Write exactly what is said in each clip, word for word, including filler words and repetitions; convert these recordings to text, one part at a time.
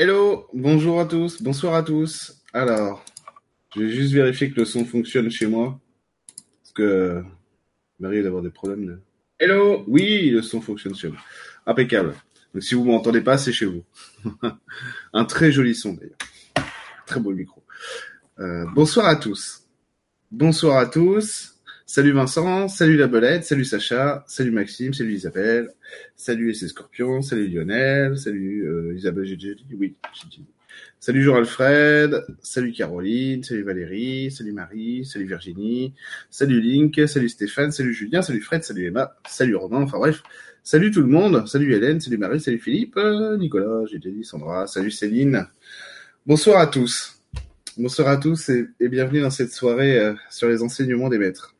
Hello, bonjour à tous, bonsoir à tous. Alors, je vais juste vérifier que le son fonctionne chez moi, parce que il m'arrive d'avoir des problèmes de... Hello, oui, le son fonctionne chez moi. Impeccable. Donc si vous m'entendez pas, c'est chez vous. Un très joli son d'ailleurs. Très beau micro. Euh, bonsoir à tous. Bonsoir à tous. Salut Vincent, salut la Belette, salut Sacha, salut Maxime, salut Isabelle, salut S C Scorpion, salut Lionel, salut euh, Isabelle, j'ai déjà dit, oui, j'ai dit. Salut Jean-Alfred, salut Caroline, salut Valérie, salut Marie, salut Virginie, salut Link, salut Stéphane, salut Julien, salut Fred, salut Emma, salut Romain, enfin bref, salut tout le monde, salut Hélène, salut Marie, salut Philippe, euh, Nicolas, j'ai déjà dit Sandra, salut Céline. Bonsoir à tous. Bonsoir à tous et, et bienvenue dans cette soirée euh, sur les enseignements des maîtres.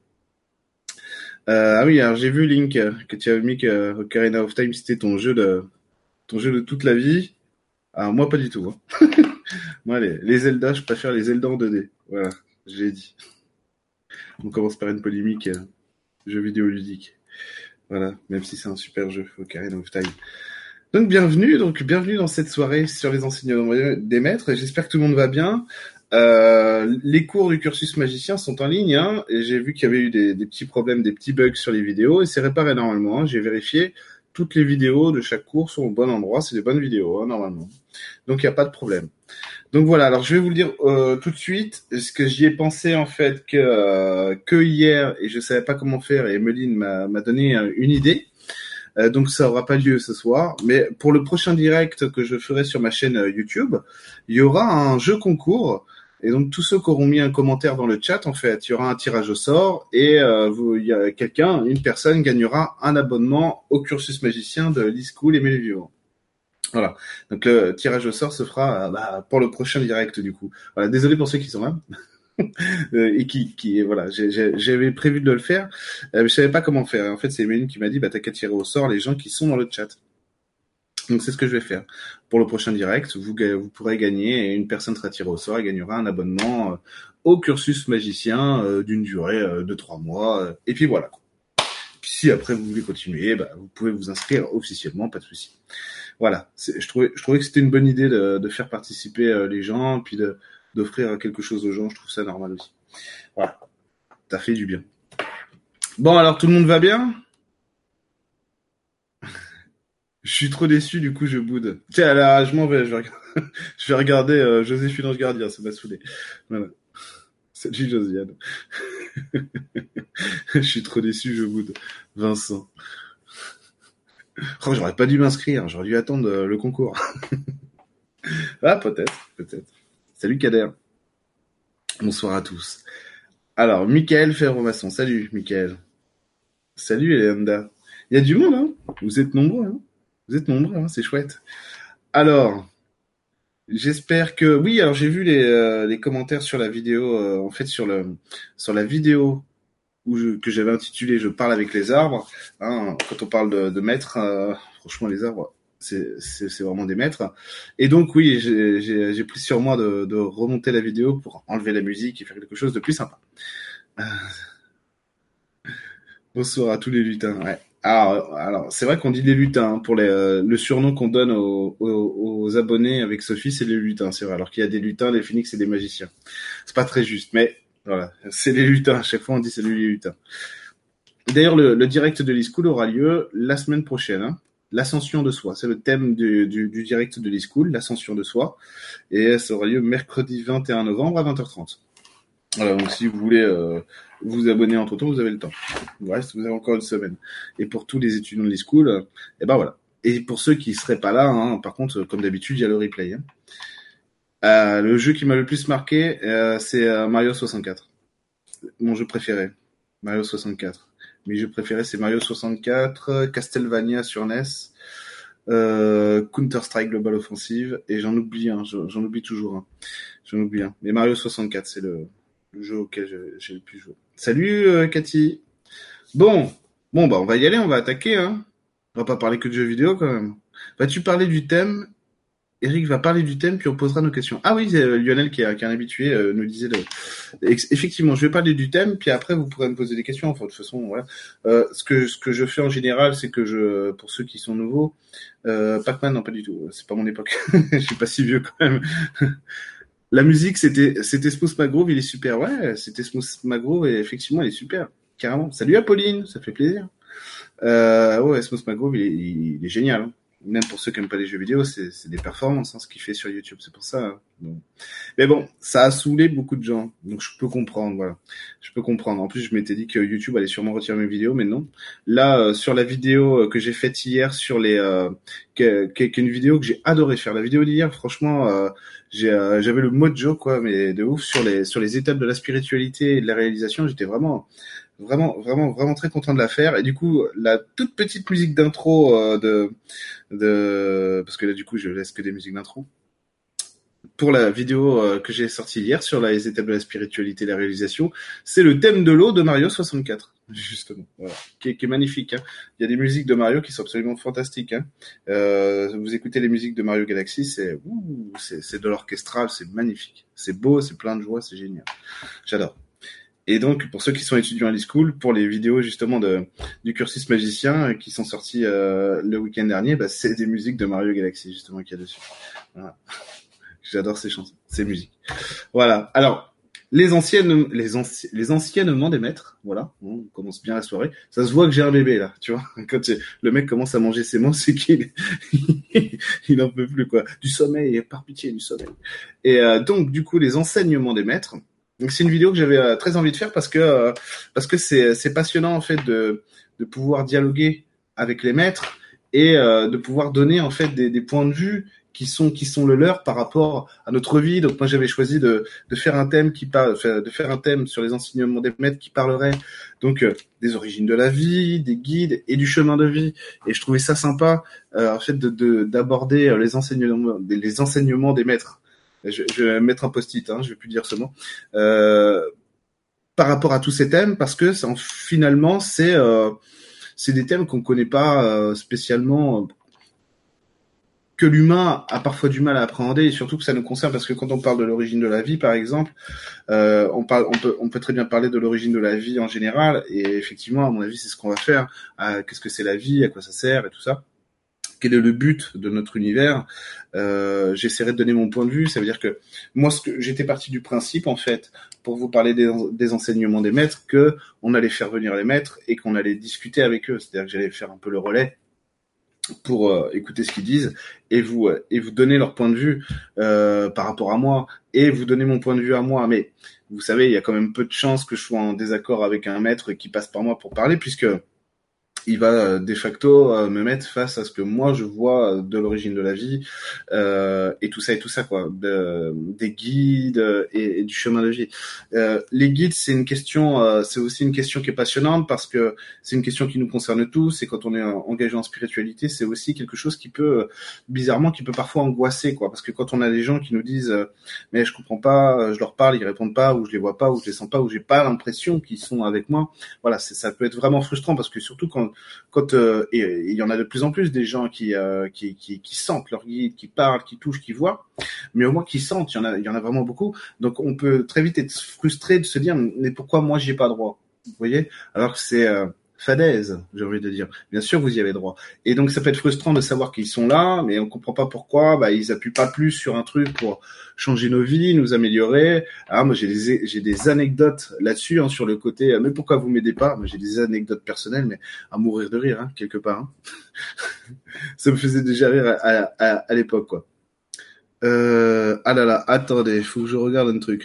Euh, ah oui, alors j'ai vu Link euh, que tu avais mis que euh, Ocarina of Time c'était ton jeu de ton jeu de toute la vie. Ah moi pas du tout. Hein. Moi les, les Zelda, je préfère les Zelda en deux D. Voilà, je l'ai dit. On commence par une polémique euh, jeu vidéo ludique. Voilà, même si c'est un super jeu Ocarina of Time. Donc bienvenue, donc bienvenue dans cette soirée sur les enseignements des maîtres. J'espère que tout le monde va bien. Euh, les cours du cursus magicien sont en ligne, hein, et j'ai vu qu'il y avait eu des, des petits problèmes, des petits bugs sur les vidéos, et c'est réparé normalement. Hein. J'ai vérifié, toutes les vidéos de chaque cours sont au bon endroit, c'est des bonnes vidéos, hein, normalement. Donc il n'y a pas de problème. Donc voilà, alors je vais vous le dire euh, tout de suite, parce que j'y ai pensé en fait que, euh, que hier, et je savais pas comment faire, et Emeline m'a, m'a donné euh, une idée. Euh, donc ça aura pas lieu ce soir, mais pour le prochain direct que je ferai sur ma chaîne euh, YouTube, il y aura un jeu concours. Et donc tous ceux qui auront mis un commentaire dans le chat, en fait, il y aura un tirage au sort et euh, vous, il y a quelqu'un, une personne gagnera un abonnement au cursus magicien de l'e-school et Mélévio. Voilà. Donc le tirage au sort se fera euh, bah, pour le prochain direct du coup. Voilà. Désolé pour ceux qui sont là. Euh, et qui, qui voilà, j'ai, j'ai, j'avais prévu de le faire, euh, mais je savais pas comment faire. En fait, c'est Méline qui m'a dit, bah t'as qu'à tirer au sort les gens qui sont dans le chat. Donc c'est ce que je vais faire. Pour le prochain direct, vous, vous pourrez gagner, et une personne sera tirée au sort et gagnera un abonnement euh, au cursus magicien euh, d'une durée euh, de trois mois. Euh, et puis voilà. Puis si après vous voulez continuer, bah, vous pouvez vous inscrire officiellement, pas de souci. Voilà. C'est, je trouvais, je trouvais que c'était une bonne idée de, de faire participer euh, les gens, puis de d'offrir quelque chose aux gens. Je trouve ça normal aussi. Voilà. Ça fait du bien. Bon, alors tout le monde va bien? Je suis trop déçu, du coup je boude. Tiens, là, je m'en vais, je vais, regarder, je vais regarder euh, Joséphine Ange Gardien, ça m'a saoulé. Voilà. Salut Josiane. Je suis trop déçu, je boude. Vincent. Oh, j'aurais pas dû m'inscrire, j'aurais dû attendre euh, le concours. Ah, peut-être, peut-être. Salut Kader. Bonsoir à tous. Alors, Michael Ferromasson. Salut, Michael. Salut, Eleanda. Il y a du monde, hein? Vous êtes nombreux, hein? Vous êtes nombreux, hein? C'est chouette. Alors, j'espère que... Oui, alors j'ai vu les, euh, les commentaires sur la vidéo, euh, en fait, sur, le, sur la vidéo où je, que j'avais intitulé Je parle avec les arbres. Hein, quand on parle de, de maîtres, euh, franchement, les arbres, c'est, c'est, c'est vraiment des maîtres. Et donc, oui, j'ai, j'ai, j'ai pris sur moi de, de remonter la vidéo pour enlever la musique et faire quelque chose de plus sympa. Euh, bonsoir à tous les lutins. Ouais. Alors, alors c'est vrai qu'on dit les lutins hein, pour les, euh, le surnom qu'on donne aux, aux, aux abonnés avec Sophie, c'est les lutins, c'est vrai. Alors qu'il y a des lutins, les phénix et des magiciens. C'est pas très juste, mais voilà, c'est les lutins. À chaque fois, on dit salut les lutins. D'ailleurs, le, le direct de l'e-school aura lieu la semaine prochaine. Hein. L'ascension de soi, c'est le thème du, du, du direct de l'e-school, l'ascension de soi, et ça aura lieu mercredi vingt et un novembre à vingt heures trente. Voilà, donc si vous voulez euh, vous abonner entre temps, vous avez le temps. Il vous reste, vous avez encore une semaine. Et pour tous les étudiants de l'e-school, euh, et ben voilà. Et pour ceux qui seraient pas là, hein, par contre, comme d'habitude, il y a le replay. Hein. Euh, le jeu qui m'a le plus marqué, euh, c'est euh, Mario soixante-quatre. Mon jeu préféré, Mario soixante-quatre. Mes jeux préférés, c'est Mario soixante-quatre, Castlevania sur N E S, euh, Counter-Strike Global Offensive, et j'en oublie un, hein, j'en oublie toujours un. Hein. J'en oublie un. Mais Mario soixante-quatre, c'est le, le jeu auquel j'ai, j'ai le plus joué. Salut, euh, Cathy. Bon, bon, bah on va y aller, on va attaquer. Hein. On va pas parler que de jeux vidéo quand même. Vas-tu parler du thème Eric va parler du thème puis on posera nos questions. Ah oui, euh, Lionel qui est, qui est un habitué euh, nous disait le... effectivement, je vais parler du thème puis après vous pourrez me poser des questions. Enfin, de toute façon, voilà. Euh, ce que ce que je fais en général, c'est que je, pour ceux qui sont nouveaux, euh, Pac-Man non pas du tout. C'est pas mon époque. Je suis pas si vieux quand même. La musique, c'était c'était Smooth McGroove, il est super. Ouais, c'était Smooth McGroove et effectivement, il est super. Carrément. Salut Apolline, ça fait plaisir. Euh, ouais, Smooth McGroove, il est, il est génial. Hein. Même pour ceux qui n'aiment pas les jeux vidéo, c'est, c'est des performances, hein, ce qu'il fait sur YouTube, c'est pour ça. Hein. Donc... Mais bon, ça a saoulé beaucoup de gens, donc je peux comprendre, voilà. Je peux comprendre. En plus, je m'étais dit que YouTube allait sûrement retirer mes vidéos, mais non. Là, euh, sur la vidéo que j'ai faite hier, sur les, euh, qui, qui, qui est une vidéo que j'ai adoré faire. La vidéo d'hier, franchement, euh, j'ai, euh, j'avais le mojo, quoi, mais de ouf sur les, sur les étapes de la spiritualité et de la réalisation. J'étais vraiment vraiment vraiment vraiment très content de la faire et du coup la toute petite musique d'intro euh, de de parce que là du coup je laisse que des musiques d'intro pour la vidéo euh, que j'ai sortie hier sur les étapes de la spiritualité et la réalisation, c'est le thème de l'eau de Mario soixante-quatre justement, voilà, qui est, qui est magnifique. Hein. Il y a des musiques de Mario qui sont absolument fantastiques. Hein. Euh, vous écoutez les musiques de Mario Galaxy, c'est ouh, c'est, c'est de l'orchestral, c'est magnifique, c'est beau, c'est plein de joie, c'est génial. J'adore. Et donc, pour ceux qui sont étudiants à l'e-school, pour les vidéos justement de, du cursus magicien euh, qui sont sorties euh, le week-end dernier, bah, c'est des musiques de Mario Galaxy justement qu'il y a dessus. Voilà. J'adore ces chansons, ces musiques. Voilà. Alors, les anciennes, les, anci- les anciennement des maîtres, voilà. On commence bien la soirée. Ça se voit que j'ai un bébé là, tu vois. Quand le mec commence à manger ses mots, c'est qu'il il en peut plus quoi. Du sommeil, par pitié, du sommeil. Et euh, donc, du coup, les enseignements des maîtres. Donc c'est une vidéo que j'avais euh, très envie de faire parce que euh, parce que c'est c'est passionnant en fait de de pouvoir dialoguer avec les maîtres et euh, de pouvoir donner en fait des, des points de vue qui sont qui sont le leur par rapport à notre vie. Donc moi j'avais choisi de de faire un thème qui parle de faire un thème sur les enseignements des maîtres qui parlerait donc euh, des origines de la vie, des guides et du chemin de vie. Et je trouvais ça sympa euh, en fait de, de d'aborder les enseignements les enseignements des maîtres. Je, je vais mettre un post-it, hein, je vais plus dire ce mot. Euh, par rapport à tous ces thèmes, parce que c'est, finalement, c'est euh, c'est des thèmes qu'on connaît pas euh, spécialement, que l'humain a parfois du mal à appréhender, et surtout que ça nous concerne, parce que quand on parle de l'origine de la vie, par exemple, euh, on, parle, on, peut, on peut très bien parler de l'origine de la vie en général, et effectivement, à mon avis, c'est ce qu'on va faire. Euh, qu'est-ce que c'est la vie, à quoi ça sert, et tout ça. Quel est le but de notre univers. Euh, j'essaierai de donner mon point de vue. Ça veut dire que moi, ce que j'étais parti du principe, en fait, pour vous parler des, des enseignements des maîtres, que on allait faire venir les maîtres et qu'on allait discuter avec eux. C'est-à-dire que j'allais faire un peu le relais pour euh, écouter ce qu'ils disent et vous euh, et vous donner leur point de vue euh, par rapport à moi et vous donner mon point de vue à moi. Mais vous savez, il y a quand même peu de chances que je sois en désaccord avec un maître qui passe par moi pour parler, puisque il va euh, de facto euh, me mettre face à ce que moi je vois de l'origine de la vie euh, et tout ça et tout ça quoi, de, des guides et, et du chemin de vie. Euh, les guides, c'est une question, euh, c'est aussi une question qui est passionnante parce que c'est une question qui nous concerne tous. Et quand on est engagé en spiritualité, c'est aussi quelque chose qui peut bizarrement, qui peut parfois angoisser quoi, parce que quand on a des gens qui nous disent euh, mais je comprends pas, je leur parle, ils répondent pas, ou je les vois pas, ou je les sens pas, ou j'ai pas l'impression qu'ils sont avec moi. Voilà, c'est, ça peut être vraiment frustrant parce que surtout quand quand euh, et il y en a de plus en plus des gens qui, euh, qui qui qui sentent leur guide, qui parlent, qui touchent, qui voient, mais au moins qui sentent, il y en a il y en a vraiment beaucoup. Donc on peut très vite être frustré de se dire mais pourquoi moi j'y ai pas droit, vous voyez, alors que c'est euh, fadaise, j'ai envie de dire. Bien sûr, vous y avez droit. Et donc, ça peut être frustrant de savoir qu'ils sont là, mais on comprend pas pourquoi. Bah, ils appuient pas plus sur un truc pour changer nos vies, nous améliorer. Ah, moi, j'ai des, j'ai des anecdotes là-dessus, hein, sur le côté. Mais pourquoi vous m'aidez pas? Moi, j'ai des anecdotes personnelles, mais à mourir de rire, hein, quelque part. Hein. Ça me faisait déjà rire à, à, à, à l'époque, quoi. Euh, ah là là, attendez, faut que je regarde un truc.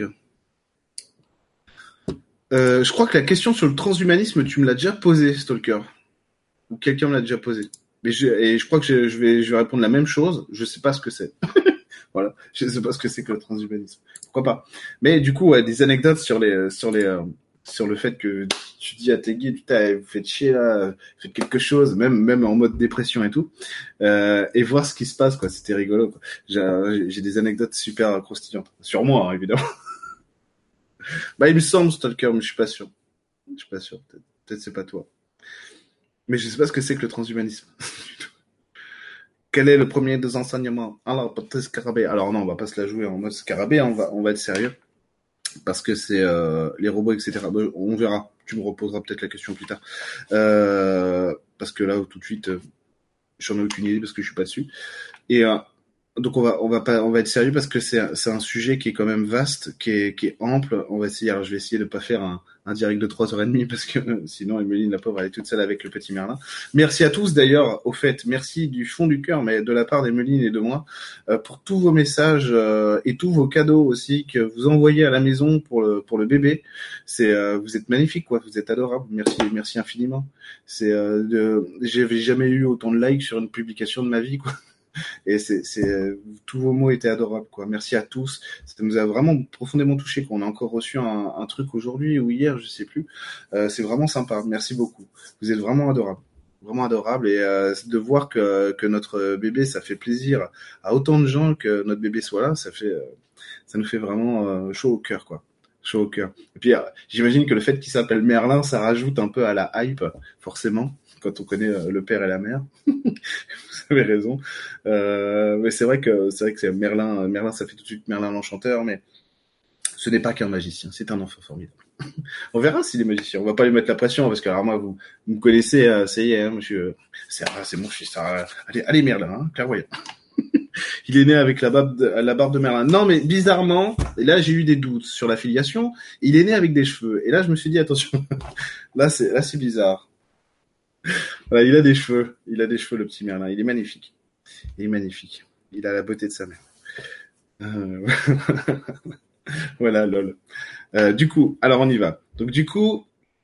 Euh, je crois que la question sur le transhumanisme, tu me l'as déjà posée, Stalker. Ou quelqu'un me l'a déjà posé. Mais je, et je crois que je, je, vais, je vais répondre la même chose. Je sais pas ce que c'est. Voilà. Je sais pas ce que c'est que le transhumanisme. Pourquoi pas. Mais du coup, ouais, des anecdotes sur les, sur les, euh, sur le fait que tu dis à tes guides, putain, vous faites chier là, faites quelque chose, même, même en mode dépression et tout, euh, et voir ce qui se passe, quoi. C'était rigolo, quoi. J'ai, j'ai des anecdotes super croustillantes. Sur moi, hein, évidemment. Bah, il me semble, Stalker, mais je suis pas sûr. Je suis pas sûr. Peut-être, peut-être c'est pas toi. Mais je sais pas ce que c'est que le transhumanisme. Quel est le premier des enseignements? Alors, peut-être scarabée. Alors non, on va pas se la jouer en mode scarabée, on va, on va être sérieux. Parce que c'est euh, les robots, et cetera. Bon, on verra. Tu me reposeras peut-être la question plus tard. Euh, parce que là, tout de suite, euh, j'en ai aucune idée parce que je suis pas dessus. Et euh, donc on va on va pas on va être sérieux parce que c'est c'est un sujet qui est quand même vaste, qui est qui est ample. On va essayer. Alors je vais essayer de pas faire un un direct de trois heures et demie parce que euh, sinon Emeline la pauvre elle est toute seule avec le petit Merlin. Merci à tous d'ailleurs. Au fait, merci du fond du cœur, mais de la part d'Emeline et de moi euh, pour tous vos messages euh, et tous vos cadeaux aussi que vous envoyez à la maison pour le pour le bébé. C'est euh, vous êtes magnifiques quoi. Vous êtes adorables. Merci merci infiniment. C'est euh, de, j'avais jamais eu autant de likes sur une publication de ma vie quoi. Et c'est, c'est euh, tous vos mots étaient adorables quoi. Merci à tous. Ça nous a vraiment profondément touché. Qu'on a encore reçu un, un truc aujourd'hui ou hier, je sais plus. Euh, c'est vraiment sympa. Merci beaucoup. Vous êtes vraiment adorables, vraiment adorables. Et euh, de voir que que notre bébé, ça fait plaisir à autant de gens que notre bébé soit là, ça fait, euh, ça nous fait vraiment euh, chaud au cœur quoi. Chaud au cœur. Et puis, euh, j'imagine que le fait qu'il s'appelle Merlin, ça rajoute un peu à la hype, forcément, quand on connaît euh, le père et la mère. Vous avez raison. Euh, mais c'est vrai que c'est vrai que c'est Merlin. Merlin, ça fait tout de suite Merlin l'Enchanteur, mais ce n'est pas qu'un magicien. C'est un enfant formidable. On verra s'il est magicien. On va pas lui mettre la pression parce que alors moi, vous, vous me connaissez, euh, ça y est, hein, monsieur. C'est, ah, c'est mon fils. Ah, allez, allez Merlin, hein, clairvoyant. Il est né avec la barbe, de, la barbe de Merlin. Non, mais bizarrement, et là j'ai eu des doutes sur la filiation. Il est né avec des cheveux. Et là je me suis dit attention, là c'est, là c'est bizarre. Voilà, il a des cheveux. Il a des cheveux le petit Merlin. Il est magnifique. Il est magnifique. Il a la beauté de sa mère. Euh... voilà, lol. Euh, du coup, alors on y va. Donc du coup,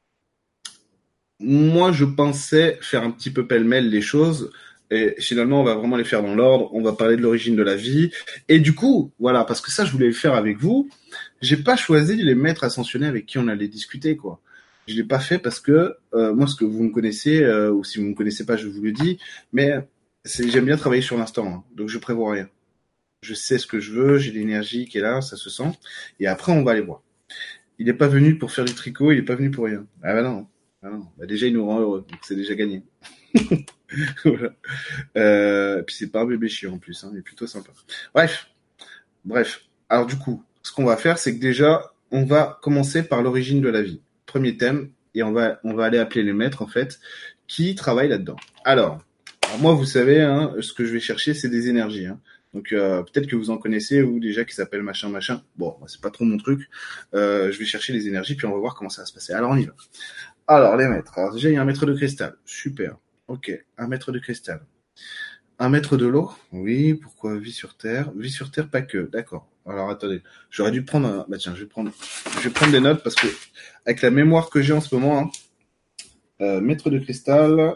moi je pensais faire un petit peu pêle-mêle les choses. Et finalement, on va vraiment les faire dans l'ordre. On va parler de l'origine de la vie. Et du coup, voilà, parce que ça, je voulais le faire avec vous. J'ai pas choisi les maîtres ascensionnés avec qui on allait discuter, quoi. Je l'ai pas fait parce que euh, moi, ce que vous me connaissez, euh, ou si vous me connaissez pas, je vous le dis. Mais c'est, j'aime bien travailler sur l'instant, hein, donc je prévois rien. Je sais ce que je veux, j'ai l'énergie qui est là, ça se sent. Et après, on va aller voir. Il n'est pas venu pour faire du tricot, il n'est pas venu pour rien. Ah bah non. Ah non. Bah déjà, il nous rend heureux, donc c'est déjà gagné. Voilà. Euh, puis c'est pas un bébé chiant en plus, hein, il est plutôt sympa. Bref, bref. Alors du coup, ce qu'on va faire, c'est que déjà, on va commencer par l'origine de la vie. Premier thème, et on va, on va aller appeler les maîtres en fait, qui travaillent là-dedans. Alors, alors moi, vous savez, hein, ce que je vais chercher, c'est des énergies. Hein. Donc euh, peut-être que vous en connaissez ou déjà qui s'appelle machin machin. Bon, c'est pas trop mon truc. Euh, je vais chercher les énergies puis on va voir comment ça va se passer. Alors on y va. Alors les maîtres. Alors déjà il y a un maître de cristal. Super. Ok. Un maître de cristal. Un maître de l'eau. Oui. Pourquoi vie sur terre? Vie sur terre pas que. D'accord. Alors attendez. J'aurais dû prendre. Un... Bah tiens, je vais prendre. Je vais prendre des notes parce que avec la mémoire que j'ai en ce moment, hein, euh, maître de cristal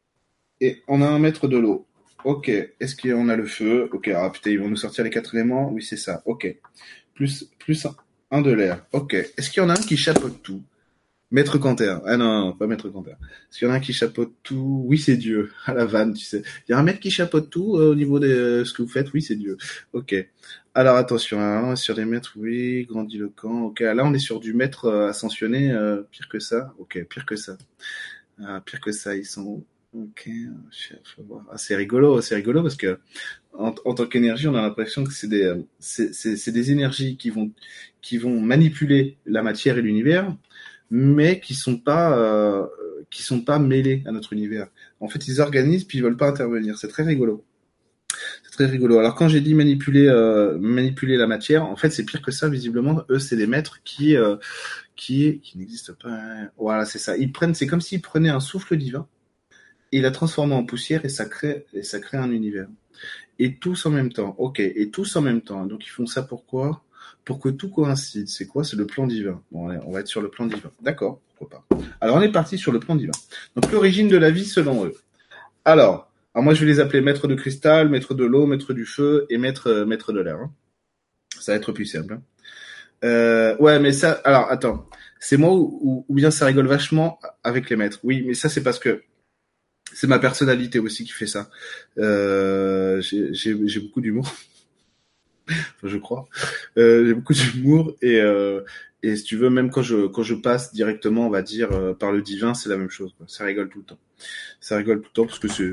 et on a un maître de l'eau. Ok, est-ce qu'on a le feu? Ok, ah putain, ils vont nous sortir les quatre éléments? Oui, c'est ça, ok. Plus, plus un, un de l'air, ok. Est-ce qu'il y en a un qui chapeaute tout? Maître Canter. Ah non, non, pas Maître Canter. Est-ce qu'il y en a un qui chapeaute tout? Oui, c'est Dieu. À la vanne, tu sais. Il y a un maître qui chapeaute tout euh, au niveau de euh, ce que vous faites? Oui, c'est Dieu. Ok. Alors attention, là, on est sur des maîtres, oui, grandiloquent. Ok, là on est sur du maître euh, ascensionné, euh, pire que ça. Ok, pire que ça. Ah, pire que ça, ils sont... Ok, faut voir. Ah, c'est rigolo, c'est rigolo parce que en, en tant qu'énergie, on a l'impression que c'est des, c'est, c'est, c'est des énergies qui vont, qui vont manipuler la matière et l'univers, mais qui sont pas, euh, qui sont pas mêlés à notre univers. En fait, ils organisent puis ils veulent pas intervenir. C'est très rigolo. C'est très rigolo. Alors quand j'ai dit manipuler, euh, manipuler la matière, en fait, c'est pire que ça. Visiblement, eux, c'est des maîtres qui, euh, qui, qui n'existent pas. Hein. Voilà, c'est ça. Ils prennent, c'est comme s'ils prenaient un souffle divin. Et il la transforme en poussière et ça crée, et ça crée un univers. Et tous en même temps. Ok, et tous en même temps. Donc ils font ça pourquoi? Pour que tout coïncide. C'est quoi? C'est le plan divin. Bon, on va être sur le plan divin. D'accord, pourquoi pas. Alors on est parti sur le plan divin. Donc l'origine de la vie selon eux. Alors, alors moi je vais les appeler maître de cristal, maître de l'eau, maître du feu et maître, euh, maître de l'air. Hein. Ça va être plus simple. Hein. Euh, ouais, mais ça, alors attends. C'est moi ou, ou bien ça rigole vachement avec les maîtres. Oui, mais ça c'est parce que c'est ma personnalité aussi qui fait ça. Euh, j'ai, j'ai, j'ai beaucoup d'humour, enfin, je crois. Euh, j'ai beaucoup d'humour et euh, et si tu veux, même quand je quand je passe directement, on va dire euh, par le divin, c'est la même chose. Quoi. Ça rigole tout le temps. Ça rigole tout le temps parce que c'est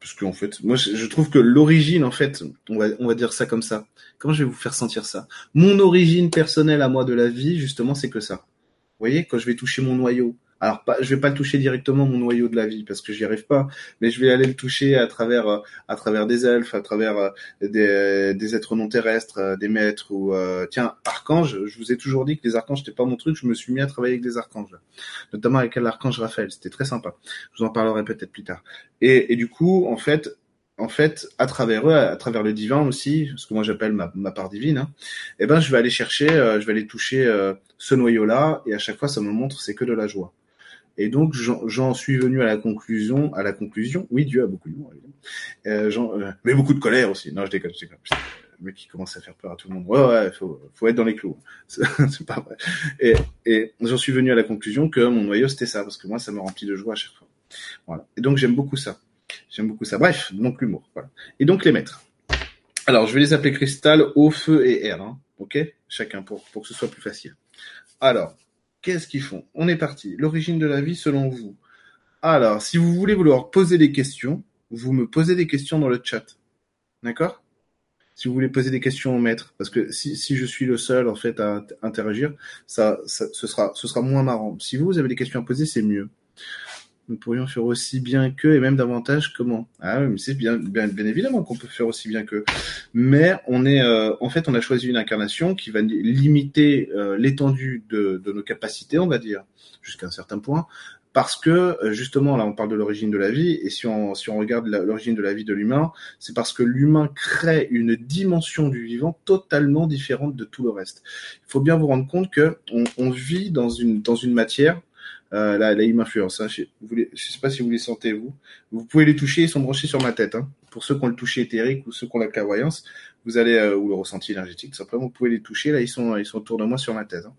Parce qu'en fait, moi, je, je trouve que l'origine, en fait, on va, on va dire ça comme ça. Comment je vais vous faire sentir ça? Mon origine personnelle à moi de la vie, justement, c'est que ça. Vous voyez, quand je vais toucher mon noyau. Alors, pas, je vais pas le toucher directement, mon noyau de la vie, parce que j'y arrive pas. Mais je vais aller le toucher à travers, euh, à travers des elfes, à travers euh, des, des êtres non terrestres, euh, des maîtres ou, euh, tiens, archanges. Je vous ai toujours dit que les archanges c'était pas mon truc. Je me suis mis à travailler avec des archanges, là. Notamment avec l'archange Raphaël. C'était très sympa. Je vous en parlerai peut-être plus tard. Et, et du coup, en fait, en fait, à travers eux, à travers le divin aussi, ce que moi j'appelle ma, ma part divine, hein, eh ben, je vais aller chercher, euh, je vais aller toucher euh, ce noyau-là, et à chaque fois, ça me montre c'est que de la joie. Et donc, j'en, j'en suis venu à la conclusion, à la conclusion, oui, Dieu a beaucoup d'humour, évidemment, euh, j'en, euh, mais beaucoup de colère aussi. Non, je déconne, je déconne. Le mec qui commence à faire peur à tout le monde. Ouais, ouais, faut, faut être dans les clous. C'est, c'est pas vrai. Et, et j'en suis venu à la conclusion que mon noyau c'était ça, parce que moi, ça me remplit de joie à chaque fois. Voilà. Et donc, j'aime beaucoup ça. J'aime beaucoup ça. Bref, donc l'humour. Voilà. Et donc les maîtres. Alors, je vais les appeler Cristal, Eau, Feu et Air. Hein. Ok, chacun pour pour que ce soit plus facile. Alors. Qu'est-ce qu'ils font? On est parti. L'origine de la vie selon vous. Alors, si vous voulez vous leur poser des questions, vous me posez des questions dans le chat. D'accord? Si vous voulez poser des questions au maître, parce que si, si je suis le seul en fait à interagir, ça, ça ce sera ce sera moins marrant. Si vous, vous avez des questions à poser, c'est mieux. Nous pourrions faire aussi bien qu'eux et même davantage. Comment? Ah oui, mais c'est bien, bien, bien évidemment qu'on peut faire aussi bien qu'eux. Mais on est, euh, en fait, on a choisi une incarnation qui va limiter euh, l'étendue de, de nos capacités, on va dire, jusqu'à un certain point, parce que justement, là, on parle de l'origine de la vie, et si on si on regarde la, l'origine de la vie de l'humain, c'est parce que l'humain crée une dimension du vivant totalement différente de tout le reste. Il faut bien vous rendre compte que on, on vit dans une dans une matière. Euh, là, là, ils m'influencent. Hein. Je ne sais pas si vous les sentez, vous. Vous pouvez les toucher, ils sont branchés sur ma tête. Hein. Pour ceux qui ont le toucher éthérique ou ceux qui ont la clairvoyance, vous allez euh, ou le ressenti énergétique, simplement, vous pouvez les toucher. Là, ils sont, ils sont autour de moi sur ma tête. Hein.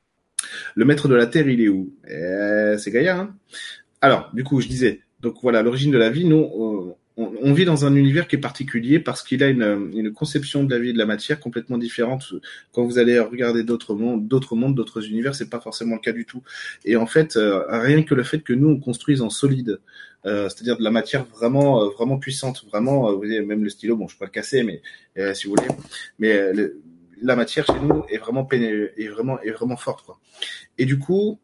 Le maître de la terre, il est où? eh, C'est Gaïa. Hein. Alors, du coup, je disais. Donc voilà, l'origine de la vie. Nous, on, on, on vit dans un univers qui est particulier parce qu'il a une, une conception de la vie et de la matière complètement différente. Quand vous allez regarder d'autres mondes, d'autres mondes, d'autres univers, c'est pas forcément le cas du tout. Et en fait, euh, rien que le fait que nous on construise en solide, euh, c'est-à-dire de la matière vraiment, euh, vraiment puissante, vraiment, euh, vous voyez, même le stylo, bon, je peux pas le casser, mais euh, si vous voulez, mais euh, le, la matière chez nous est vraiment péné- est vraiment, est vraiment forte, quoi. Et du coup,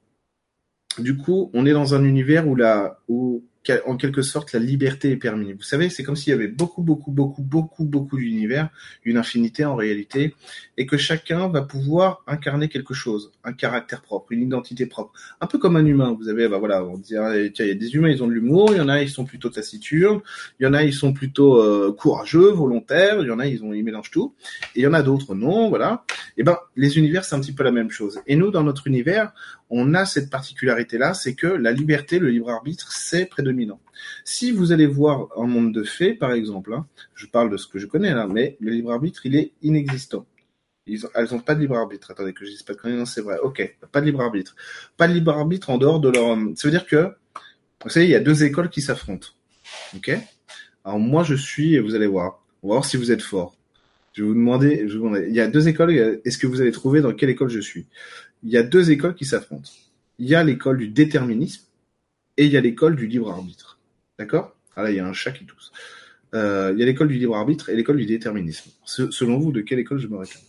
du coup, on est dans un univers où la, où en quelque sorte, la liberté est permise. Vous savez, c'est comme s'il y avait beaucoup, beaucoup, beaucoup, beaucoup, beaucoup d'univers, une infinité en réalité, et que chacun va pouvoir incarner quelque chose, un caractère propre, une identité propre. Un peu comme un humain, vous avez, bah voilà, on dirait, tiens, il y a des humains, ils ont de l'humour, il y en a, ils sont plutôt taciturnes, il y en a, ils sont plutôt euh, courageux, volontaires, il y en a, ils ont, ils mélangent tout, et il y en a d'autres, non, voilà. Et ben, les univers, c'est un petit peu la même chose. Et nous, dans notre univers, on a cette particularité-là, c'est que la liberté, le libre arbitre, c'est prédominant. Si vous allez voir un monde de fées, par exemple, hein, je parle de ce que je connais là, mais le libre arbitre, il est inexistant. Ils ont, elles n'ont pas de libre arbitre. Attendez que je dise pas de conneries, non, c'est vrai. Ok, pas de libre arbitre. Pas de libre arbitre en dehors de leur... Ça veut dire que, vous savez, il y a deux écoles qui s'affrontent. Ok. Alors moi, je suis, vous allez voir, on va voir si vous êtes fort. Je vais vous demander, je vais vous demander, il y a deux écoles, est-ce que vous allez trouver dans quelle école je suis? Il y a deux écoles qui s'affrontent. Il y a l'école du déterminisme et il y a l'école du libre arbitre. D'accord? Ah là, il y a un chat qui tousse. Euh, il y a l'école du libre arbitre et l'école du déterminisme. Selon vous, de quelle école je me réclame?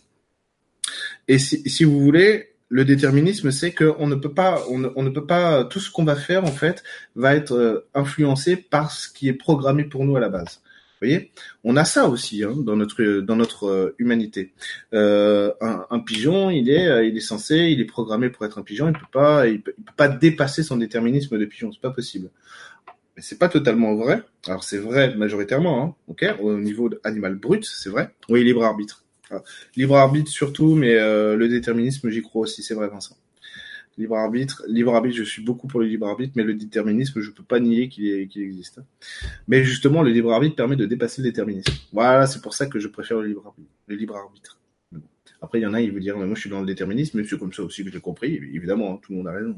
Et si, si vous voulez, le déterminisme, c'est qu'on ne peut pas, on ne, on ne peut pas, tout ce qu'on va faire en fait, va être euh, influencé par ce qui est programmé pour nous à la base. Vous voyez, on a ça aussi hein, dans notre dans notre euh, humanité. Euh, un, un pigeon, il est euh, il est censé, il est programmé pour être un pigeon. Il peut pas, il peut, il peut pas dépasser son déterminisme de pigeon. C'est pas possible. Mais c'est pas totalement vrai. Alors c'est vrai majoritairement, hein, ok. Au niveau animal brut, c'est vrai. Oui, libre arbitre. Enfin, libre arbitre surtout, mais euh, le déterminisme, j'y crois aussi. C'est vrai, Vincent. Libre arbitre, libre arbitre, je suis beaucoup pour le libre arbitre, mais le déterminisme, je peux pas nier qu'il, est, qu'il existe. Mais justement, le libre arbitre permet de dépasser le déterminisme. Voilà, c'est pour ça que je préfère le libre arbitre. Le libre arbitre. Après, il y en a, ils vont dire, mais moi, je suis dans le déterminisme, mais c'est comme ça aussi que j'ai compris. Évidemment, hein, tout le monde a raison.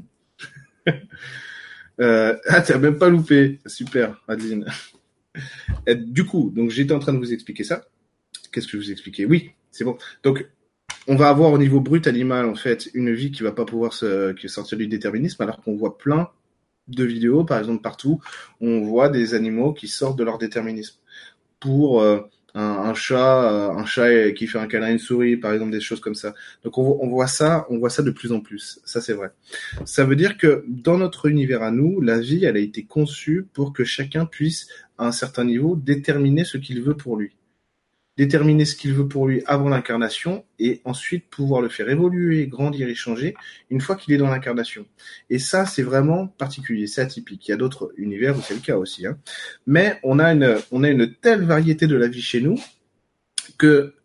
euh, ah, t'as même pas loupé. Super, Adeline. Et du coup, donc j'étais en train de vous expliquer ça. Qu'est-ce que je vous expliquais? Oui, c'est bon. Donc, on va avoir au niveau brut animal, en fait, une vie qui va pas pouvoir se, qui sortir du déterminisme, alors qu'on voit plein de vidéos, par exemple partout, on voit des animaux qui sortent de leur déterminisme. Pour euh, un, un chat, euh, un chat qui fait un câlin à une souris, par exemple, des choses comme ça. Donc on, on voit ça, on voit ça de plus en plus. Ça c'est vrai. Ça veut dire que dans notre univers à nous, la vie, elle a été conçue pour que chacun puisse, à un certain niveau, déterminer ce qu'il veut pour lui. Déterminer ce qu'il veut pour lui avant l'incarnation et ensuite pouvoir le faire évoluer, grandir et changer une fois qu'il est dans l'incarnation. Et ça, c'est vraiment particulier, c'est atypique. Il y a d'autres univers où c'est le cas aussi, hein. Mais on a une, on a une telle variété de la vie chez nous que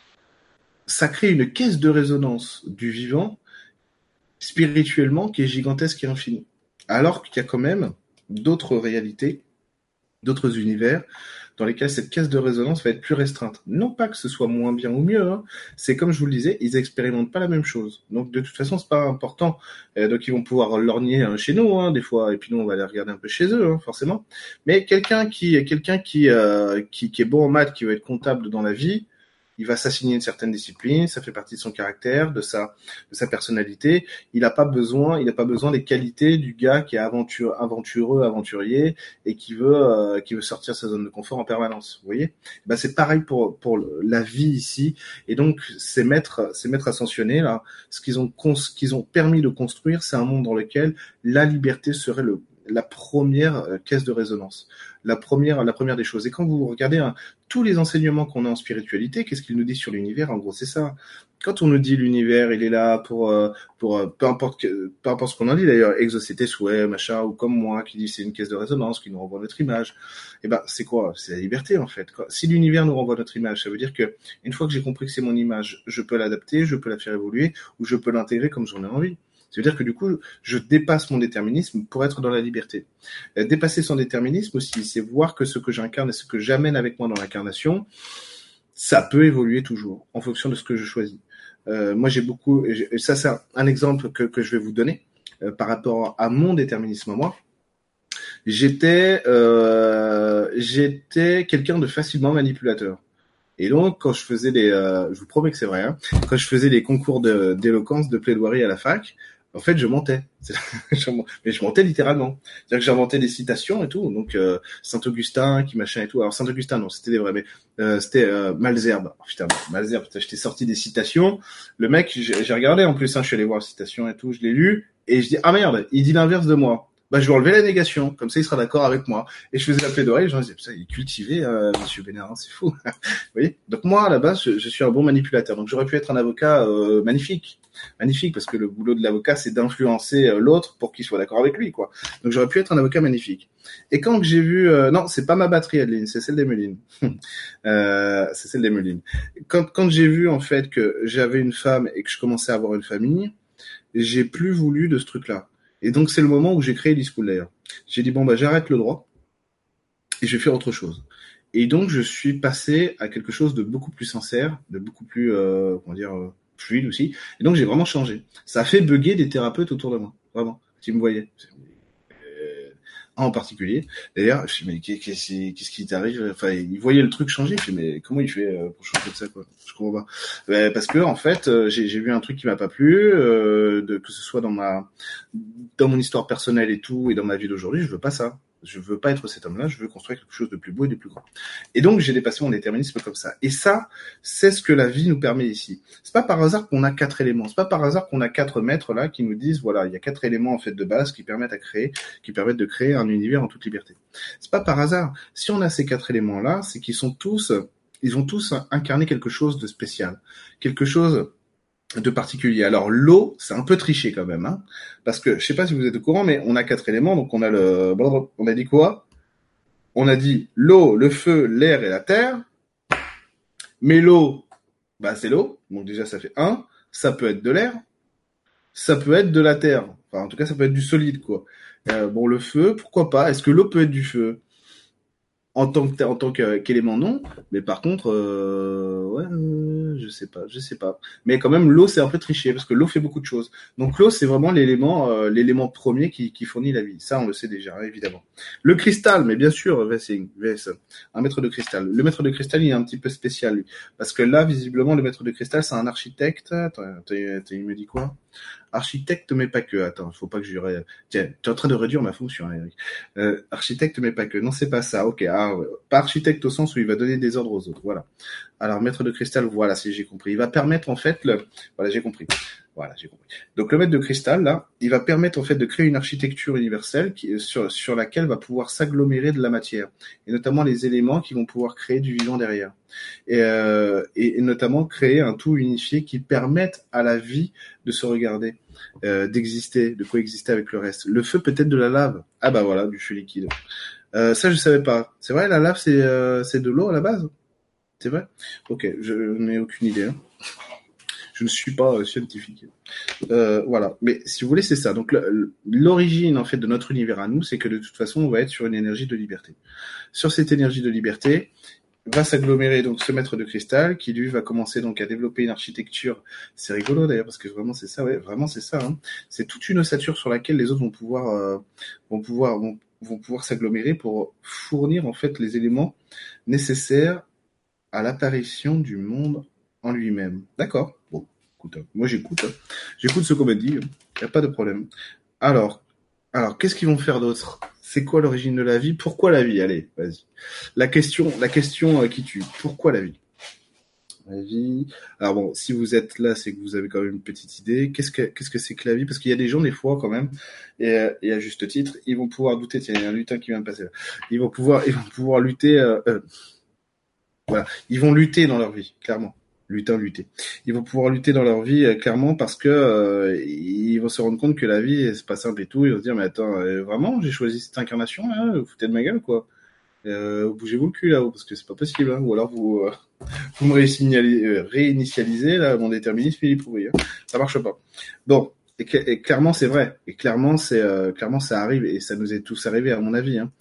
ça crée une caisse de résonance du vivant spirituellement qui est gigantesque et infinie. Alors qu'il y a quand même d'autres réalités, d'autres univers dans lesquels cette caisse de résonance va être plus restreinte. Non pas que ce soit moins bien ou mieux, hein. C'est comme je vous le disais, ils expérimentent pas la même chose. Donc de toute façon, c'est pas important. Euh, donc ils vont pouvoir lorgner hein, chez nous, hein, des fois, et puis nous on va aller regarder un peu chez eux, hein, forcément. Mais quelqu'un qui, quelqu'un qui, euh, qui, qui est bon en maths, qui veut être comptable dans la vie, il va s'assigner une certaine discipline, ça fait partie de son caractère, de sa, de sa personnalité. Il n'a pas besoin, il n'a pas besoin des qualités du gars qui est aventure, aventureux, aventurier et qui veut, euh, qui veut sortir de sa zone de confort en permanence. Vous voyez, ben c'est pareil pour pour la vie ici. Et donc ces maîtres, ces maîtres ascensionnés là, ce qu'ils ont, ce qu'ils ont permis de construire, c'est un monde dans lequel la liberté serait le la première caisse de résonance, la première, la première des choses. Et quand vous regardez hein, tous les enseignements qu'on a en spiritualité, qu'est-ce qu'ils nous disent sur l'univers? En gros, c'est ça. Quand on nous dit l'univers, il est là pour, euh, pour euh, peu importe, que, peu importe ce qu'on en dit d'ailleurs, exaucer tes souhaits, machin, ou comme moi qui dit c'est une caisse de résonance qui nous renvoie notre image. Eh ben, c'est quoi? C'est la liberté en fait. Quoi. Si l'univers nous renvoie notre image, ça veut dire que une fois que j'ai compris que c'est mon image, je peux l'adapter, je peux la faire évoluer, ou je peux l'intégrer comme j'en ai envie. Ça veut dire que du coup, je dépasse mon déterminisme pour être dans la liberté. Euh, dépasser son déterminisme aussi, c'est voir que ce que j'incarne et ce que j'amène avec moi dans l'incarnation, ça peut évoluer toujours en fonction de ce que je choisis. Euh, moi, j'ai beaucoup, et ça c'est un exemple que, que je vais vous donner euh, par rapport à mon déterminisme à moi. J'étais, euh, j'étais quelqu'un de facilement manipulateur. Et donc, quand je faisais les, euh, je vous promets que c'est vrai, hein, quand je faisais les concours de, d'éloquence, de plaidoirie à la fac, en fait, je mentais. Mais je mentais littéralement. C'est-à-dire que j'inventais des citations et tout. Donc, euh, Saint-Augustin, qui machin et tout. Alors, Saint-Augustin, non, c'était des vrais, mais euh, c'était euh, Malesherbes. Oh, putain, Malesherbes, putain, je t'ai sorti des citations. Le mec, j'ai, j'ai regardé en plus, hein, je suis allé voir les citations et tout, je l'ai lu, et je dis, ah merde, il dit l'inverse de moi. Bah, je vais enlever la négation, comme ça il sera d'accord avec moi. Et je faisais la plaidoirie, les gens disaient, ça, il est cultivé, euh, monsieur Bénard, c'est fou. Vous voyez? Donc moi, à la base, je, je suis un bon manipulateur. Donc j'aurais pu être un avocat euh, magnifique. Magnifique, parce que le boulot de l'avocat, c'est d'influencer euh, l'autre pour qu'il soit d'accord avec lui, quoi. Donc j'aurais pu être un avocat magnifique. Et quand j'ai vu... Euh, non, c'est pas ma batterie, Adeline, c'est celle d'Emeline. euh, c'est celle d'Emeline. Quand, quand j'ai vu, en fait, que j'avais une femme et que je commençais à avoir une famille, j'ai plus voulu de ce truc-là. Et donc, c'est le moment où j'ai créé l'e-school, d'ailleurs. J'ai dit, bon, bah, j'arrête le droit et je vais faire autre chose. Et donc, je suis passé à quelque chose de beaucoup plus sincère, de beaucoup plus, euh, comment dire, euh, fluide aussi. Et donc, j'ai vraiment changé. Ça a fait bugger des thérapeutes autour de moi. Vraiment. Qui me voyaient. Euh, un en particulier. D'ailleurs, je me suis dit, mais qu'est-ce, qu'est-ce qui t'arrive? Enfin, ils voyaient le truc changer. Je me suis dit, mais comment il fait pour changer de ça, quoi? Je comprends pas. Ben, parce que, en fait, j'ai, j'ai vu un truc qui m'a pas plu, euh, de, que ce soit dans ma, dans mon histoire personnelle et tout, et dans ma vie d'aujourd'hui, je veux pas ça. Je veux pas être cet homme-là, je veux construire quelque chose de plus beau et de plus grand. Et donc, j'ai dépassé mon déterminisme comme ça. Et ça, c'est ce que la vie nous permet ici. C'est pas par hasard qu'on a quatre éléments. C'est pas par hasard qu'on a quatre maîtres là qui nous disent, voilà, il y a quatre éléments en fait de base qui permettent à créer, qui permettent de créer un univers en toute liberté. C'est pas par hasard. Si on a ces quatre éléments-là, c'est qu'ils sont tous, ils ont tous incarné quelque chose de spécial. Quelque chose de particulier. Alors l'eau, c'est un peu triché quand même, hein, parce que je sais pas si vous êtes au courant, mais on a quatre éléments, donc on a le, on a dit quoi? On a dit l'eau, le feu, l'air et la terre. Mais l'eau, bah c'est l'eau, donc déjà ça fait un. Ça peut être de l'air, ça peut être de la terre. Enfin, en tout cas, ça peut être du solide, quoi. Euh, bon, le feu, pourquoi pas? Est-ce que l'eau peut être du feu? En tant que en tant qu'élément, non. Mais par contre, euh, ouais, euh, je sais pas, je sais pas. Mais quand même, l'eau, c'est un peu triché parce que l'eau fait beaucoup de choses. Donc l'eau, c'est vraiment l'élément, euh, l'élément premier qui, qui fournit la vie. Ça, on le sait déjà, évidemment. Le cristal, mais bien sûr, V S, un maître de cristal. Le maître de cristal, il est un petit peu spécial, lui, parce que là, visiblement, le maître de cristal, c'est un architecte. Attends, il me dit quoi? Architecte, mais pas que. Attends, faut pas que je... Ré... Tiens, tu es en train de réduire ma fonction, hein, Eric. Euh, architecte, mais pas que. Non, c'est pas ça. Ok. Ah, ouais. Pas architecte au sens où il va donner des ordres aux autres. Voilà. Alors, maître de cristal, voilà, si j'ai compris. Il va permettre, en fait, le... Voilà, j'ai compris. Voilà, j'ai compris. Donc, le maître de cristal, là, il va permettre, en fait, de créer une architecture universelle qui, sur, sur laquelle va pouvoir s'agglomérer de la matière. Et notamment les éléments qui vont pouvoir créer du vivant derrière. Et, euh, et, et notamment créer un tout unifié qui permette à la vie de se regarder, euh, d'exister, de coexister avec le reste. Le feu peut être de la lave. Ah bah voilà, du feu liquide. Euh, ça, je savais pas. C'est vrai, la lave, c'est, euh, c'est de l'eau à la base? C'est vrai? Ok, je n'ai aucune idée. Hein. Je ne suis pas euh, scientifique. Euh, voilà. Mais si vous voulez, c'est ça. Donc l'origine en fait de notre univers à nous, c'est que de toute façon, on va être sur une énergie de liberté. Sur cette énergie de liberté, va s'agglomérer donc ce maître de cristal qui lui va commencer donc à développer une architecture. C'est rigolo d'ailleurs parce que vraiment c'est ça, ouais, vraiment c'est ça. Hein. C'est toute une ossature sur laquelle les autres vont pouvoir euh, vont pouvoir vont, vont pouvoir s'agglomérer pour fournir en fait les éléments nécessaires à l'apparition du monde en lui-même. D'accord. Bon, écoute, hein. Moi j'écoute, hein. j'écoute ce qu'on m'a dit. Il hein. n'y a pas de problème. Alors, alors qu'est-ce qu'ils vont faire d'autre? C'est quoi l'origine de la vie? Pourquoi la vie? Allez, vas-y. La question, la question euh, qui tue. Pourquoi la vie? La vie. Alors bon, si vous êtes là, c'est que vous avez quand même une petite idée. Qu'est-ce que qu'est-ce que c'est que la vie? Parce qu'il y a des gens des fois quand même, et, et à juste titre, ils vont pouvoir douter. Tiens, il y a un lutin qui vient de passer là. Ils vont pouvoir, ils vont pouvoir lutter. Euh, euh, voilà, ils vont lutter dans leur vie, clairement. Lutin, lutter. Ils vont pouvoir lutter dans leur vie, euh, clairement, parce que euh, ils vont se rendre compte que la vie, c'est pas simple et tout. Ils vont se dire, mais attends, euh, vraiment, j'ai choisi cette incarnation, là, vous foutez de ma gueule, quoi. Euh, bougez-vous le cul, là-haut, parce que c'est pas possible, hein. Ou alors vous, euh, vous me réinitialisez, euh, réinitialisez, là, mon déterminisme, il est pourri, hein. Ça marche pas. Bon. Et, et clairement, c'est vrai. Et clairement, c'est, euh, clairement, ça arrive, et ça nous est tous arrivé, à mon avis, hein.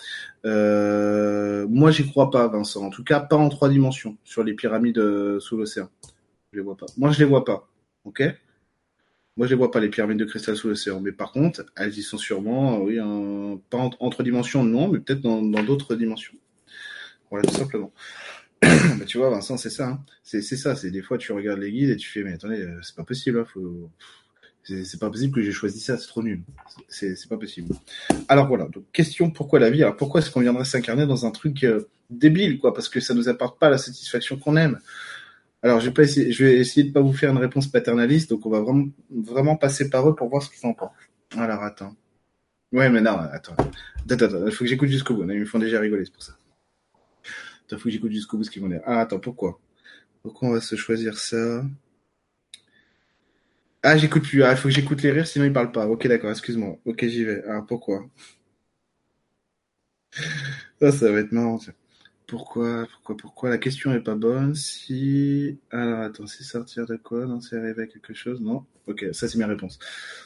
Euh, moi, j'y crois pas, Vincent. En tout cas, pas en trois dimensions, sur les pyramides euh, sous l'océan. Je les vois pas. Moi, je les vois pas. Ok? Moi, je les vois pas, les pyramides de cristal sous l'océan. Mais par contre, elles y sont sûrement, oui, un... pas en, entre dimensions, non, mais peut-être dans, dans d'autres dimensions. Voilà, tout simplement. Bah, tu vois, Vincent, c'est ça. Hein. C'est, c'est ça. C'est des fois, tu regardes les guides et tu fais, mais attendez, euh, c'est pas possible. Hein, faut... c'est, c'est pas possible que j'ai choisi ça. C'est trop nul. C'est, c'est pas possible. Alors voilà. Donc, question, pourquoi la vie? Alors, pourquoi est-ce qu'on viendrait s'incarner dans un truc euh, débile, quoi? Parce que ça nous apporte pas la satisfaction qu'on aime. Alors, je vais, pas essayer, je vais essayer de pas vous faire une réponse paternaliste, donc on va vraiment, vraiment passer par eux pour voir ce qu'ils en pensent. Alors, attends. Ouais, mais non, attends. Attends, attends, il faut que j'écoute jusqu'au bout. Ils me font déjà rigoler, c'est pour ça. Il faut que j'écoute jusqu'au bout ce qu'ils vont dire. Ah, attends, pourquoi? Pourquoi on va se choisir ça? Ah, j'écoute plus. Ah, il faut que j'écoute les rires, sinon ils parlent pas. Ok, d'accord, excuse-moi. Ok, j'y vais. Ah, pourquoi? Ça, ça va être marrant, tiens. Pourquoi, pourquoi, pourquoi? La question est pas bonne. Si... Alors, attends, c'est sortir de quoi? Non, c'est arriver à quelque chose? Non? Ok, ça, c'est mes réponses.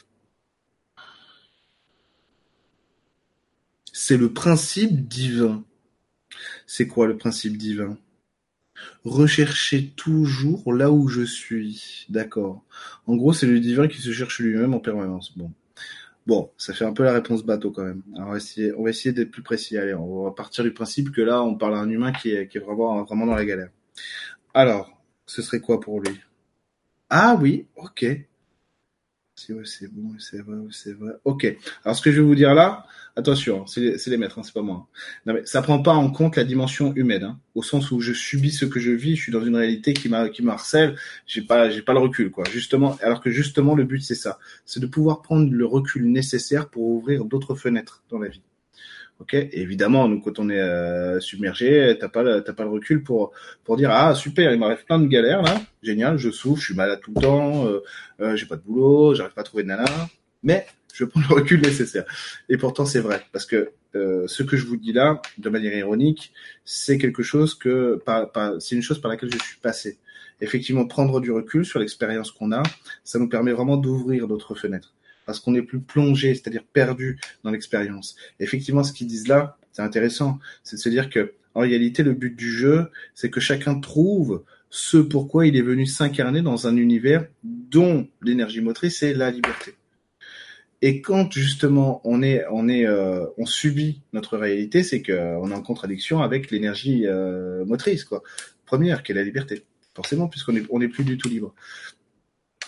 C'est le principe divin. C'est quoi le principe divin? Rechercher toujours là où je suis. D'accord. En gros, c'est le divin qui se cherche lui-même en permanence. Bon. Bon, ça fait un peu la réponse bateau quand même. Alors, on va essayer, on va essayer d'être plus précis. Allez, on va partir du principe que là, on parle à un humain qui est, qui est vraiment, vraiment dans la galère. Alors, ce serait quoi pour lui? Ah oui, ok. C'est vrai, c'est bon, c'est vrai, c'est vrai. Ok. Alors, ce que je vais vous dire là, attention, c'est les, c'est les maîtres, hein, c'est pas moi. Non, mais ça prend pas en compte la dimension humaine, hein, au sens où je subis ce que je vis, je suis dans une réalité qui m'a, qui m'harcèle, j'ai pas, j'ai pas le recul, quoi. Justement, alors que justement, le but, c'est ça. C'est de pouvoir prendre le recul nécessaire pour ouvrir d'autres fenêtres dans la vie. Ok, et évidemment, nous, quand on est euh, submergé, t'as pas, le, t'as pas le recul pour pour dire ah super, il m'arrive plein de galères là, génial, je souffre, je suis malade tout le temps, euh, euh, j'ai pas de boulot, j'arrive pas à trouver de nana, mais je prends le recul nécessaire. Et pourtant, c'est vrai, parce que euh, ce que je vous dis là, de manière ironique, c'est quelque chose que, par, par, c'est une chose par laquelle je suis passé. Effectivement, prendre du recul sur l'expérience qu'on a, ça nous permet vraiment d'ouvrir d'autres fenêtres parce qu'on n'est plus plongé, c'est-à-dire perdu dans l'expérience. Effectivement, ce qu'ils disent là, c'est intéressant, c'est de se dire que, en réalité, le but du jeu, c'est que chacun trouve ce pourquoi il est venu s'incarner dans un univers dont l'énergie motrice est la liberté. Et quand justement on est, on est, euh, on subit notre réalité, c'est qu'on est en contradiction avec l'énergie euh, motrice, quoi. Première, qui est la liberté, forcément, puisqu'on est, on est plus du tout libre.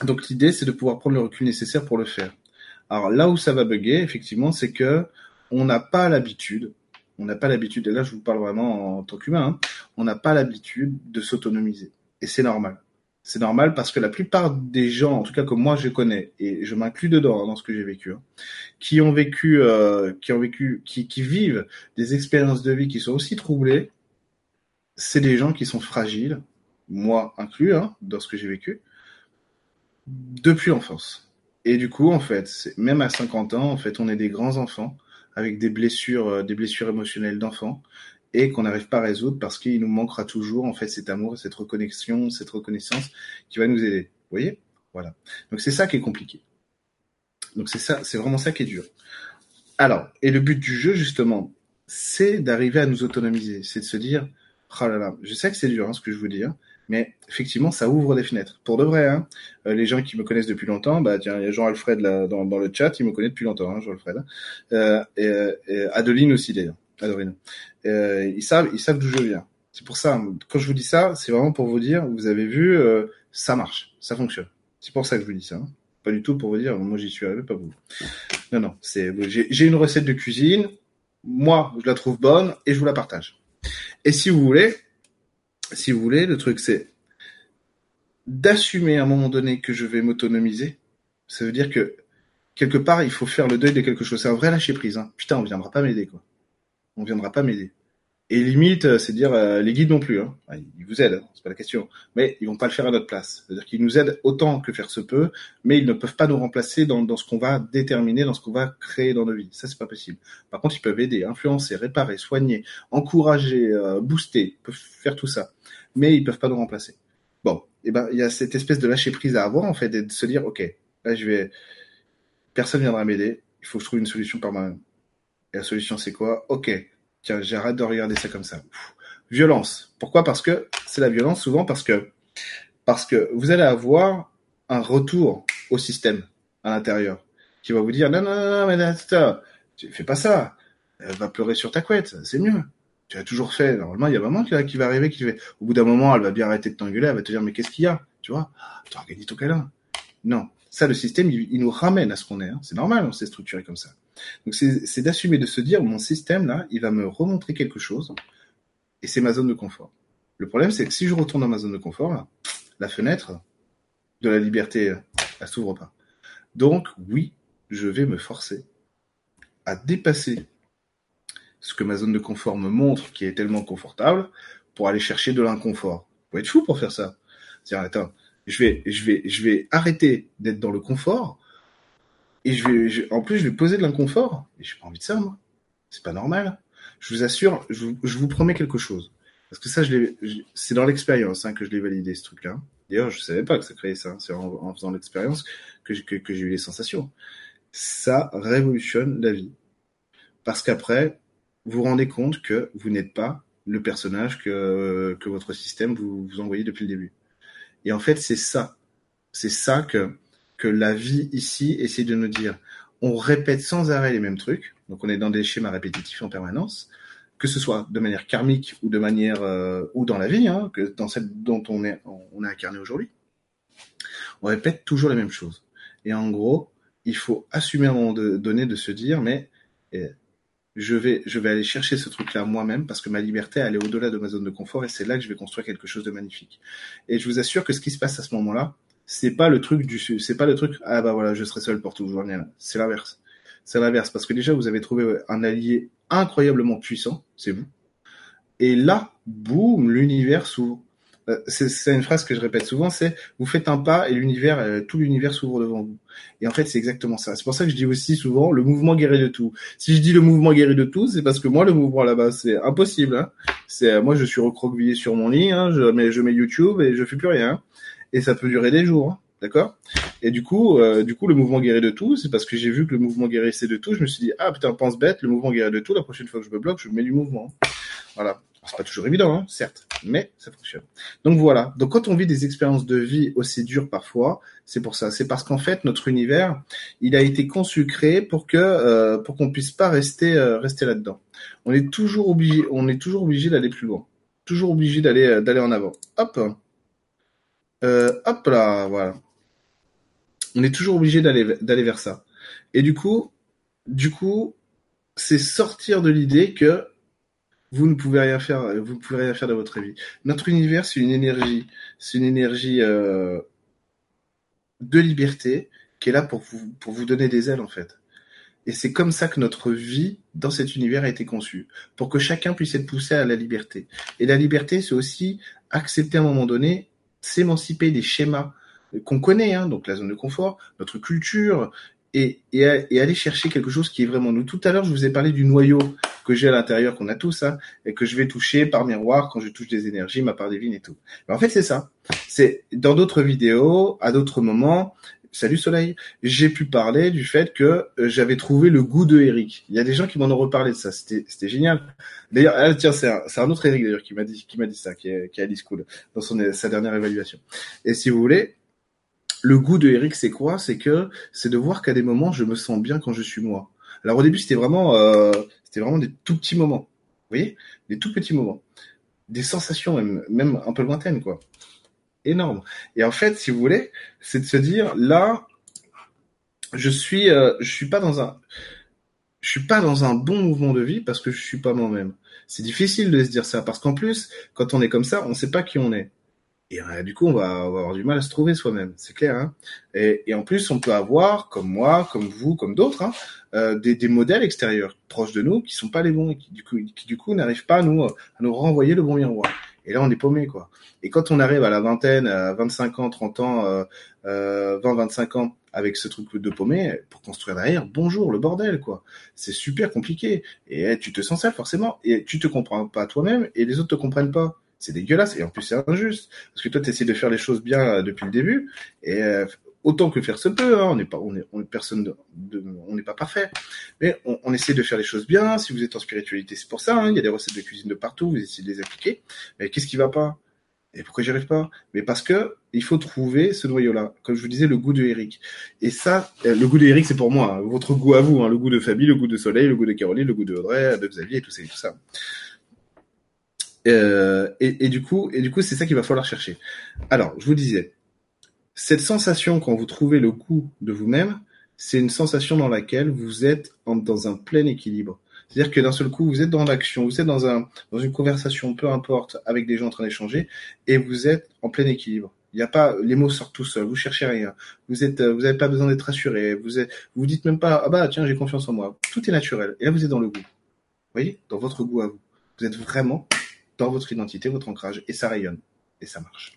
Donc l'idée, c'est de pouvoir prendre le recul nécessaire pour le faire. Alors là où ça va bugger, effectivement, c'est que on n'a pas l'habitude, on n'a pas l'habitude, et là je vous parle vraiment en tant qu'humain, hein, on n'a pas l'habitude de s'autonomiser. Et c'est normal. C'est normal parce que la plupart des gens, en tout cas que moi je connais, et je m'inclus dedans hein, dans ce que j'ai vécu, hein, qui ont vécu, euh, qui ont vécu, qui, qui vivent des expériences de vie qui sont aussi troublées, c'est des gens qui sont fragiles, moi inclus, hein, dans ce que j'ai vécu, depuis l'enfance. Et du coup, en fait, c'est, même à cinquante ans, en fait, on est des grands enfants avec des blessures, euh, des blessures émotionnelles d'enfants et qu'on n'arrive pas à résoudre parce qu'il nous manquera toujours, en fait, cet amour, cette reconnexion, cette reconnaissance qui va nous aider. Vous voyez? Voilà. Donc c'est ça qui est compliqué. Donc c'est ça, c'est vraiment ça qui est dur. Alors, et le but du jeu, justement, c'est d'arriver à nous autonomiser. C'est de se dire, oh là là, je sais que c'est dur, hein, ce que je vous dis, hein, mais effectivement, ça ouvre des fenêtres. Pour de vrai, hein. Euh, les gens qui me connaissent depuis longtemps, bah tiens, il y a Jean-Alfred là, dans, dans le chat, il me connaît depuis longtemps, hein, Jean-Alfred. Euh, et, et Adeline aussi, d'ailleurs. Adeline. Euh, ils savent, ils savent d'où je viens. C'est pour ça, quand je vous dis ça, c'est vraiment pour vous dire, vous avez vu, euh, ça marche, ça fonctionne. C'est pour ça que je vous dis ça. Hein. Pas du tout pour vous dire, moi j'y suis arrivé, pas vous. Non, non, c'est, j'ai, j'ai une recette de cuisine, moi, je la trouve bonne et je vous la partage. Et si vous voulez, si vous voulez, le truc c'est d'assumer à un moment donné que je vais m'autonomiser. Ça veut dire que quelque part, il faut faire le deuil de quelque chose. C'est un vrai lâcher prise. Hein. Putain, on viendra pas m'aider, quoi. On viendra pas m'aider. Et limite, c'est dire euh, les guides non plus. Hein. Ils vous aident, hein, c'est pas la question. Mais ils vont pas le faire à notre place. C'est-à-dire qu'ils nous aident autant que faire se peut, mais ils ne peuvent pas nous remplacer dans, dans ce qu'on va déterminer, dans ce qu'on va créer dans nos vies. Ça, c'est pas possible. Par contre, ils peuvent aider, influencer, réparer, soigner, encourager, euh, booster. Ils peuvent faire tout ça. Mais ils peuvent pas nous remplacer. Bon, et ben, il y a cette espèce de lâcher prise à avoir, en fait, et de se dire, ok, là, je vais, personne viendra m'aider. Il faut que je trouve une solution par moi-même. Et la solution, c'est quoi? Ok. Tiens, j'arrête de regarder ça comme ça. Pff. Violence. Pourquoi? Parce que c'est la violence, souvent parce que parce que vous allez avoir un retour au système à l'intérieur qui va vous dire non non non mais attends, tu fais pas ça. Elle va pleurer sur ta couette, c'est mieux. Tu as toujours fait. Normalement, il y a maman qui va, qui va arriver, qui fait. Au bout d'un moment, elle va bien arrêter de t'engueuler, elle va te dire mais qu'est-ce qu'il y a? Tu vois? Tu organises ton câlin. Non, ça le système, il, il nous ramène à ce qu'on est. Hein. C'est normal, on s'est structuré comme ça. Donc c'est, c'est d'assumer, de se dire, mon système là, il va me remontrer quelque chose, et c'est ma zone de confort. Le problème, c'est que si je retourne dans ma zone de confort, là, la fenêtre de la liberté, elle s'ouvre pas. Donc oui, je vais me forcer à dépasser ce que ma zone de confort me montre, qui est tellement confortable, pour aller chercher de l'inconfort. Faut être fou pour faire ça. C'est-à-dire, attends, je vais, je vais, je vais arrêter d'être dans le confort. Et je vais, je, en plus, je vais poser de l'inconfort. Et j'ai pas envie de ça, moi. C'est pas normal. Je vous assure, je vous, je vous promets quelque chose. Parce que ça, je l'ai, je, c'est dans l'expérience hein, que je l'ai validé, ce truc-là. D'ailleurs, je savais pas que ça créait ça. C'est en, en faisant l'expérience que, que, que j'ai eu les sensations. Ça révolutionne la vie. Parce qu'après, vous vous rendez compte que vous n'êtes pas le personnage que, que votre système vous, vous envoyez depuis le début. Et en fait, c'est ça. C'est ça que que la vie ici essaie de nous dire. On répète sans arrêt les mêmes trucs, donc on est dans des schémas répétitifs en permanence, que ce soit de manière karmique ou de manière euh, ou dans la vie, hein, que dans celle dont on est on est incarné aujourd'hui. On répète toujours les mêmes choses. Et en gros, il faut assumer à un moment donné de se dire, mais eh, je vais je vais aller chercher ce truc-là moi-même parce que ma liberté elle est au-delà de ma zone de confort et c'est là que je vais construire quelque chose de magnifique. Et je vous assure que ce qui se passe à ce moment-là, c'est pas le truc du, c'est pas le truc, ah bah voilà, je serai seul pour toujours. C'est l'inverse. C'est l'inverse. Parce que déjà, vous avez trouvé un allié incroyablement puissant, c'est vous. Et là, boum, l'univers s'ouvre. C'est, c'est une phrase que je répète souvent, c'est, vous faites un pas et l'univers, euh, tout l'univers s'ouvre devant vous. Et en fait, c'est exactement ça. C'est pour ça que je dis aussi souvent, le mouvement guérit de tout. Si je dis le mouvement guérit de tout, c'est parce que moi, le mouvement là-bas, c'est impossible, hein. C'est, moi, je suis recroquevillé sur mon lit, hein, je mets, je mets YouTube et je fais plus rien. Hein. Et ça peut durer des jours, hein, d'accord? Et du coup, euh, du coup, le mouvement guérit de tout, c'est parce que j'ai vu que le mouvement guérissait de tout, je me suis dit, ah putain, pense bête, le mouvement guérit de tout, la prochaine fois que je me bloque, je mets du mouvement. Voilà. C'est pas toujours évident, hein, certes, mais ça fonctionne. Donc voilà. Donc quand on vit des expériences de vie aussi dures parfois, c'est pour ça. C'est parce qu'en fait notre univers, il a été conçu, créé pour que euh, pour qu'on puisse pas rester euh, rester là-dedans. On est toujours obligé, on est toujours obligé d'aller plus loin, toujours obligé d'aller euh, d'aller en avant. Hop. Euh, hop là, voilà. on est toujours obligé d'aller d'aller vers ça. Et du coup, du coup, c'est sortir de l'idée que vous ne pouvez rien faire, vous ne pouvez rien faire de votre vie. Notre univers, c'est une énergie, c'est une énergie euh, de liberté qui est là pour vous pour vous donner des ailes en fait. Et c'est comme ça que notre vie dans cet univers a été conçue, pour que chacun puisse être poussé à la liberté. Et la liberté, c'est aussi accepter à un moment donné, s'émanciper des schémas qu'on connaît, hein, donc la zone de confort, notre culture, et, et, et aller chercher quelque chose qui est vraiment nous. Tout à l'heure, je vous ai parlé du noyau que j'ai à l'intérieur, qu'on a tous, hein, et que je vais toucher par miroir quand je touche des énergies, ma part divine et tout. Mais en fait, c'est ça. C'est dans d'autres vidéos, à d'autres moments. Salut Soleil. J'ai pu parler du fait que euh, j'avais trouvé le goût de Eric. Il y a des gens qui m'en ont reparlé de ça. C'était, c'était génial. D'ailleurs, ah, tiens, c'est un, c'est un autre Eric d'ailleurs qui m'a dit, qui m'a dit ça, qui est, qui est Alice Cool dans son sa dernière évaluation. Et si vous voulez, le goût de Eric, c'est quoi? C'est que c'est de voir qu'à des moments, je me sens bien quand je suis moi. Alors au début, c'était vraiment, euh, c'était vraiment des tout petits moments. Vous voyez, des tout petits moments, des sensations même, même un peu lointaines, quoi. Énorme. Et en fait, si vous voulez, c'est de se dire là, je suis, euh, je suis pas dans un, je suis pas dans un bon mouvement de vie parce que je suis pas moi-même. C'est difficile de se dire ça parce qu'en plus, quand on est comme ça, on sait pas qui on est. Et euh, du coup, on va, on va avoir du mal à se trouver soi-même, c'est clair. Hein, et, et en plus, on peut avoir, comme moi, comme vous, comme d'autres, hein, euh, des, des modèles extérieurs proches de nous qui sont pas les bons et qui du coup, qui du coup n'arrivent pas à nous, à nous renvoyer le bon miroir. Et là, on est paumé, quoi. Et quand on arrive à la vingtaine, à vingt-cinq ans, trente ans, euh, euh, vingt, vingt-cinq ans, avec ce truc de paumé, pour construire derrière, bonjour, le bordel, quoi. C'est super compliqué. Et tu te sens seul, forcément. Et tu te comprends pas toi-même, et les autres te comprennent pas. C'est dégueulasse, et en plus, c'est injuste. Parce que toi, tu essaies de faire les choses bien euh, depuis le début, et euh, autant que faire se peut, hein, on n'est pas, on est, on est personne de, de on n'est pas parfait. Mais on, on essaie de faire les choses bien. Si vous êtes en spiritualité, c'est pour ça. Hein, il y a des recettes de cuisine de partout. Vous essayez de les appliquer. Mais qu'est-ce qui va pas? Et pourquoi j'y arrive pas? Mais parce que il faut trouver ce noyau-là. Comme je vous disais, le goût de Eric. Et ça, le goût de Eric, c'est pour moi. Hein, votre goût à vous. Hein, le goût de Fabi, le goût de Soleil, le goût de Caroline, le goût de Audrey, de Xavier et tout ça. Et tout ça. Euh, et, et du coup, et du coup, c'est ça qu'il va falloir chercher. Alors, je vous disais, cette sensation quand vous trouvez le goût de vous-même, c'est une sensation dans laquelle vous êtes en, dans un plein équilibre. C'est-à-dire que d'un seul coup, vous êtes dans l'action, vous êtes dans un dans une conversation, peu importe, avec des gens en train d'échanger, et vous êtes en plein équilibre. Il n'y a pas, les mots sortent tout seuls, vous cherchez rien. Vous êtes, vous n'avez pas besoin d'être rassuré. Vous êtes, vous dites même pas, ah bah tiens, j'ai confiance en moi. Tout est naturel. Et là, vous êtes dans le goût. Vous voyez, dans votre goût à vous. Vous êtes vraiment dans votre identité, votre ancrage, et ça rayonne, et ça marche.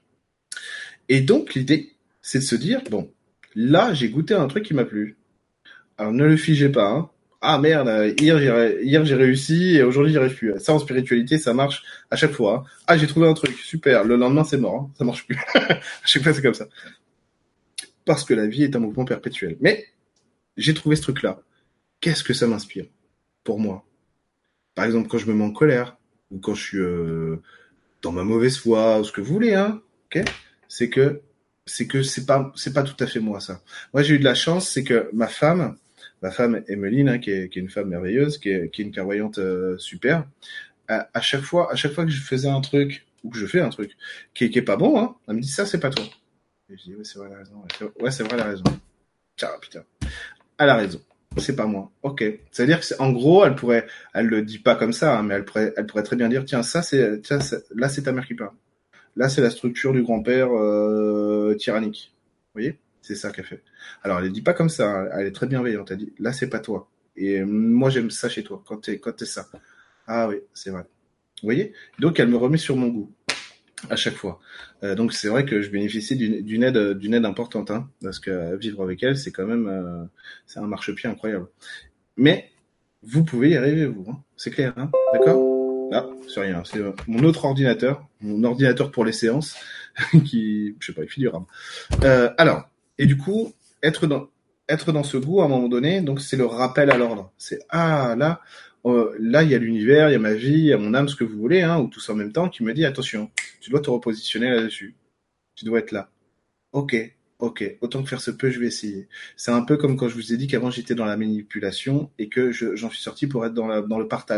Et donc, l'idée, c'est de se dire, bon, là, j'ai goûté un truc qui m'a plu. Alors, ne le figez pas, hein. Ah merde, hier j'ai, hier j'ai réussi et aujourd'hui j'y arrive plus. Ça, en spiritualité, ça marche à chaque fois. Hein. Ah, j'ai trouvé un truc, super. Le lendemain, c'est mort, hein. Ça marche plus. À chaque fois, c'est comme ça. Parce que la vie est un mouvement perpétuel. Mais, j'ai trouvé ce truc-là. Qu'est-ce que ça m'inspire pour moi? Par exemple, quand je me mets en colère, ou quand je suis euh, dans ma mauvaise foi, ou ce que vous voulez, hein, ok, c'est que c'est que c'est pas c'est pas tout à fait moi ça. Moi j'ai eu de la chance, c'est que ma femme, ma femme Emeline, hein, qui, est, qui est une femme merveilleuse, qui est, qui est une clairvoyante euh, super, à, à chaque fois à chaque fois que je faisais un truc ou que je fais un truc qui est, qui est pas bon, hein, elle me dit ça c'est pas toi. Et je dis ouais c'est vrai elle a raison, ouais c'est, ouais, c'est vrai elle a raison. Tiens putain, elle a raison. C'est pas moi. Ok. C'est-à-dire que c'est, en gros, elle pourrait, elle le dit pas comme ça, hein, mais elle pourrait, elle pourrait très bien dire, tiens, ça c'est, tiens, c'est, là c'est ta mère qui parle. Là c'est la structure du grand-père euh, tyrannique. Vous voyez? C'est ça qu'elle fait. Alors elle le dit pas comme ça. Hein, elle est très bienveillante. Elle dit, là c'est pas toi. Et moi j'aime ça chez toi. Quand t'es, quand t'es ça. Ah oui, c'est vrai. Vous voyez? Donc elle me remet sur mon goût à chaque fois. Euh, donc c'est vrai que je bénéficie d'une, d'une aide, d'une aide importante, hein, parce que vivre avec elle, c'est quand même, euh, c'est un marchepied incroyable. Mais vous pouvez y arriver, vous, hein, c'est clair, hein, d'accord? Là, c'est rien, c'est mon autre ordinateur, mon ordinateur pour les séances, qui, je sais pas, il fait du RAM. Euh, alors, et du coup, être dans, être dans ce goût à un moment donné, donc c'est le rappel à l'ordre. C'est ah là. Euh, là, il y a l'univers, il y a ma vie, il y a mon âme, ce que vous voulez, hein, ou tout ça en même temps, qui me dit attention, tu dois te repositionner là-dessus. Tu dois être là. Ok, ok, autant que faire se peut, je vais essayer. C'est un peu comme quand je vous ai dit qu'avant j'étais dans la manipulation et que je, j'en suis sorti pour être dans, la, dans le partage.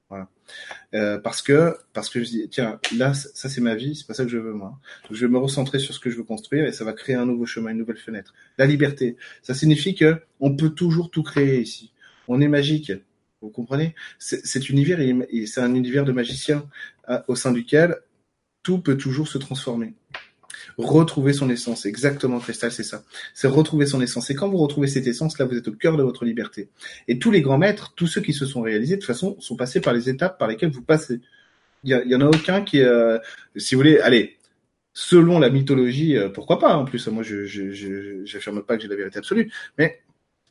Voilà. Euh, parce que parce que je dis tiens là ça c'est ma vie, c'est pas ça que je veux moi. Donc je vais me recentrer sur ce que je veux construire et ça va créer un nouveau chemin, une nouvelle fenêtre. La liberté, ça signifie que on peut toujours tout créer ici. On est magique, vous comprenez? C'est, cet univers est, c'est un univers de magiciens euh, au sein duquel tout peut toujours se transformer. Retrouver son essence, exactement, Cristal, c'est ça. C'est retrouver son essence. Et quand vous retrouvez cette essence, là, vous êtes au cœur de votre liberté. Et tous les grands maîtres, tous ceux qui se sont réalisés, de toute façon, sont passés par les étapes par lesquelles vous passez. Il y, a, il y en a aucun qui, euh, si vous voulez, allez, selon la mythologie, euh, pourquoi pas, en plus, moi, je, je, je, j'affirme pas que j'ai la vérité absolue, mais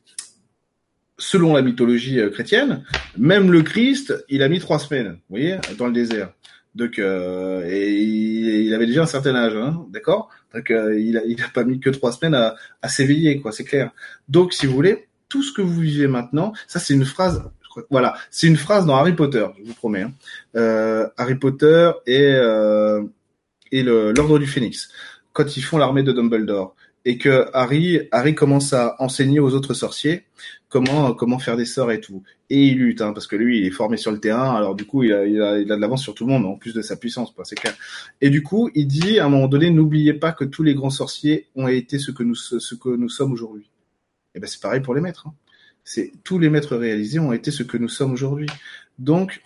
selon la mythologie euh, chrétienne, même le Christ, il a mis trois semaines, vous voyez, dans le désert. Donc, euh, et il, il avait déjà un certain âge, hein, d'accord. Donc, euh, il a, il a pas mis que trois semaines à, à s'éveiller, quoi, c'est clair. Donc, si vous voulez, tout ce que vous vivez maintenant, ça, c'est une phrase. Voilà, c'est une phrase dans Harry Potter, je vous promets. Hein. Euh, Harry Potter et euh, et le, l'Ordre du Phénix, quand ils font l'armée de Dumbledore et que Harry Harry commence à enseigner aux autres sorciers comment comment faire des sorts et tout. Et il lutte, hein, parce que lui, il est formé sur le terrain, alors du coup, il a, il a, il a de l'avance sur tout le monde, en plus de sa puissance, quoi, c'est clair. Et du coup, il dit, à un moment donné, n'oubliez pas que tous les grands sorciers ont été ce que nous, ce que nous sommes aujourd'hui. Et ben, c'est pareil pour les maîtres. Hein. C'est, tous les maîtres réalisés ont été ce que nous sommes aujourd'hui. Donc,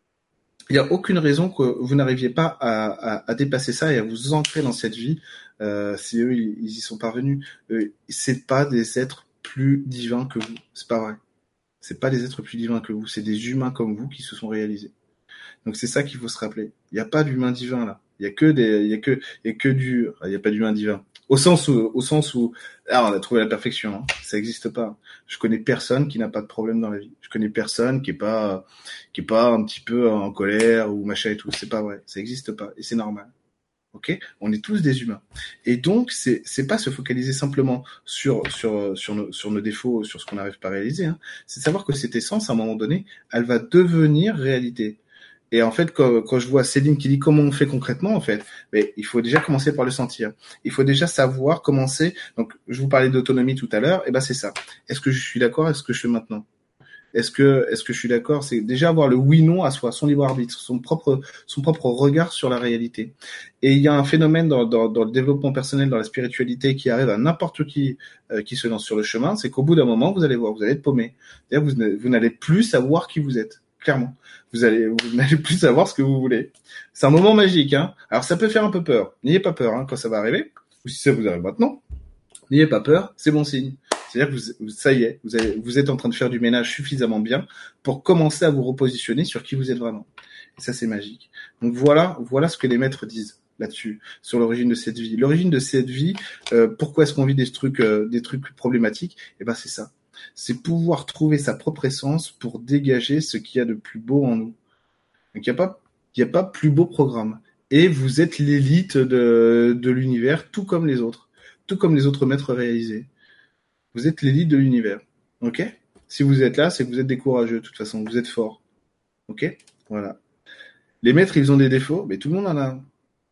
il n'y a aucune raison que vous n'arriviez pas à, à, à dépasser ça et à vous ancrer dans cette vie. Euh, si eux, ils, ils y sont parvenus. Euh, c'est pas des êtres plus divins que vous. C'est pas vrai. C'est pas des êtres plus divins que vous, c'est des humains comme vous qui se sont réalisés. Donc c'est ça qu'il faut se rappeler. Il n'y a pas d'humain divin là. Il y a que des, il y a que, il y a que du, il y a pas d'humain divin. Au sens où, au sens où, ah, on a trouvé la perfection. Hein. Ça n'existe pas. Je connais personne qui n'a pas de problème dans la vie. Je connais personne qui est pas, qui est pas un petit peu en colère ou machin et tout. C'est pas vrai. Ça n'existe pas et c'est normal. Ok, on est tous des humains. Et donc, c'est c'est pas se focaliser simplement sur sur sur nos sur nos défauts, sur ce qu'on n'arrive pas à réaliser. Hein. C'est de savoir que cette essence, à un moment donné, elle va devenir réalité. Et en fait, quand, quand je vois Céline qui dit comment on fait concrètement, en fait, mais il faut déjà commencer par le sentir. Il faut déjà savoir commencer. Donc, je vous parlais d'autonomie tout à l'heure. Et ben, c'est ça. Est-ce que je suis d'accord avec ce que je fais maintenant? Est-ce que, est-ce que je suis d'accord? C'est déjà avoir le oui/non à soi, son libre arbitre, son propre, son propre regard sur la réalité. Et il y a un phénomène dans, dans, dans le développement personnel, dans la spiritualité, qui arrive à n'importe qui euh, qui se lance sur le chemin, c'est qu'au bout d'un moment, vous allez voir, vous allez être paumé. C'est-à-dire vous, vous n'allez plus savoir qui vous êtes. Clairement, vous allez, vous n'allez plus savoir ce que vous voulez. C'est un moment magique, hein. Alors ça peut faire un peu peur. N'ayez pas peur, hein, quand ça va arriver. Ou si ça vous arrive maintenant, n'ayez pas peur, c'est bon signe. C'est-à-dire que vous, ça y est, vous, avez, vous êtes en train de faire du ménage suffisamment bien pour commencer à vous repositionner sur qui vous êtes vraiment. Et ça, c'est magique. Donc voilà, voilà ce que les maîtres disent là-dessus, sur l'origine de cette vie. L'origine de cette vie, euh, pourquoi est-ce qu'on vit des trucs, euh, des trucs problématiques? Eh ben, c'est ça. C'est pouvoir trouver sa propre essence pour dégager ce qu'il y a de plus beau en nous. Donc il n'y a pas, il y a pas plus beau programme. Et vous êtes l'élite de, de l'univers, tout comme les autres, tout comme les autres maîtres réalisés. Vous êtes l'élite de l'univers, ok? Si vous êtes là, c'est que vous êtes des courageux, de toute façon, vous êtes forts, ok? Voilà. Les maîtres, ils ont des défauts, mais tout le monde en a.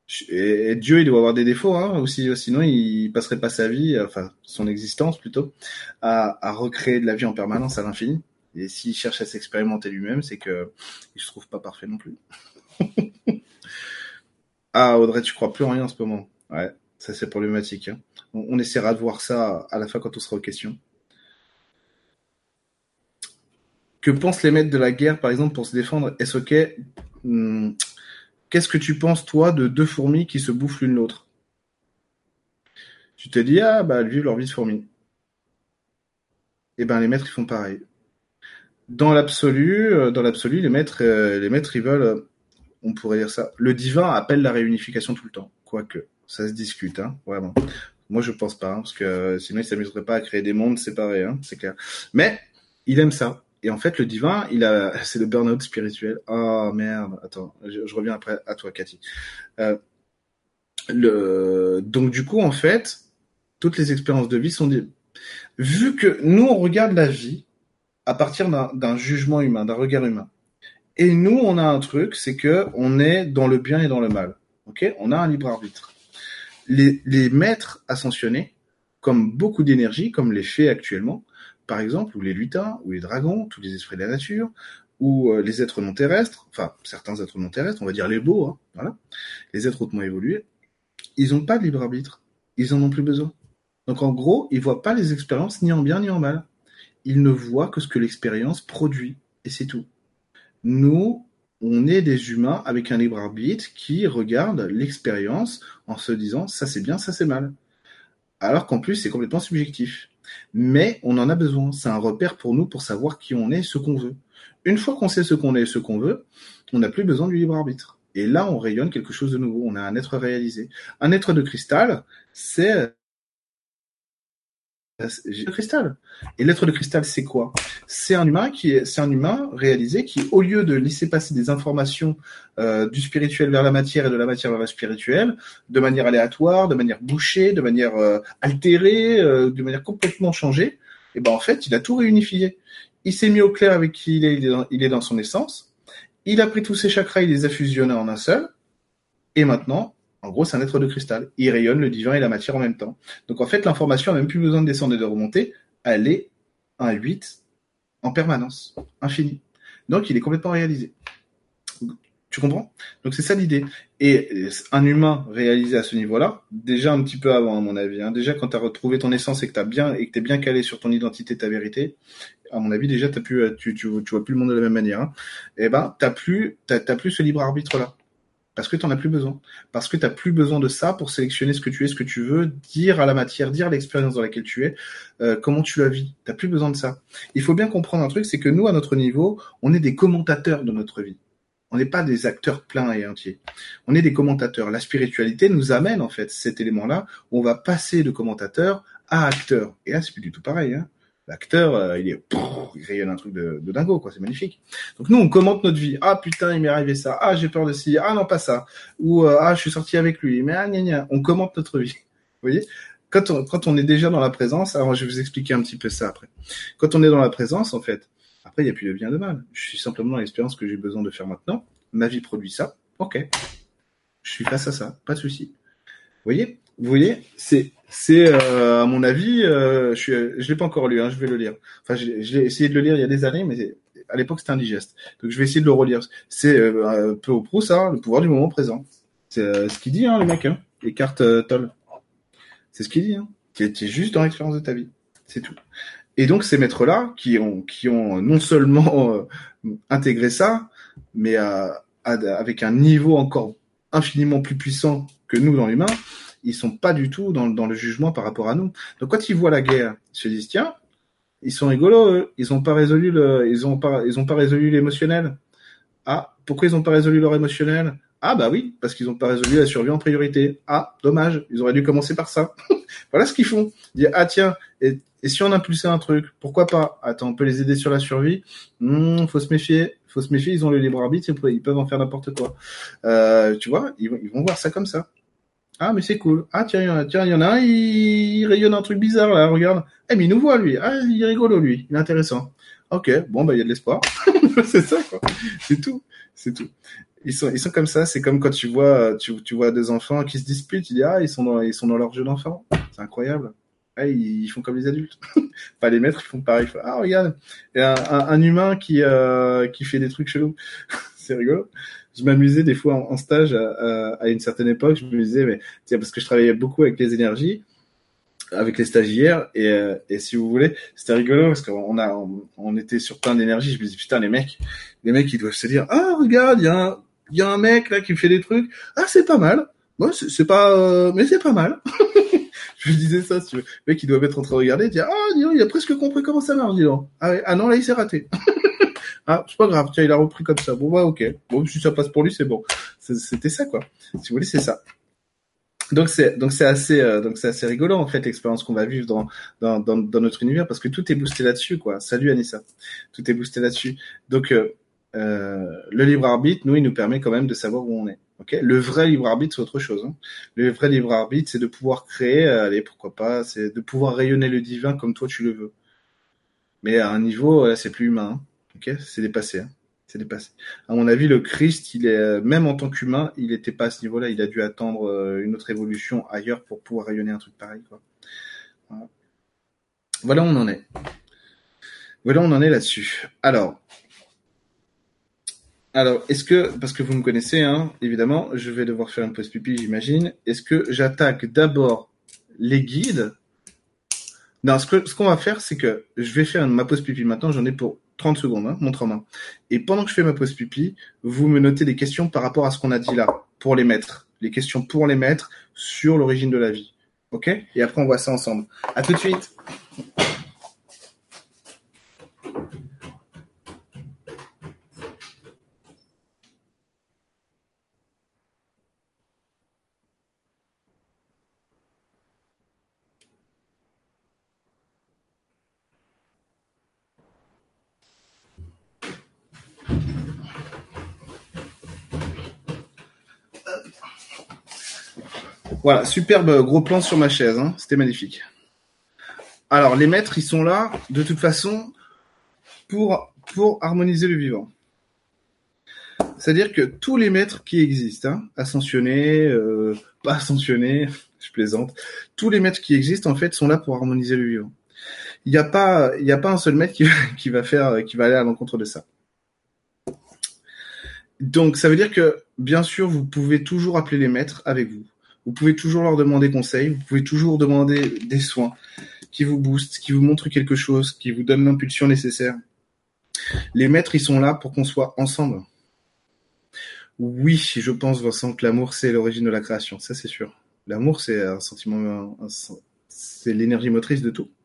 Et Dieu, il doit avoir des défauts, hein, aussi, sinon il passerait pas sa vie, enfin son existence plutôt, à, à recréer de la vie en permanence à l'infini. Et s'il cherche à s'expérimenter lui-même, c'est que il se trouve pas parfait non plus. Ah, Audrey, tu crois plus en rien en ce moment. Ouais, ça c'est problématique. Hein. On, on essaiera de voir ça à la fin quand on sera aux questions. Que pensent les maîtres de la guerre, par exemple, pour se défendre? Est-ce ok? Hum, Qu'est-ce que tu penses, toi, de deux fourmis qui se bouffent l'une l'autre? Tu te dis, ah, bah, elles vivent leur vie de fourmis. Eh ben, les maîtres, ils font pareil. Dans l'absolu, euh, dans l'absolu, les maîtres, euh, les maîtres, ils veulent, euh, on pourrait dire ça. Le divin appelle la réunification tout le temps. Quoique, ça se discute, hein, vraiment. Moi, je pense pas, hein, parce que euh, sinon, il s'amuserait pas à créer des mondes séparés, hein, c'est clair. Mais, il aime ça. Et en fait, le divin, il a, c'est le burn-out spirituel. Oh merde, attends, je, je reviens après à toi, Cathy. Euh, le, donc du coup, en fait, toutes les expériences de vie sont des... Vu que nous, on regarde la vie à partir d'un, d'un jugement humain, d'un regard humain. Et nous, on a un truc, c'est que on est dans le bien et dans le mal. Ok, on a un libre arbitre. Les, les maîtres ascensionnés, comme beaucoup d'énergie, comme les fées actuellement, par exemple, ou les lutins, ou les dragons, tous les esprits de la nature, où euh, les êtres non terrestres, enfin certains êtres non terrestres, on va dire les beaux, hein, voilà, les êtres hautement évolués, ils n'ont pas de libre arbitre. Ils en ont plus besoin. Donc en gros, ils voient pas les expériences ni en bien ni en mal. Ils ne voient que ce que l'expérience produit. Et c'est tout. Nous, on est des humains avec un libre arbitre qui regarde l'expérience en se disant ça c'est bien, ça c'est mal. Alors qu'en plus c'est complètement subjectif. Mais on en a besoin. C'est un repère pour nous pour savoir qui on est et ce qu'on veut. Une fois qu'on sait ce qu'on est et ce qu'on veut, on n'a plus besoin du libre arbitre. Et là, on rayonne quelque chose de nouveau. On a un être réalisé. Un être de cristal, c'est j'ai le cristal. Et l'être de cristal, c'est quoi? C'est un humain qui est, c'est un humain réalisé qui, au lieu de laisser passer des informations euh, du spirituel vers la matière et de la matière vers le spirituel, de manière aléatoire, de manière bouchée, de manière euh, altérée, euh, de manière complètement changée, et ben en fait, il a tout réunifié. Il s'est mis au clair avec qui il est, il est dans, il est dans son essence. Il a pris tous ses chakras, il les a fusionnés en un seul. Et maintenant, en gros, c'est un être de cristal. Il rayonne le divin et la matière en même temps. Donc en fait, l'information n'a même plus besoin de descendre et de remonter. Elle est un huit en permanence, infini. Donc il est complètement réalisé. Tu comprends? Donc c'est ça l'idée. Et un humain réalisé à ce niveau-là, déjà un petit peu avant à mon avis, hein, déjà quand tu as retrouvé ton essence et que tu as bien et que tu es bien calé sur ton identité, ta vérité, à mon avis déjà t'as plus, tu, tu, tu vois plus le monde de la même manière. Hein, et ben t'as plus, t'as, t'as plus ce libre arbitre là. Parce que tu n'en as plus besoin. Parce que tu n'as plus besoin de ça pour sélectionner ce que tu es, ce que tu veux, dire à la matière, dire à l'expérience dans laquelle tu es, euh, comment tu la vis. Tu n'as plus besoin de ça. Il faut bien comprendre un truc, c'est que nous, à notre niveau, on est des commentateurs de notre vie. On n'est pas des acteurs pleins et entiers. On est des commentateurs. La spiritualité nous amène, en fait, cet élément-là, où on va passer de commentateur à acteur. Et là, c'est plus du tout pareil, hein. L'acteur, euh, il est, pff, il rayonne un truc de, de dingo, quoi. C'est magnifique. Donc nous, on commente notre vie. Ah putain, il m'est arrivé ça. Ah, j'ai peur de ci. Ah non, pas ça. Ou euh, ah, je suis sorti avec lui. Mais ah, gna, gna. On commente notre vie. Vous voyez, quand on, quand on est déjà dans la présence. Alors, je vais vous expliquer un petit peu ça après. Quand on est dans la présence, en fait, après, il n'y a plus de bien de mal. Je suis simplement dans l'expérience que j'ai besoin de faire maintenant. Ma vie produit ça. Ok. Je suis face à ça. Pas de souci. Vous voyez, vous voyez, c'est, c'est euh, à mon avis, euh, je suis, je l'ai pas encore lu, hein, je vais le lire. Enfin, j'ai, j'ai essayé de le lire il y a des années, mais à l'époque c'était indigeste. Donc je vais essayer de le relire. C'est euh, un peu au pro ça, le pouvoir du moment présent. C'est euh, ce qu'il dit, hein, le mec, hein, les cartes euh, Toll. C'est ce qu'il dit, hein. Tu es juste dans l'expérience de ta vie, c'est tout. Et donc ces maîtres-là, qui ont, qui ont non seulement euh, intégré ça, mais euh, avec un niveau encore infiniment plus puissant que nous dans l'humain, ils sont pas du tout dans, dans le jugement par rapport à nous. Donc quand ils voient la guerre, ils se disent tiens, ils sont rigolos, eux. Ils ont pas résolu le, ils ont pas, ils ont pas résolu l'émotionnel. Ah, pourquoi ils ont pas résolu leur émotionnel? Ah bah oui, parce qu'ils ont pas résolu la survie en priorité. Ah, dommage, ils auraient dû commencer par ça. Voilà ce qu'ils font. Ils disent ah tiens, et, et si on impulsait un truc, pourquoi pas? Attends, on peut les aider sur la survie. Hmm, faut se méfier, faut se méfier. Ils ont le libre arbitre, ils peuvent en faire n'importe quoi. Euh, tu vois, ils, ils vont voir ça comme ça. Ah, mais c'est cool. Ah, tiens, tiens, il y en a un, il, il rayonne un truc bizarre, là, regarde. Eh, mais il nous voit, lui. Ah, il est rigolo, lui. Il est intéressant. Ok, bon, bah, il y a de l'espoir. C'est ça, quoi. C'est tout. C'est tout. Ils sont, ils sont comme ça. C'est comme quand tu vois, tu, tu vois deux enfants qui se disputent. Tu dis, ah, ils sont dans, ils sont dans leur jeu d'enfant. C'est incroyable. Ah, ils, ils font comme les adultes. Pas les maîtres, ils font pareil. Ils font, ah, regarde. Il y a un, un, un humain qui, euh, qui fait des trucs chelous. C'est rigolo. Je m'amusais des fois en, en stage à, à, à une certaine époque. Je me disais, mais tiens, parce que je travaillais beaucoup avec les énergies, avec les stagiaires, et, euh, et si vous voulez, c'était rigolo parce qu'on a, on, on était sur plein d'énergie. Je me disais, putain, les mecs, les mecs, ils doivent se dire, ah, regarde, il y a un, il y a un mec là qui me fait des trucs. Ah, c'est pas mal. Moi, ouais, c'est, c'est pas, euh, mais c'est pas mal. Je me disais ça, si tu veux. Le mec, il doit être en train de regarder et dire, ah, dis donc, il a presque compris comment ça marche, dis donc. Ah, ouais, ah non, là, il s'est raté. Ah, c'est pas grave, tiens, il a repris comme ça. Bon, bah, ok. Bon, si ça passe pour lui, c'est bon. C'était ça, quoi. Si vous voulez, c'est ça. Donc c'est donc c'est assez euh, donc c'est assez rigolo en fait l'expérience qu'on va vivre dans, dans dans dans notre univers parce que tout est boosté là-dessus, quoi. Salut Anissa. Tout est boosté là-dessus. Donc euh, euh, le libre arbitre, nous, il nous permet quand même de savoir où on est. Ok. Le vrai libre arbitre, c'est autre chose. Hein. Le vrai libre arbitre, c'est de pouvoir créer, euh, allez, pourquoi pas, c'est de pouvoir rayonner le divin comme toi tu le veux. Mais à un niveau, là, c'est plus humain. Hein. Ok, c'est dépassé. Hein. C'est dépassé. À mon avis, le Christ, il est même en tant qu'humain, il n'était pas à ce niveau-là. Il a dû attendre une autre évolution ailleurs pour pouvoir rayonner un truc pareil. Quoi. Voilà. Voilà où on en est. Voilà où on en est là-dessus. Alors, Alors, est-ce que, parce que vous me connaissez, hein, évidemment, je vais devoir faire une pause pipi, j'imagine. Est-ce que j'attaque d'abord les guides? Non, ce que, ce qu'on va faire, c'est que je vais faire ma pause pipi maintenant, j'en ai pour trente secondes, hein, montre en main. Et pendant que je fais ma pause pipi, vous me notez des questions par rapport à ce qu'on a dit là, pour les maîtres. Les questions pour les maîtres sur l'origine de la vie. Ok? Et après, on voit ça ensemble. À tout de suite! Voilà, superbe gros plan sur ma chaise, hein. C'était magnifique. Alors, les maîtres, ils sont là, de toute façon, pour, pour harmoniser le vivant. C'est-à-dire que tous les maîtres qui existent, hein, ascensionnés, euh, pas ascensionnés, je plaisante, tous les maîtres qui existent, en fait, sont là pour harmoniser le vivant. Il n'y a pas, il n'y a pas un seul maître qui, qui va faire, qui va aller à l'encontre de ça. Donc, ça veut dire que, bien sûr, vous pouvez toujours appeler les maîtres avec vous. Vous pouvez toujours leur demander conseil, vous pouvez toujours demander des soins qui vous boostent, qui vous montrent quelque chose, qui vous donnent l'impulsion nécessaire. Les maîtres, ils sont là pour qu'on soit ensemble. Oui, je pense, Vincent, que l'amour, c'est l'origine de la création. Ça, c'est sûr. L'amour, c'est un sentiment, un, c'est l'énergie motrice de tout.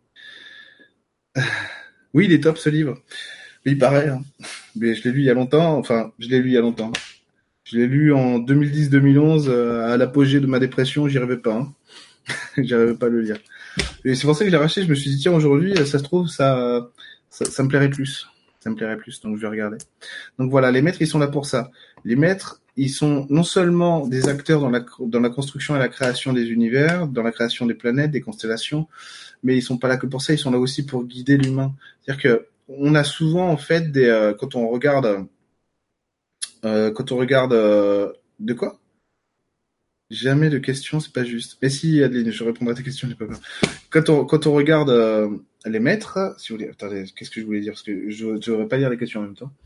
Oui, il est top, ce livre. Oui, pareil. Hein. Mais je l'ai lu il y a longtemps. Enfin, je l'ai lu il y a longtemps. Je l'ai lu en deux mille dix deux mille onze, euh, à l'apogée de ma dépression. J'y arrivais pas. Hein. J'y arrivais pas à le lire. Et c'est pour ça que j'ai racheté. Je me suis dit, tiens, aujourd'hui, ça se trouve, ça, ça, ça me plairait plus. Ça me plairait plus, donc je vais regarder. Donc voilà, les maîtres, ils sont là pour ça. Les maîtres, ils sont non seulement des acteurs dans la, dans la construction et la création des univers, dans la création des planètes, des constellations, mais ils sont pas là que pour ça, ils sont là aussi pour guider l'humain. C'est-à-dire que on a souvent, en fait, des, euh, quand on regarde, euh, quand on regarde, euh, de quoi? Jamais de questions, c'est pas juste. Mais si, Adeline, je répondrai à tes questions, j'ai pas peur. Quand on, quand on regarde euh, les maîtres, si vous voulez, attendez, qu'est-ce que je voulais dire? Parce que je ne devrais pas lire les questions en même temps.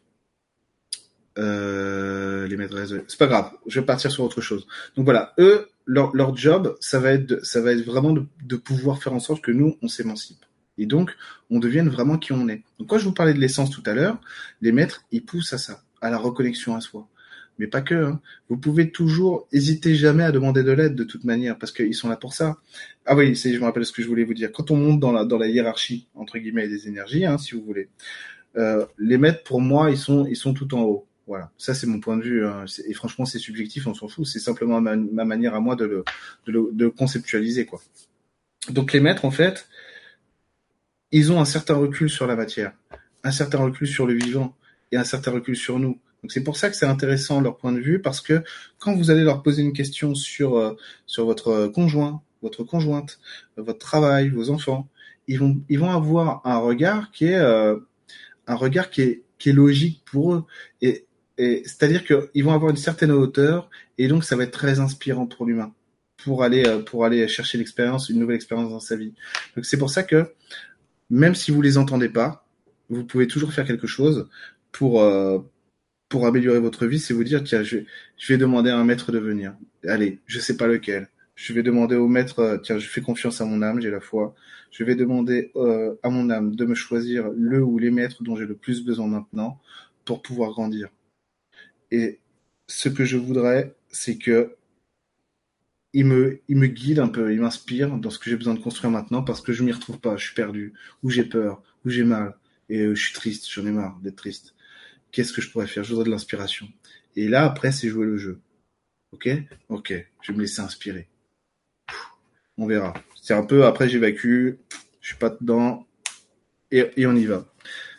Euh, les maîtresses, c'est pas grave, je vais partir sur autre chose. Donc voilà, eux, leur, leur job, ça va être, de, ça va être vraiment de, de pouvoir faire en sorte que nous, on s'émancipe. Et donc, on devienne vraiment qui on est. Donc quand je vous parlais de l'essence tout à l'heure, les maîtres, ils poussent à ça, à la reconnexion à soi. Mais pas que. Hein. Vous pouvez toujours, hésiter jamais à demander de l'aide de toute manière, parce qu'ils sont là pour ça. Ah oui, c'est, je me rappelle ce que je voulais vous dire. Quand on monte dans la, dans la hiérarchie, entre guillemets, des énergies, hein, si vous voulez, euh, les maîtres, pour moi, ils sont, ils sont tout en haut. Voilà, ça c'est mon point de vue, hein. Et franchement c'est subjectif, on s'en fout, c'est simplement ma, ma manière à moi de le, de le de conceptualiser, quoi. Donc les maîtres, en fait, ils ont un certain recul sur la matière, un certain recul sur le vivant et un certain recul sur nous. Donc c'est pour ça que c'est intéressant leur point de vue, parce que quand vous allez leur poser une question sur euh, sur votre conjoint, votre conjointe, votre travail, vos enfants, ils vont ils vont avoir un regard qui est euh, un regard qui est qui est logique pour eux. Et Et c'est-à-dire qu'ils vont avoir une certaine hauteur, et donc ça va être très inspirant pour l'humain, pour aller pour aller chercher l'expérience, une nouvelle expérience dans sa vie. Donc c'est pour ça que même si vous les entendez pas, vous pouvez toujours faire quelque chose pour euh, pour améliorer votre vie. C'est vous dire, tiens, je, je vais demander à un maître de venir. Allez, je sais pas lequel. Je vais demander au maître, tiens, je fais confiance à mon âme, j'ai la foi. Je vais demander euh, à mon âme de me choisir le ou les maîtres dont j'ai le plus besoin maintenant pour pouvoir grandir. Et ce que je voudrais, c'est que il me, il me guide un peu, il m'inspire dans ce que j'ai besoin de construire maintenant, parce que je m'y retrouve pas, je suis perdu, ou j'ai peur, ou j'ai mal, et euh, je suis triste, j'en ai marre d'être triste. Qu'est-ce que je pourrais faire? Je voudrais de l'inspiration. Et là, après, c'est jouer le jeu. Ok? Ok, je vais me laisser inspirer. On verra. C'est un peu, après j'évacue, je suis pas dedans, et, et on y va.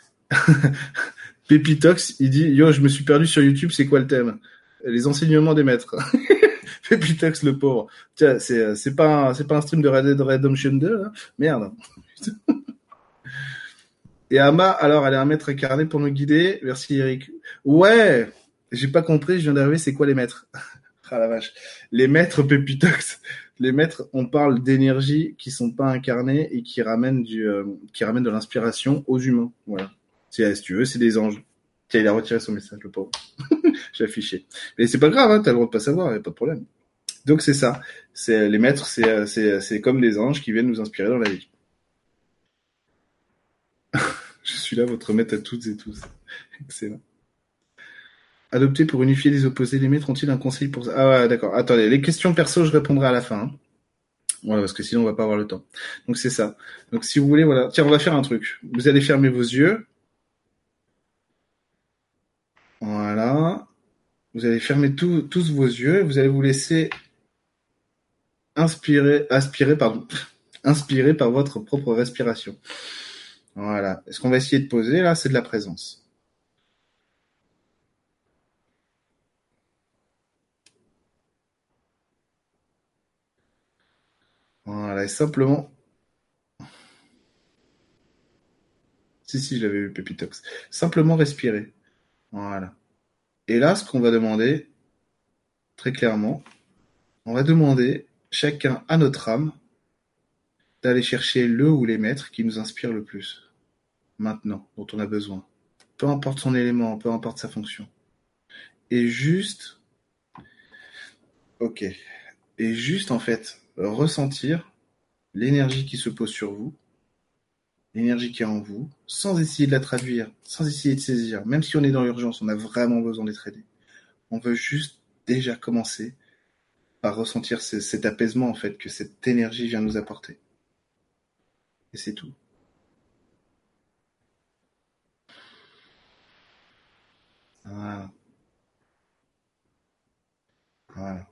Pépitox, il dit, yo, je me suis perdu sur YouTube, c'est quoi le thème? Les enseignements des maîtres. Pépitox, le pauvre. Tiens, c'est, c'est pas un, c'est pas un stream de Red Dead Redemption deux, hein? Merde. Et Ama, alors, elle est un maître incarné pour nous guider. Merci, Eric. Ouais! J'ai pas compris, je viens d'arriver, c'est quoi les maîtres? Ah la vache. Les maîtres Pépitox. Les maîtres, on parle d'énergie qui sont pas incarnées et qui ramènent du, euh, qui ramènent de l'inspiration aux humains. Voilà. C'est, si tu veux, c'est des anges. Tiens, il a retiré son message, le pauvre. J'ai affiché. Mais c'est pas grave, hein, t'as le droit de pas savoir, y a pas de problème. Donc c'est ça. C'est les maîtres, c'est c'est c'est comme des anges qui viennent nous inspirer dans la vie. Je suis là, votre maître à toutes et tous. Excellent. Adopter pour unifier les opposés, les maîtres ont-ils un conseil pour ça? Ah ouais, d'accord. Attendez, les questions perso, je répondrai à la fin. Hein. Voilà, parce que sinon on va pas avoir le temps. Donc c'est ça. Donc si vous voulez, voilà. Tiens, on va faire un truc. Vous allez fermer vos yeux. Voilà. Vous allez fermer tout, tous vos yeux. Vous allez vous laisser inspirer, aspirer, pardon, inspirer par votre propre respiration. Voilà. Et ce qu'on va essayer de poser là, c'est de la présence. Voilà. Et simplement. Si, si, je l'avais vu, Pépitox. Simplement respirer. Voilà. Et là, ce qu'on va demander, très clairement, on va demander, chacun à notre âme, d'aller chercher le ou les maîtres qui nous inspirent le plus. Maintenant, dont on a besoin. Peu importe son élément, peu importe sa fonction. Et juste, ok. Et juste, en fait, ressentir l'énergie qui se pose sur vous, l'énergie qui est en vous, sans essayer de la traduire, sans essayer de saisir. Même si on est dans l'urgence, on a vraiment besoin d'être aidé. On veut juste déjà commencer par ressentir ce, cet apaisement, en fait, que cette énergie vient nous apporter. Et c'est tout. Voilà. Voilà.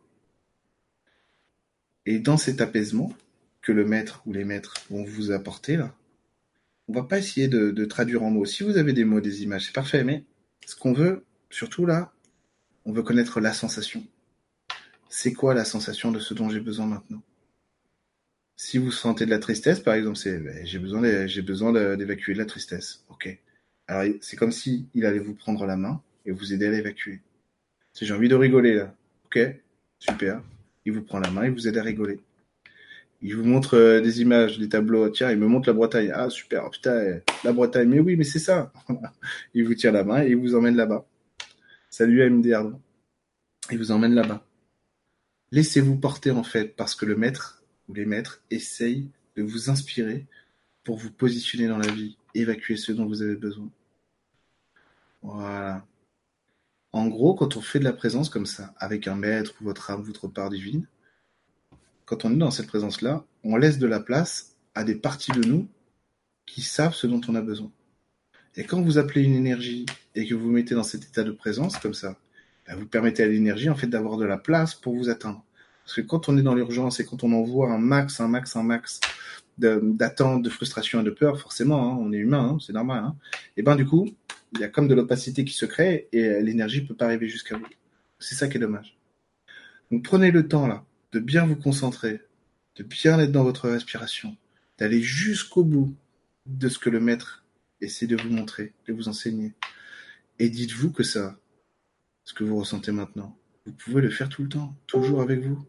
Et dans cet apaisement que le maître ou les maîtres vont vous apporter, là, on va pas essayer de, de traduire en mots. Si vous avez des mots, des images, c'est parfait, mais ce qu'on veut, surtout là, on veut connaître la sensation. C'est quoi la sensation de ce dont j'ai besoin maintenant? Si vous sentez de la tristesse, par exemple, c'est ben, j'ai besoin de- j'ai besoin de- d'évacuer de la tristesse. Ok. Alors c'est comme si il allait vous prendre la main et vous aider à l'évacuer. Si j'ai envie de rigoler là, ok, super. Il vous prend la main et vous aide à rigoler. Il vous montre euh, des images, des tableaux. Tiens, il me montre la Bretagne. Ah super, oh, putain, euh, la Bretagne. Mais oui, mais c'est ça. Il vous tient la main et il vous emmène là-bas. Salut M D Ardon. Il vous emmène là-bas. Laissez-vous porter en fait parce que le maître ou les maîtres essayent de vous inspirer pour vous positionner dans la vie, évacuer ce dont vous avez besoin. Voilà. En gros, quand on fait de la présence comme ça, avec un maître ou votre âme, votre part divine, quand on est dans cette présence-là, on laisse de la place à des parties de nous qui savent ce dont on a besoin. Et quand vous appelez une énergie et que vous vous mettez dans cet état de présence comme ça, bah, vous permettez à l'énergie en fait d'avoir de la place pour vous atteindre. Parce que quand on est dans l'urgence et quand on envoie un max, un max, un max de, d'attente, de frustration et de peur, forcément, hein, on est humain, hein, c'est normal. Hein, et ben du coup, il y a comme de l'opacité qui se crée et l'énergie peut pas arriver jusqu'à vous. C'est ça qui est dommage. Donc prenez le temps là de bien vous concentrer, de bien être dans votre respiration, d'aller jusqu'au bout de ce que le maître essaie de vous montrer, de vous enseigner. Et dites-vous que ça, ce que vous ressentez maintenant, vous pouvez le faire tout le temps, toujours avec vous.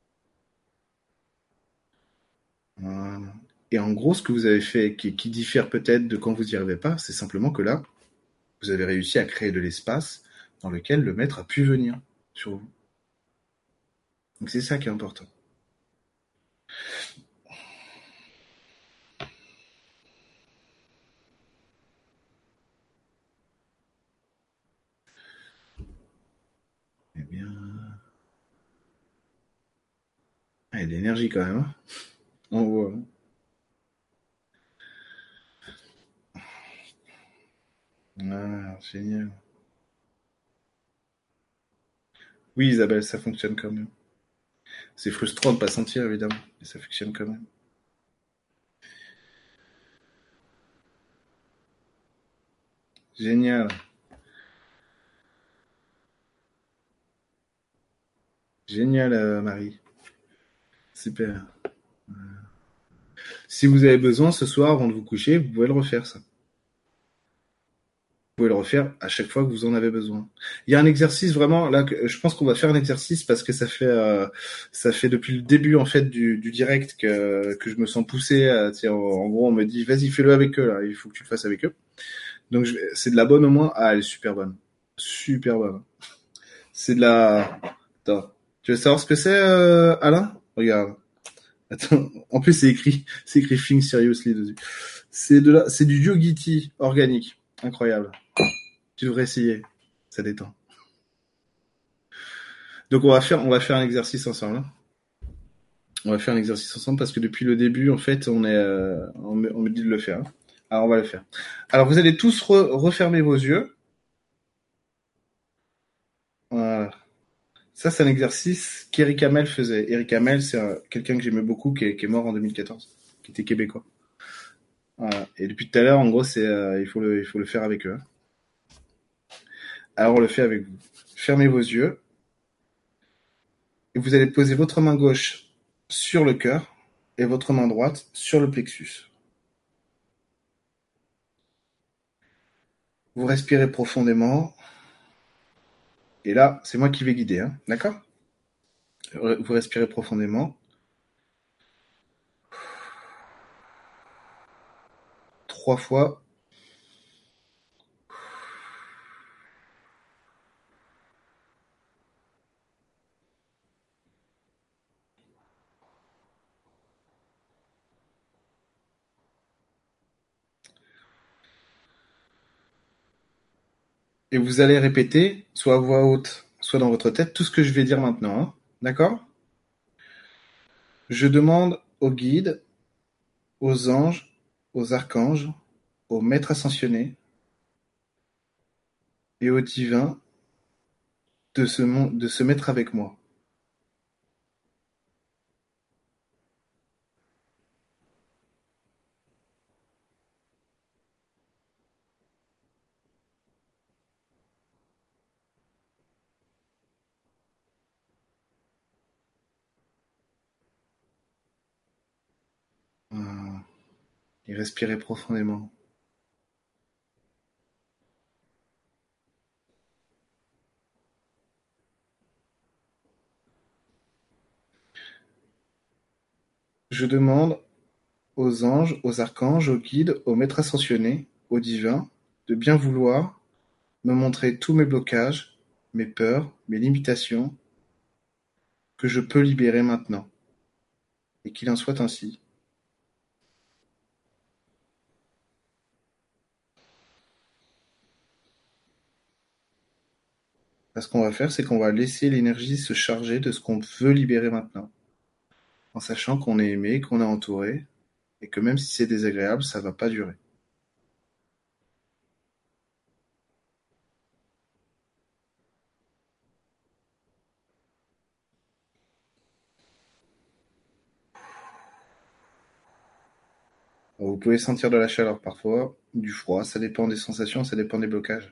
Voilà. Et en gros, ce que vous avez fait, qui, qui diffère peut-être de quand vous n'y arrivez pas, c'est simplement que là, vous avez réussi à créer de l'espace dans lequel le maître a pu venir sur vous. Donc c'est ça qui est important. Eh bien, ah, il y a de l'énergie quand même. Hein, on voit. Ah, génial. Oui, Isabelle, ça fonctionne quand même. C'est frustrant de pas sentir, évidemment, mais ça fonctionne quand même. Génial. Génial, euh, Marie. Super. Si vous avez besoin ce soir, avant de vous coucher, vous pouvez le refaire, ça. Vous pouvez le refaire à chaque fois que vous en avez besoin. Il y a un exercice vraiment là que je pense qu'on va faire un exercice parce que ça fait euh, ça fait depuis le début en fait du, du direct que que je me sens poussé. À, en, en gros, on me dit vas-y fais-le avec eux là, il faut que tu le fasses avec eux. Donc je vais- c'est de la bonne au moins. Ah, elle est super bonne. Super bonne. C'est de la... Attends. Tu veux savoir ce que c'est, euh, Alain? Regarde. Attends. En plus, c'est écrit, c'est écrit Think Seriously dessus. C'est de la, c'est du yogiti organique. Incroyable. Tu devrais essayer. Ça détend. Donc on va faire, on va faire un exercice ensemble. Hein. On va faire un exercice ensemble parce que depuis le début, en fait, on est, euh, on, me, on me dit de le faire. Hein. Alors on va le faire. Alors vous allez tous re- refermer vos yeux. Voilà. Ça, c'est un exercice qu'Eric Hamel faisait. Eric Hamel, c'est un- quelqu'un que j'aimais beaucoup, qui est, qui est mort en deux mille quatorze, qui était québécois. Voilà. Et depuis tout à l'heure, en gros, c'est, euh, il faut le, il faut le faire avec eux. Hein. Alors on le fait avec vous. Fermez vos yeux et vous allez poser votre main gauche sur le cœur et votre main droite sur le plexus. Vous respirez profondément. Et là, c'est moi qui vais guider, hein, d'accord? Vous respirez profondément. Trois fois. Et vous allez répéter, soit à voix haute, soit dans votre tête, tout ce que je vais dire maintenant, hein, d'accord? Je demande aux guides, aux anges, aux archanges, aux maîtres ascensionnés et aux divins de se, de se mettre avec moi. Euh, Et respirez profondément. Je demande aux anges, aux archanges, aux guides, aux maîtres ascensionnés, aux divins, de bien vouloir me montrer tous mes blocages, mes peurs, mes limitations, que je peux libérer maintenant, et qu'il en soit ainsi. Là, ce qu'on va faire, c'est qu'on va laisser l'énergie se charger de ce qu'on veut libérer maintenant, en sachant qu'on est aimé, qu'on est entouré, et que même si c'est désagréable, ça va pas durer. Alors, vous pouvez sentir de la chaleur parfois, du froid, ça dépend des sensations, ça dépend des blocages.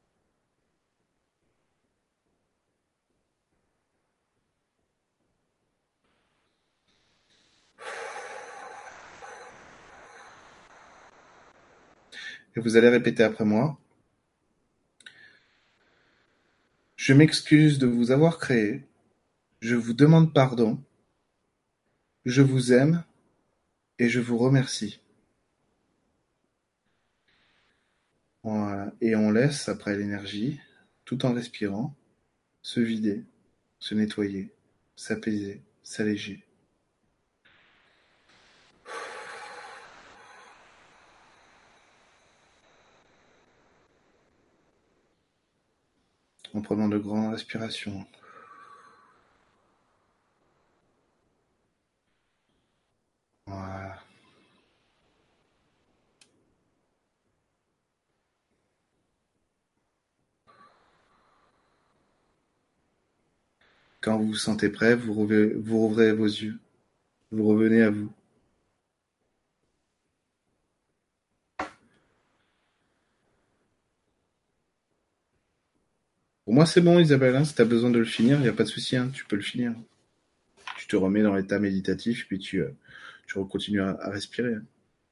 Et vous allez répéter après moi. Je m'excuse de vous avoir créé. Je vous demande pardon. Je vous aime et je vous remercie. Voilà. Et on laisse, après l'énergie, tout en respirant, se vider, se nettoyer, s'apaiser, s'alléger. En prenant de grandes respirations. Voilà. Quand vous vous sentez prêt, vous rouvrez, vous rouvrez vos yeux. Vous revenez à vous. Pour moi, c'est bon, Isabelle. Hein, si tu as besoin de le finir, il n'y a pas de souci. Hein, tu peux le finir. Tu te remets dans l'état méditatif, puis tu, euh, tu continues à, à respirer. Hein.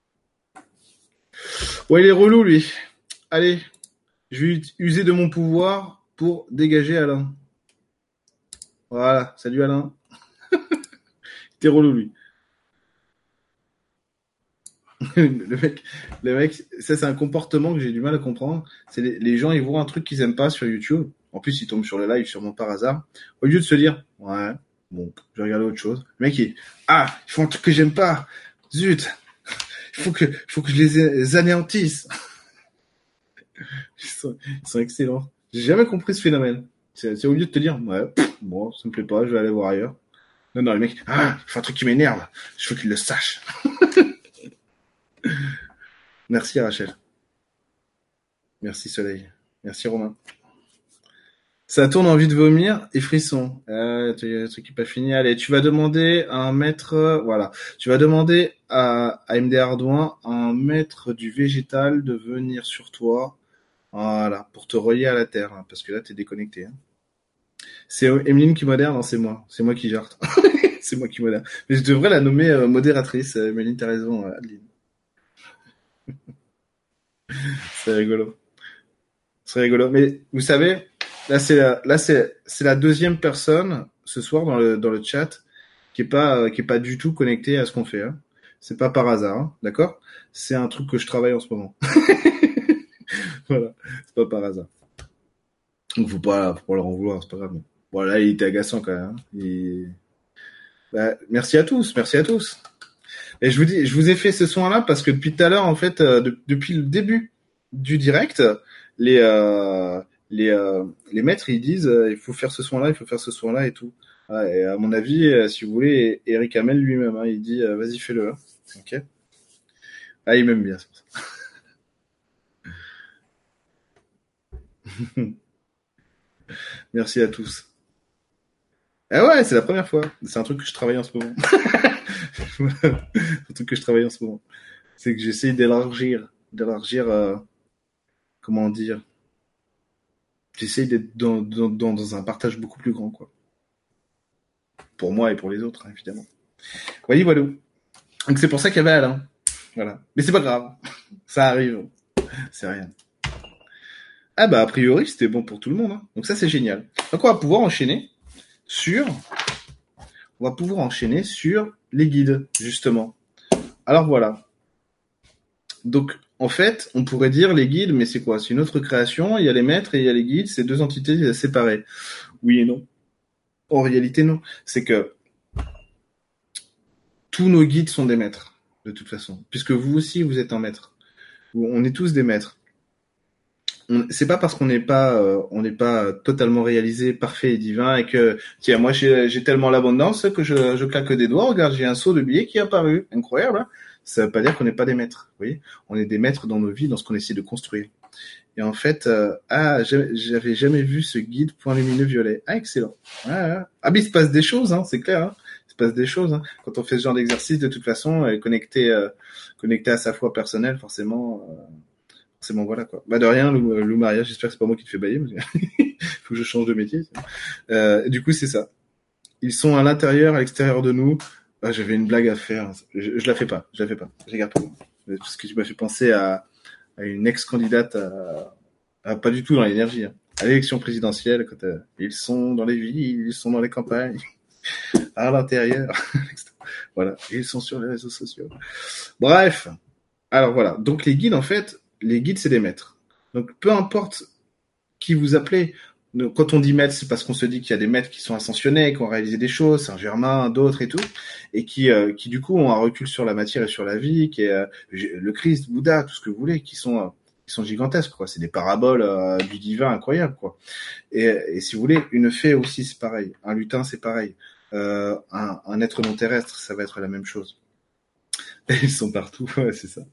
Ouais, il est relou, lui. Allez, je vais user de mon pouvoir pour dégager Alain. Voilà. Salut, Alain. T'es relou, lui. le mec, le mec, ça c'est un comportement que j'ai du mal à comprendre. C'est les, les gens, ils voient un truc qu'ils aiment pas sur YouTube. En plus, ils tombent sur le live sûrement par hasard. Au lieu de se dire, ouais, bon, je vais regarder autre chose. Le mec, il, ah, ils font un truc que j'aime pas. Zut, il faut que, faut que je les anéantisse. Ils sont, ils sont excellents. J'ai jamais compris ce phénomène. C'est, c'est au lieu de te dire, ouais, pff, bon, ça me plaît pas, je vais aller voir ailleurs. Non, non, le mec, ah, il fait un truc qui m'énerve. Je veux qu'il le sache. Merci Rachel. Merci Soleil. Merci Romain. Ça tourne envie de vomir et frisson. Euh, le truc qui n'est pas fini. Allez, tu vas demander à un maître, voilà. Tu vas demander à, à M D Ardouin, un maître du végétal, de venir sur toi. Voilà. Pour te relier à la terre. Hein, parce que là, t'es déconnecté. Hein. C'est Emeline qui modère? Non, c'est moi. C'est moi qui gère. C'est moi qui modère. Mais je devrais la nommer euh, modératrice. Emeline, t'as raison, Adeline. C'est rigolo. C'est rigolo. Mais vous savez, là c'est la, là c'est c'est la deuxième personne ce soir dans le dans le chat qui est pas euh, qui est pas du tout connectée à ce qu'on fait. Hein. C'est pas par hasard, hein, d'accord? C'est un truc que je travaille en ce moment. Voilà, c'est pas par hasard. Donc faut pas faut pas leur en vouloir, c'est pas grave. Bon là il était agaçant quand même. Hein. Il... Bah, merci à tous, merci à tous. Et je vous dis, je vous ai fait ce soin-là parce que depuis tout à l'heure en fait, euh, de, depuis le début du direct, les euh, les euh, les maîtres ils disent euh, il faut faire ce soin là, il faut faire ce soin là et tout. Ah, et à mon avis, euh, si vous voulez, Eric Hamel lui-même, hein, il dit euh, vas-y fais-le. Hein. Ok. Ah il m'aime bien. C'est pour ça. Merci à tous. Ah ouais, c'est la première fois. C'est un truc que je travaille en ce moment. C'est un truc que je travaille en ce moment. C'est que j'essaye d'élargir, d'élargir, euh, comment dire. J'essaye d'être dans, dans, dans, dans un partage beaucoup plus grand, quoi. Pour moi et pour les autres, hein, évidemment. Voyez, voilà. Donc c'est pour ça qu'il y avait Alain. Voilà. Mais c'est pas grave. Ça arrive. C'est rien. Ah bah a priori c'était bon pour tout le monde. Hein. Donc ça c'est génial. Donc on va pouvoir enchaîner sur... On va pouvoir enchaîner sur les guides, justement. Alors voilà. Donc en fait, on pourrait dire les guides, mais c'est quoi? C'est une autre création. Il y a les maîtres et il y a les guides. C'est deux entités séparées. Oui et non. En réalité, non. C'est que tous nos guides sont des maîtres, de toute façon. Puisque vous aussi, vous êtes un maître. On est tous des maîtres. On, c'est pas parce qu'on n'est pas, euh, on n'est pas totalement réalisé, parfait et divin, et que, tiens, moi j'ai, j'ai tellement l'abondance que je, je claque des doigts. Regarde, j'ai un seau de billets qui est apparu. Incroyable, hein. Ça veut pas dire qu'on n'est pas des maîtres. Vous voyez, on est des maîtres dans nos vies, dans ce qu'on essaie de construire. Et en fait, euh, ah, j'avais jamais vu ce guide point lumineux violet. Ah, excellent. Ah, ah, mais il se passe des choses, hein, c'est clair. Hein. Il se passe des choses. Hein. Quand on fait ce genre d'exercice, de toute façon, euh, connecté, euh, connecté à sa foi personnelle, forcément, euh, forcément, voilà quoi. Bah de rien, Lou, Lou Maria. J'espère que c'est pas moi qui te fais bailler. Il faut que je change de métier. Euh, du coup, c'est ça. Ils sont à l'intérieur, à l'extérieur de nous. Ah, j'avais une blague à faire. Je, je la fais pas. Je la fais pas. Je garde pour moi. Parce que tu m'as fait penser à à une ex-candidate à, à pas du tout dans l'énergie, hein. À l'élection présidentielle, quand euh, ils sont dans les villes, ils sont dans les campagnes, à l'intérieur, voilà, ils sont sur les réseaux sociaux. Bref, alors voilà, donc les guides en fait, les guides c'est des maîtres. Donc peu importe qui vous appelez, quand on dit maître, c'est parce qu'on se dit qu'il y a des maîtres qui sont ascensionnés, qui ont réalisé des choses, Saint-Germain, d'autres et tout, et qui, euh, qui du coup ont un recul sur la matière et sur la vie, qui est euh, le Christ, Bouddha, tout ce que vous voulez, qui sont, euh, qui sont gigantesques, quoi. C'est des paraboles euh, du divin incroyables, quoi. Et, et si vous voulez, une fée aussi, c'est pareil. Un lutin, c'est pareil. Euh, un, un être non terrestre, ça va être la même chose. Et ils sont partout, ouais, c'est ça.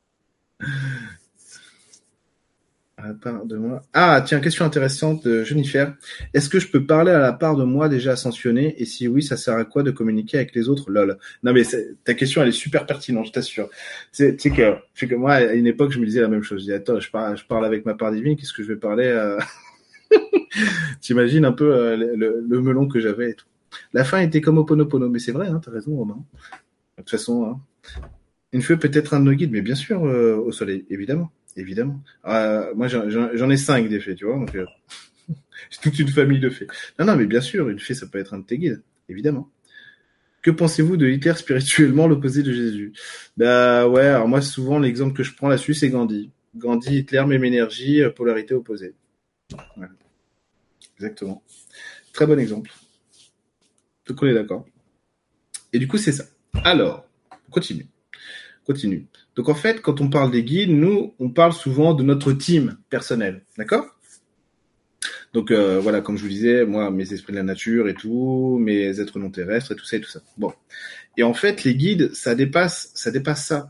À la part de moi. Ah, tiens, question intéressante de Jennifer. Est-ce que je peux parler à la part de moi déjà ascensionné? Et si oui, ça sert à quoi de communiquer avec les autres? Lol. Non, mais ta question, elle est super pertinente, je t'assure. Tu sais, que, que moi, à une époque, je me disais la même chose. Je disais, attends, je parle, je parle avec ma part divine, qu'est-ce que je vais parler à... T'imagines un peu euh, le, le, le melon que j'avais et tout. La fin était comme Oponopono, mais c'est vrai, hein, t'as raison, Romain. De toute façon, hein, une feu peut être un de nos guides, mais bien sûr, euh, au soleil, évidemment. Évidemment. Euh, moi, j'en, j'en ai cinq des fées, tu vois. Donc, euh, j'ai toute une famille de fées. Non, non, mais bien sûr, une fée, ça peut être un de tes guides, évidemment. Que pensez-vous de Hitler spirituellement, l'opposé de Jésus? Bah ouais, alors moi souvent l'exemple que je prends là-dessus c'est Gandhi. Gandhi, Hitler, même énergie, polarité opposée. Ouais. Exactement. Très bon exemple. Donc on est d'accord. Et du coup c'est ça. Alors, on continue. Continue. Donc en fait, quand on parle des guides, nous, on parle souvent de notre team personnel. D'accord? Donc euh, voilà, comme je vous disais, moi, mes esprits de la nature et tout, mes êtres non terrestres et tout ça et tout ça. Bon. Et en fait, les guides, ça dépasse, ça dépasse ça.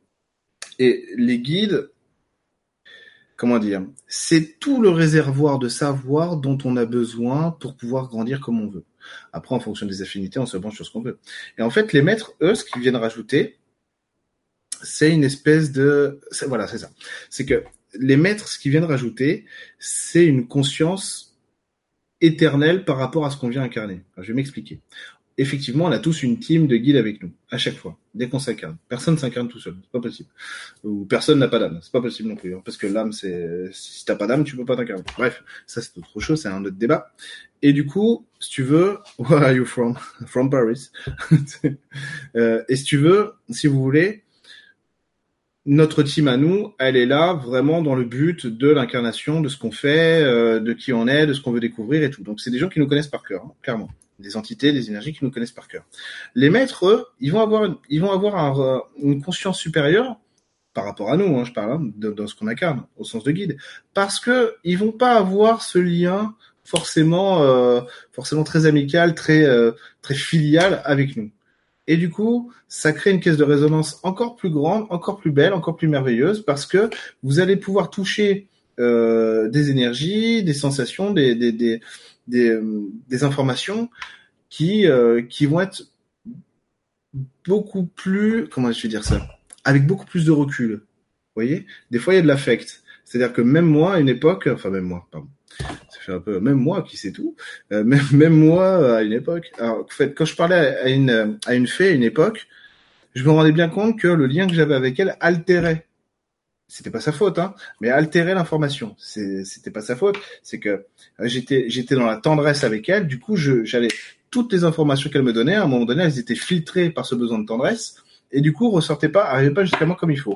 Et les guides, comment dire, c'est tout le réservoir de savoir dont on a besoin pour pouvoir grandir comme on veut. Après, en fonction des affinités, on se branche sur ce qu'on veut. Et en fait, les maîtres, eux, ce qu'ils viennent rajouter, c'est une espèce de... C'est, voilà, c'est ça. C'est que les maîtres, ce qu'ils viennent rajouter, c'est une conscience éternelle par rapport à ce qu'on vient incarner. Alors, je vais m'expliquer. Effectivement, on a tous une team de guides avec nous, à chaque fois, dès qu'on s'incarne. Personne s'incarne tout seul, c'est pas possible. Ou personne n'a pas d'âme, c'est pas possible non plus. Hein, parce que l'âme, c'est... Si t'as pas d'âme, tu peux pas t'incarner. Bref, ça c'est autre chose, c'est un autre débat. Et du coup, si tu veux... Where are you from? From Paris. euh, et si tu veux, si vous voulez... Notre team à nous, elle est là vraiment dans le but de l'incarnation, de ce qu'on fait, euh, de qui on est, de ce qu'on veut découvrir et tout. Donc c'est des gens qui nous connaissent par cœur, hein, clairement. Des entités, des énergies qui nous connaissent par cœur. Les maîtres, eux, ils vont avoir, ils vont avoir un, une conscience supérieure par rapport à nous, hein, je parle, hein, de, dans ce qu'on incarne, au sens de guide, parce que ils vont pas avoir ce lien forcément, euh, forcément très amical, très, euh, très filial avec nous. Et du coup, ça crée une caisse de résonance encore plus grande, encore plus belle, encore plus merveilleuse, parce que vous allez pouvoir toucher euh, des énergies, des sensations, des des des des, des informations qui euh, qui vont être beaucoup plus, comment je vais dire ça, avec beaucoup plus de recul. Vous voyez, des fois il y a de l'affect. C'est-à-dire que même moi, à une époque, enfin même moi, pardon. Ça fait un peu, même moi qui sais tout, euh, même, même moi à une époque. Alors, en fait, quand je parlais à une, à une fée à une époque, je me rendais bien compte que le lien que j'avais avec elle altérait. C'était pas sa faute, hein, mais altérait l'information. C'est, c'était pas sa faute. C'est que j'étais, j'étais dans la tendresse avec elle. Du coup, je, j'allais, toutes les informations qu'elle me donnait, à un moment donné, elles étaient filtrées par ce besoin de tendresse. Et du coup, ressortaient pas, arrivaient pas jusqu'à moi comme il faut.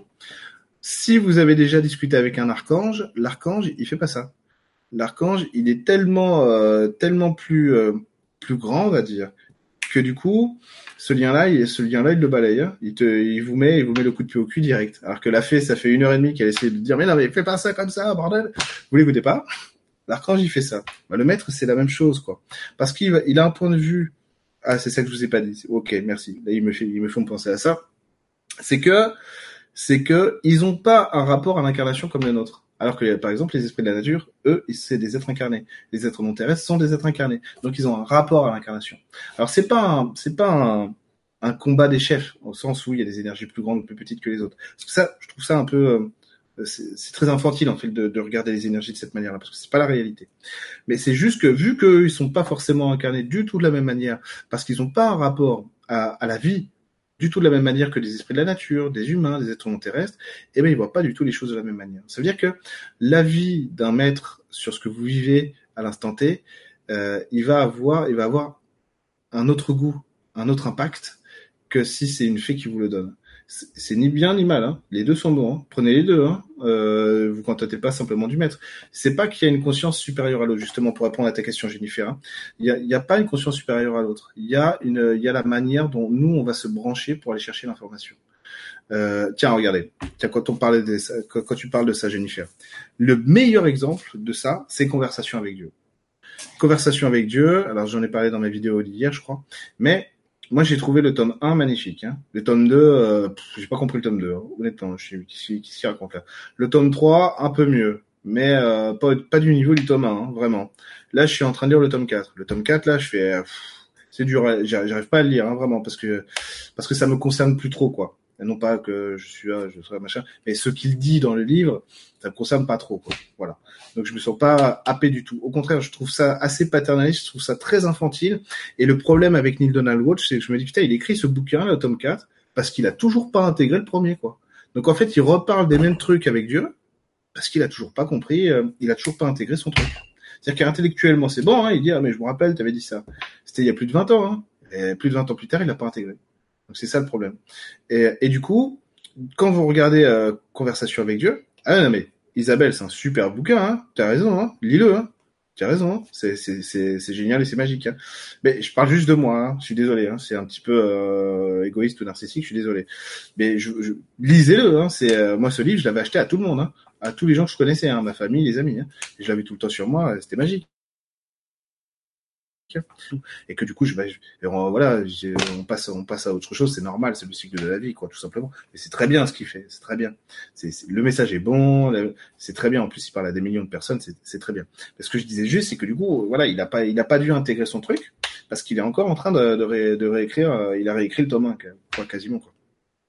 Si vous avez déjà discuté avec un archange, l'archange, il fait pas ça. L'archange, il est tellement, euh, tellement plus, euh, plus grand, on va dire, que du coup, ce lien-là, il, ce lien-là, il le balaye. Hein. Il te, il vous met, il vous met le coup de pied au cul direct. Alors que la fée, ça fait une heure et demie qu'elle essaie de dire, mais non, mais fais pas ça comme ça, bordel. Vous l'écoutez pas. L'archange, il fait ça. Bah, le maître, c'est la même chose, quoi. Parce qu'il va, il a un point de vue. Ah, c'est ça que je vous ai pas dit. Ok, merci. Là, il me fait, il me font penser à ça. C'est que, c'est que, ils ont pas un rapport à l'incarnation comme le nôtre. Alors que, par exemple, les esprits de la nature, eux, c'est des êtres incarnés. Les êtres non terrestres sont des êtres incarnés. Donc, ils ont un rapport à l'incarnation. Alors, c'est pas un, c'est pas un, un combat des chefs, au sens où il y a des énergies plus grandes ou plus petites que les autres. Parce que ça, je trouve ça un peu, euh, c'est, c'est très infantile, en fait, de, de regarder les énergies de cette manière-là, parce que c'est pas la réalité. Mais c'est juste que, vu qu'eux, ils sont pas forcément incarnés du tout de la même manière, parce qu'ils ont pas un rapport à, à la vie, du tout de la même manière que les esprits de la nature, des humains, des êtres non terrestres, eh ben ils voient pas du tout les choses de la même manière. Ça veut dire que l'avis d'un maître sur ce que vous vivez à l'instant T, euh, il va avoir, il va avoir un autre goût, un autre impact que si c'est une fée qui vous le donne. C'est, c'est ni bien ni mal, hein. Les deux sont bons. Hein. Prenez les deux. Hein. Euh, vous contentez pas simplement du maître. C'est pas qu'il y a une conscience supérieure à l'autre, justement pour répondre à ta question, Jennifer. Hein. Il y a, il y a pas une conscience supérieure à l'autre. Il y a une, il y a la manière dont nous on va se brancher pour aller chercher l'information. Euh, tiens, regardez. Tiens, quand on parlait de ça, quand, quand tu parles de ça, Jennifer, le meilleur exemple de ça, c'est Conversation avec Dieu. Conversation avec Dieu. Alors j'en ai parlé dans ma vidéo d'hier, je crois, mais moi, j'ai trouvé le tome un magnifique. Hein. Le tome deux, euh, pff, j'ai pas compris le tome deux. Hein. Honnêtement, je suis qui qui s'y raconte là. Le tome trois, un peu mieux, mais euh, pas pas du niveau du tome un, hein, vraiment. Là, je suis en train de lire le tome quatre. Le tome quatre, là, je fais, euh, pff, c'est dur. J'arrive, j'arrive pas à le lire, hein, vraiment, parce que parce que ça me concerne plus trop, quoi. Et non pas que je suis là, je serai machin, mais ce qu'il dit dans le livre, ça me concerne pas trop, quoi. Voilà. Donc je me sens pas happé du tout. Au contraire, je trouve ça assez paternaliste, je trouve ça très infantile. Et le problème avec Neil Donald Walsh, c'est que je me dis putain, il écrit ce bouquin, le tome quatre, parce qu'il a toujours pas intégré le premier, quoi. Donc en fait, il reparle des mêmes trucs avec Dieu, parce qu'il a toujours pas compris, euh, il a toujours pas intégré son truc. C'est-à-dire qu'intellectuellement, c'est bon, hein, il dit ah mais je me rappelle, t'avais dit ça. C'était il y a plus de vingt ans, hein. Et plus de vingt ans plus tard, il l'a pas intégré. Donc c'est ça le problème. Et, et du coup, quand vous regardez euh, Conversation avec Dieu, ah non mais Isabelle, c'est un super bouquin, hein. T'as raison, hein. Lis-le, hein. T'as raison, hein. C'est c'est c'est c'est génial et c'est magique. Hein. Mais je parle juste de moi. Hein. Je suis désolé. Hein. C'est un petit peu euh, égoïste ou narcissique. Je suis désolé. Mais je, je... lisez-le. Hein. C'est euh, moi ce livre, je l'avais acheté à tout le monde, hein. À tous les gens que je connaissais, hein. Ma famille, les amis. Hein. Et je l'avais tout le temps sur moi. C'était magique. Et que du coup je vais voilà on passe on passe à autre chose, c'est normal, c'est le cycle de la vie quoi, tout simplement. Et c'est très bien ce qu'il fait, c'est très bien, c'est, c'est le message est bon, c'est très bien, en plus il parle à des millions de personnes, c'est, c'est très bien. Mais ce que je disais juste, c'est que du coup voilà, il a pas il a pas dû intégrer son truc parce qu'il est encore en train de de, ré, de réécrire, il a réécrit le tome un quoi, quasiment quoi,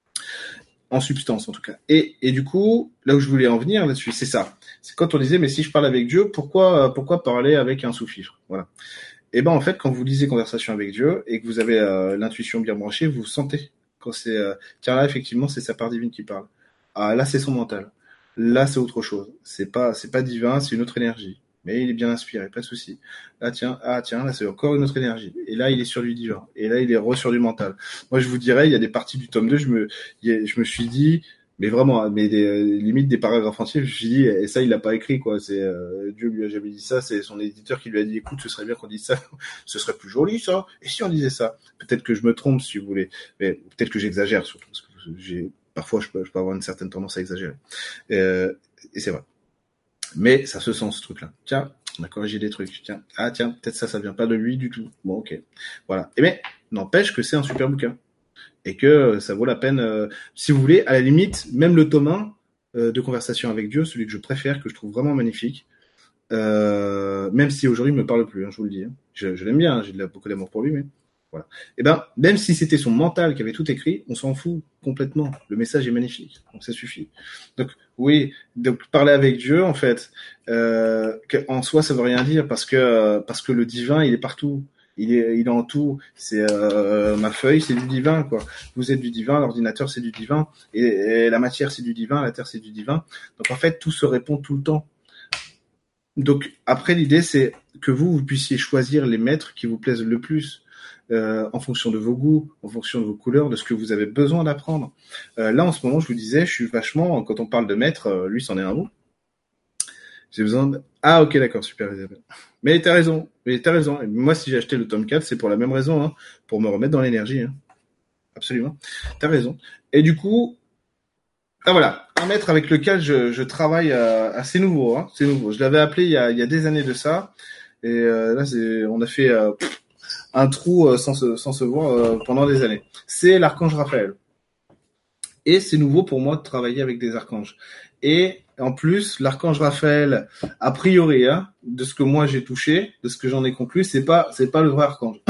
en substance en tout cas. Et et du coup là où je voulais en venir là-dessus, c'est ça, c'est quand on disait mais si je parle avec Dieu, pourquoi pourquoi parler avec un sous-fifre, voilà. Et ben en fait, quand vous lisez Conversation avec Dieu et que vous avez euh, l'intuition bien branchée, vous sentez quand c'est euh, tiens là effectivement c'est sa part divine qui parle. Ah là c'est son mental. Là c'est autre chose. C'est pas c'est pas divin, c'est une autre énergie. Mais il est bien inspiré, pas de souci. Là tiens ah tiens là c'est encore une autre énergie. Et là il est sur du divin. Et là il est re sur du mental. Moi je vous dirais il y a des parties du tome deux, je me je me suis dit mais vraiment, mais des euh, limites des paragraphes entiers, je me suis dit, et ça il l'a pas écrit quoi. C'est euh, Dieu lui a jamais dit ça, c'est son éditeur qui lui a dit, écoute, ce serait bien qu'on dise ça, ce serait plus joli ça. Et si on disait ça, peut-être que je me trompe si vous voulez, mais peut-être que j'exagère surtout parce que j'ai parfois je peux, je peux avoir une certaine tendance à exagérer. Euh, et c'est vrai. Mais ça se sent ce truc-là. Tiens, on a corrigé des trucs. Tiens, ah tiens, peut-être ça, ça vient pas de lui du tout. Bon, ok, voilà. Et mais n'empêche que c'est un super bouquin. Et que ça vaut la peine, euh, si vous voulez, à la limite, même le tome un euh, de Conversation avec Dieu, celui que je préfère, que je trouve vraiment magnifique, euh, même si aujourd'hui il me parle plus, hein, je vous le dis. Hein. Je, je l'aime bien, hein, j'ai de la, beaucoup d'amour pour lui, mais voilà. Et ben, même si c'était son mental qui avait tout écrit, on s'en fout complètement. Le message est magnifique, donc ça suffit. Donc oui, donc parler avec Dieu, en fait, euh, en soi, ça veut rien dire parce que parce que le divin, il est partout. Il est, il est en tout. C'est euh, ma feuille, c'est du divin, quoi. Vous êtes du divin, l'ordinateur c'est du divin, et, et la matière c'est du divin, la terre c'est du divin. Donc en fait, tout se répond tout le temps. Donc après, l'idée c'est que vous, vous puissiez choisir les maîtres qui vous plaisent le plus. Euh, en fonction de vos goûts, en fonction de vos couleurs, de ce que vous avez besoin d'apprendre. Euh, là, en ce moment, je vous disais, je suis vachement, quand on parle de maître, euh, lui, c'en est un mot. J'ai besoin de... Ah, ok, d'accord, super, Isabelle. Mais t'as raison, mais t'as raison. Et moi, si j'ai acheté le tome quatre, c'est pour la même raison, hein, pour me remettre dans l'énergie. Hein. Absolument. T'as raison. Et du coup, ah voilà, un maître avec lequel je, je travaille euh, assez nouveau, hein, c'est nouveau. Je l'avais appelé il y a, il y a des années de ça, et euh, là, c'est, on a fait... Euh, pff, un trou euh, sans, se, sans se voir euh, pendant des années. C'est l'archange Raphaël. Et c'est nouveau pour moi de travailler avec des archanges. Et en plus, l'archange Raphaël, a priori, hein, de ce que moi j'ai touché, de ce que j'en ai conclu, c'est pas, c'est pas le vrai archange.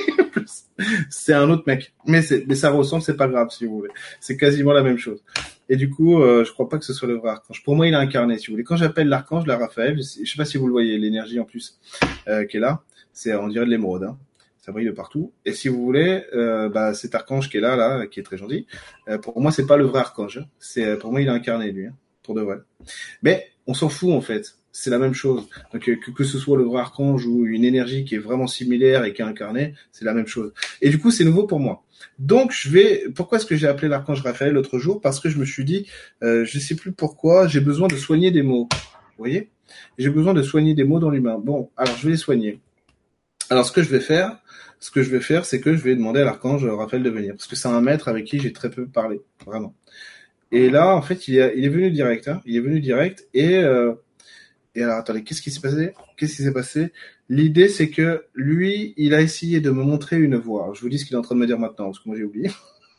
C'est un autre mec. Mais, c'est, mais ça ressemble, c'est pas grave si vous voulez. C'est quasiment la même chose. Et du coup, euh, je crois pas que ce soit le vrai archange. Pour moi, il est incarné, si vous voulez. Quand j'appelle l'archange, la Raphaël, je sais, je sais pas si vous le voyez, l'énergie en plus euh, qui est là, c'est on dirait de l'émeraude. Hein. Ça brille de partout. Et si vous voulez, euh, bah, cet archange qui est là, là, qui est très gentil, euh, pour moi, c'est pas le vrai archange. Hein. C'est, pour moi, il est incarné, lui, hein, pour de vrai. Mais on s'en fout, en fait. C'est la même chose. Donc, que, que ce soit le vrai archange ou une énergie qui est vraiment similaire et qui est incarnée, c'est la même chose. Et du coup, c'est nouveau pour moi. Donc, je vais... Pourquoi est-ce que j'ai appelé l'archange Raphaël l'autre jour ? Parce que je me suis dit, euh, je sais plus pourquoi, j'ai besoin de soigner des mots. Vous voyez ? J'ai besoin de soigner des mots dans l'humain. Bon, alors je vais les soigner. Alors, ce que je vais faire, ce que je vais faire, c'est que je vais demander à l'archange Raphaël de venir, parce que c'est un maître avec qui j'ai très peu parlé, vraiment. Et là, en fait, il est, il est venu direct, hein. Il est venu direct, et euh, et alors, attendez, qu'est-ce qui s'est passé Qu'est-ce qui s'est passé L'idée, c'est que lui, il a essayé de me montrer une voie. Alors, je vous dis ce qu'il est en train de me dire maintenant, parce que moi, j'ai oublié.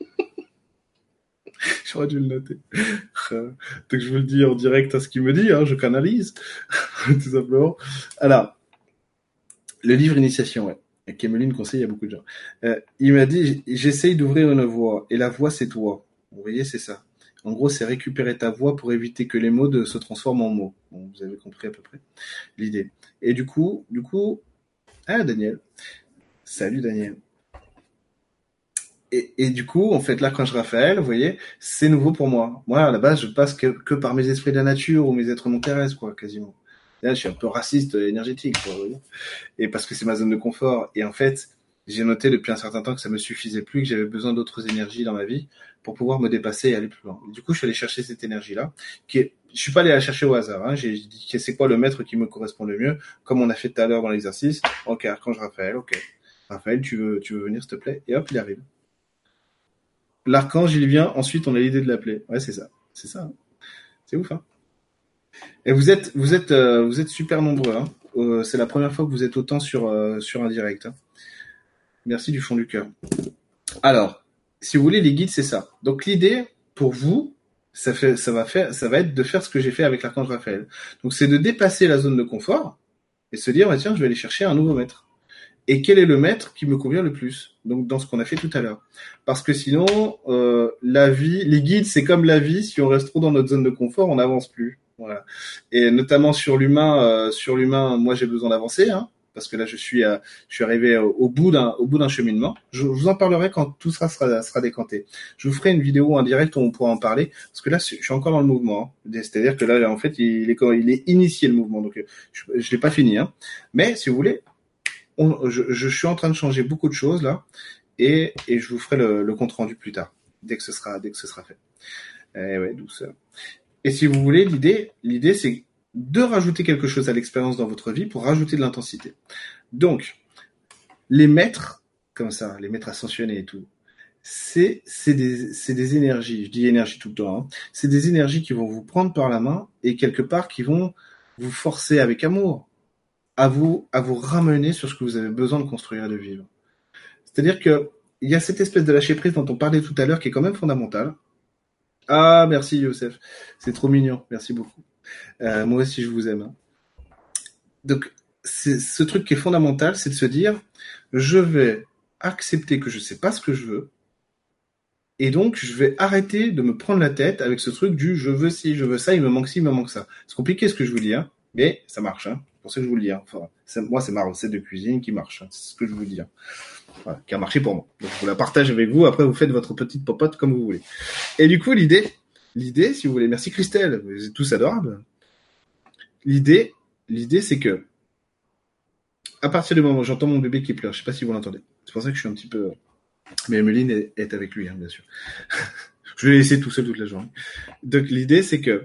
J'aurais dû le noter. Donc, je vous le dis en direct à ce qu'il me dit, hein, je canalise, tout simplement. Alors, le livre Initiation, ouais. Et Kemeline conseille à beaucoup de gens. Euh, il m'a dit, j'essaye d'ouvrir une voie, et la voie, c'est toi. Vous voyez, c'est ça. En gros, c'est récupérer ta voix pour éviter que les mots de, se transforment en mots. Bon, vous avez compris à peu près l'idée. Et du coup, du coup, ah Daniel, salut Daniel. Et, et du coup, en fait, l'archange Raphaël, vous voyez, c'est nouveau pour moi. Moi, à la base, je passe que, que par mes esprits de la nature ou mes êtres non terrestres, quoi, quasiment. Là, je suis un peu raciste énergétique, quoi, vous voyez. Et parce que c'est ma zone de confort. Et en fait, j'ai noté depuis un certain temps que ça me suffisait plus, que j'avais besoin d'autres énergies dans ma vie pour pouvoir me dépasser et aller plus loin. Du coup, je suis allé chercher cette énergie-là, qui est, je suis pas allé la chercher au hasard, hein. J'ai dit, c'est quoi le maître qui me correspond le mieux, comme on a fait tout à l'heure dans l'exercice. Ok, Archange Raphaël, ok. Raphaël, tu veux, tu veux venir, s'il te plaît? Et hop, il arrive. L'archange, il vient, ensuite on a l'idée de l'appeler. Ouais, c'est ça. C'est ça. Hein. C'est ouf, hein. Et vous êtes, vous êtes, euh, vous êtes super nombreux, hein. Euh, c'est la première fois que vous êtes autant sur, euh, sur un direct, hein. Merci du fond du cœur. Alors, si vous voulez, les guides, c'est ça. Donc l'idée, pour vous, ça fait, ça va faire, ça va être de faire ce que j'ai fait avec l'archange Raphaël. Donc c'est de dépasser la zone de confort et se dire, bah, tiens, je vais aller chercher un nouveau maître. Et quel est le maître qui me convient le plus? Donc dans ce qu'on a fait tout à l'heure. Parce que sinon, euh, la vie, les guides, c'est comme la vie. Si on reste trop dans notre zone de confort, on n'avance plus. Voilà. Et notamment sur l'humain, euh, sur l'humain, moi j'ai besoin d'avancer, hein, parce que là je suis, à, je suis arrivé au, au bout d'un, au bout d'un cheminement. Je, je vous en parlerai quand tout ça sera, sera décanté. Je vous ferai une vidéo en direct où on pourra en parler, parce que là je suis encore dans le mouvement. Hein. C'est-à-dire que là, en fait, il est, il est initié le mouvement, donc je, je l'ai pas fini. Hein. Mais si vous voulez. On, je, je suis en train de changer beaucoup de choses là, et, et je vous ferai le, le compte rendu plus tard, dès que ce sera, dès que ce sera fait. Et ouais, douceur. Et si vous voulez, l'idée, l'idée c'est de rajouter quelque chose à l'expérience dans votre vie pour rajouter de l'intensité. Donc, les maîtres, comme ça, les maîtres ascensionnés et tout, c'est, c'est des, c'est des énergies. Je dis énergie tout le temps. Hein, c'est des énergies qui vont vous prendre par la main et quelque part qui vont vous forcer avec amour. à vous, à vous ramener sur ce que vous avez besoin de construire et de vivre. C'est-à-dire que il y a cette espèce de lâcher prise dont on parlait tout à l'heure qui est quand même fondamentale. Ah, merci Youssef. C'est trop mignon. Merci beaucoup. Euh, moi aussi, je vous aime. Hein. Donc, c'est, ce truc qui est fondamental, c'est de se dire, je vais accepter que je sais pas ce que je veux. Et donc, je vais arrêter de me prendre la tête avec ce truc du je veux ci, je veux ça, il me manque ci, il me manque ça. C'est compliqué ce que je vous dis, hein, mais ça marche. Hein. C'est pour ça que je vous le dis. Hein. Enfin, c'est, moi, c'est ma recette de cuisine qui marche. Hein. C'est ce que je vous dis. Hein. Voilà, qui a marché pour moi. Donc, je vous la partage avec vous. Après, vous faites votre petite popote comme vous voulez. Et du coup, l'idée, l'idée, si vous voulez, merci Christelle, vous êtes tous adorables. L'idée, l'idée, c'est que, à partir du moment où j'entends mon bébé qui pleure, je sais pas si vous l'entendez. C'est pour ça que je suis un petit peu... Mais Emeline est, est avec lui, hein, bien sûr. Je l'ai laissé tout seul toute la journée. Donc l'idée, c'est que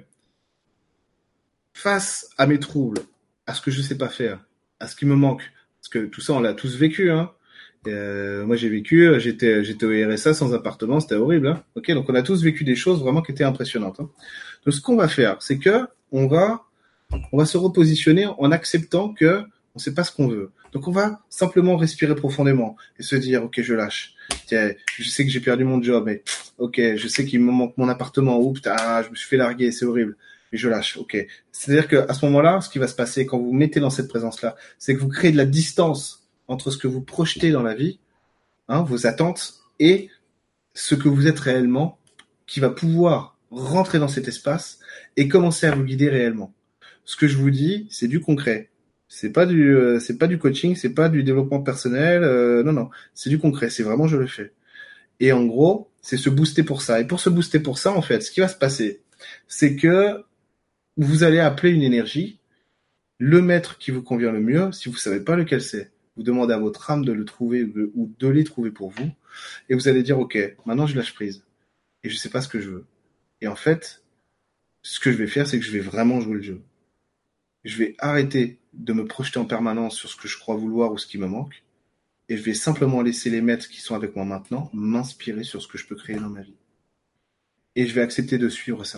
face à mes troubles, à ce que je sais pas faire, à ce qui me manque, parce que tout ça, on l'a tous vécu. Hein. Euh, moi, j'ai vécu, j'étais, j'étais au R S A sans appartement, c'était horrible. Hein. Ok, donc on a tous vécu des choses vraiment qui étaient impressionnantes. Hein. Donc ce qu'on va faire, c'est que on va, on va se repositionner en acceptant que on sait pas ce qu'on veut. Donc on va simplement respirer profondément et se dire, ok, je lâche. Tiens, je sais que j'ai perdu mon job, mais ok, je sais qu'il me manque mon appartement. Oups, ah, je me suis fait larguer, c'est horrible. Mais je lâche, ok. C'est-à-dire que à ce moment-là, ce qui va se passer quand vous vous mettez dans cette présence-là, c'est que vous créez de la distance entre ce que vous projetez dans la vie, hein, vos attentes, et ce que vous êtes réellement, qui va pouvoir rentrer dans cet espace et commencer à vous guider réellement. Ce que je vous dis, c'est du concret. C'est pas du, euh, c'est pas du coaching, c'est pas du développement personnel. Euh, non, non, c'est du concret. C'est vraiment je le fais. Et en gros, c'est se booster pour ça. Et pour se booster pour ça, en fait, ce qui va se passer, c'est que vous allez appeler une énergie, le maître qui vous convient le mieux. Si vous savez pas lequel c'est, vous demandez à votre âme de le trouver ou de les trouver pour vous. Et vous allez dire, ok, maintenant je lâche prise. Et je sais pas ce que je veux. Et en fait, ce que je vais faire, c'est que je vais vraiment jouer le jeu. Je vais arrêter de me projeter en permanence sur ce que je crois vouloir ou ce qui me manque. Et je vais simplement laisser les maîtres qui sont avec moi maintenant m'inspirer sur ce que je peux créer dans ma vie. Et je vais accepter de suivre ça.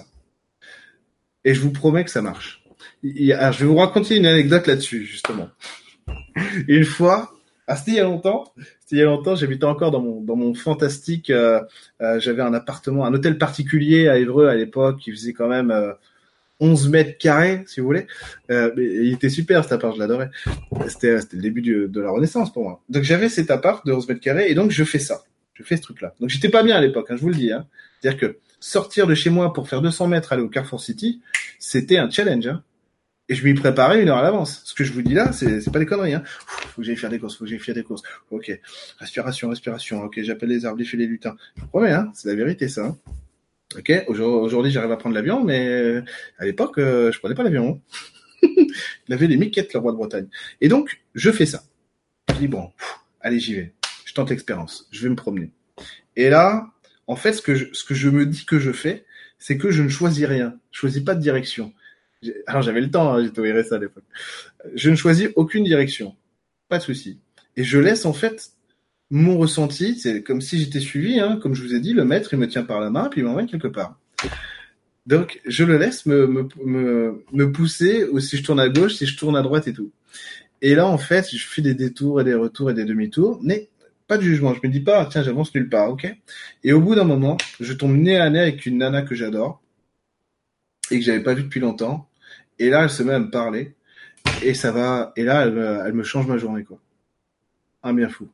Et je vous promets que ça marche. Alors, je vais vous raconter une anecdote là-dessus, justement. Une fois, ah, c'était il y a longtemps, c'était il y a longtemps, j'habitais encore dans mon, dans mon fantastique, euh, euh, j'avais un appartement, un hôtel particulier à Évreux à l'époque, qui faisait quand même euh, onze mètres carrés, si vous voulez. Euh, mais il était super cet appart, je l'adorais. C'était, c'était le début du, de la Renaissance pour moi. Donc j'avais cet appart de onze mètres carrés et donc je fais ça. Je fais ce truc-là. Donc j'étais pas bien à l'époque, hein, je vous le dis. Hein. C'est-à-dire que sortir de chez moi pour faire deux cents mètres aller au Carrefour City, c'était un challenge. Hein. Et je m'y préparais une heure à l'avance. Ce que je vous dis là, c'est, c'est pas des conneries. Hein. Faut que j'aille faire des courses, faut que j'aille faire des courses. Ok, respiration, respiration. Ok, j'appelle les arbres, les lutins. Je vous promets, hein, c'est la vérité ça. Hein. Ok, aujourd'hui j'arrive à prendre l'avion, mais à l'époque euh, je prenais pas l'avion. Il avait les miquettes le roi de Bretagne. Et donc je fais ça. Je dis bon, pff, allez j'y vais. tente l'expérience. Je vais me promener. Et là, en fait, ce que je, ce que je me dis que je fais, c'est que je ne choisis rien. Je choisis pas de direction. J'ai- Alors j'avais le temps, hein, j'étais au R S A à l'époque. Je ne choisis aucune direction. Pas de souci. Et je laisse en fait mon ressenti, c'est comme si j'étais suivi, hein, comme je vous ai dit, le maître il me tient par la main puis il m'emmène quelque part. Donc je le laisse me, me, me, me pousser, ou si je tourne à gauche, si je tourne à droite et tout. Et là en fait, je fais des détours et des retours et des demi-tours, mais pas de jugement. Je me dis pas, tiens, j'avance nulle part, ok. Et au bout d'un moment, je tombe nez à nez avec une nana que j'adore et que j'avais pas vue depuis longtemps. Et là, elle se met à me parler et ça va. Et là, elle, me- elle me change ma journée, quoi. Un bien fou.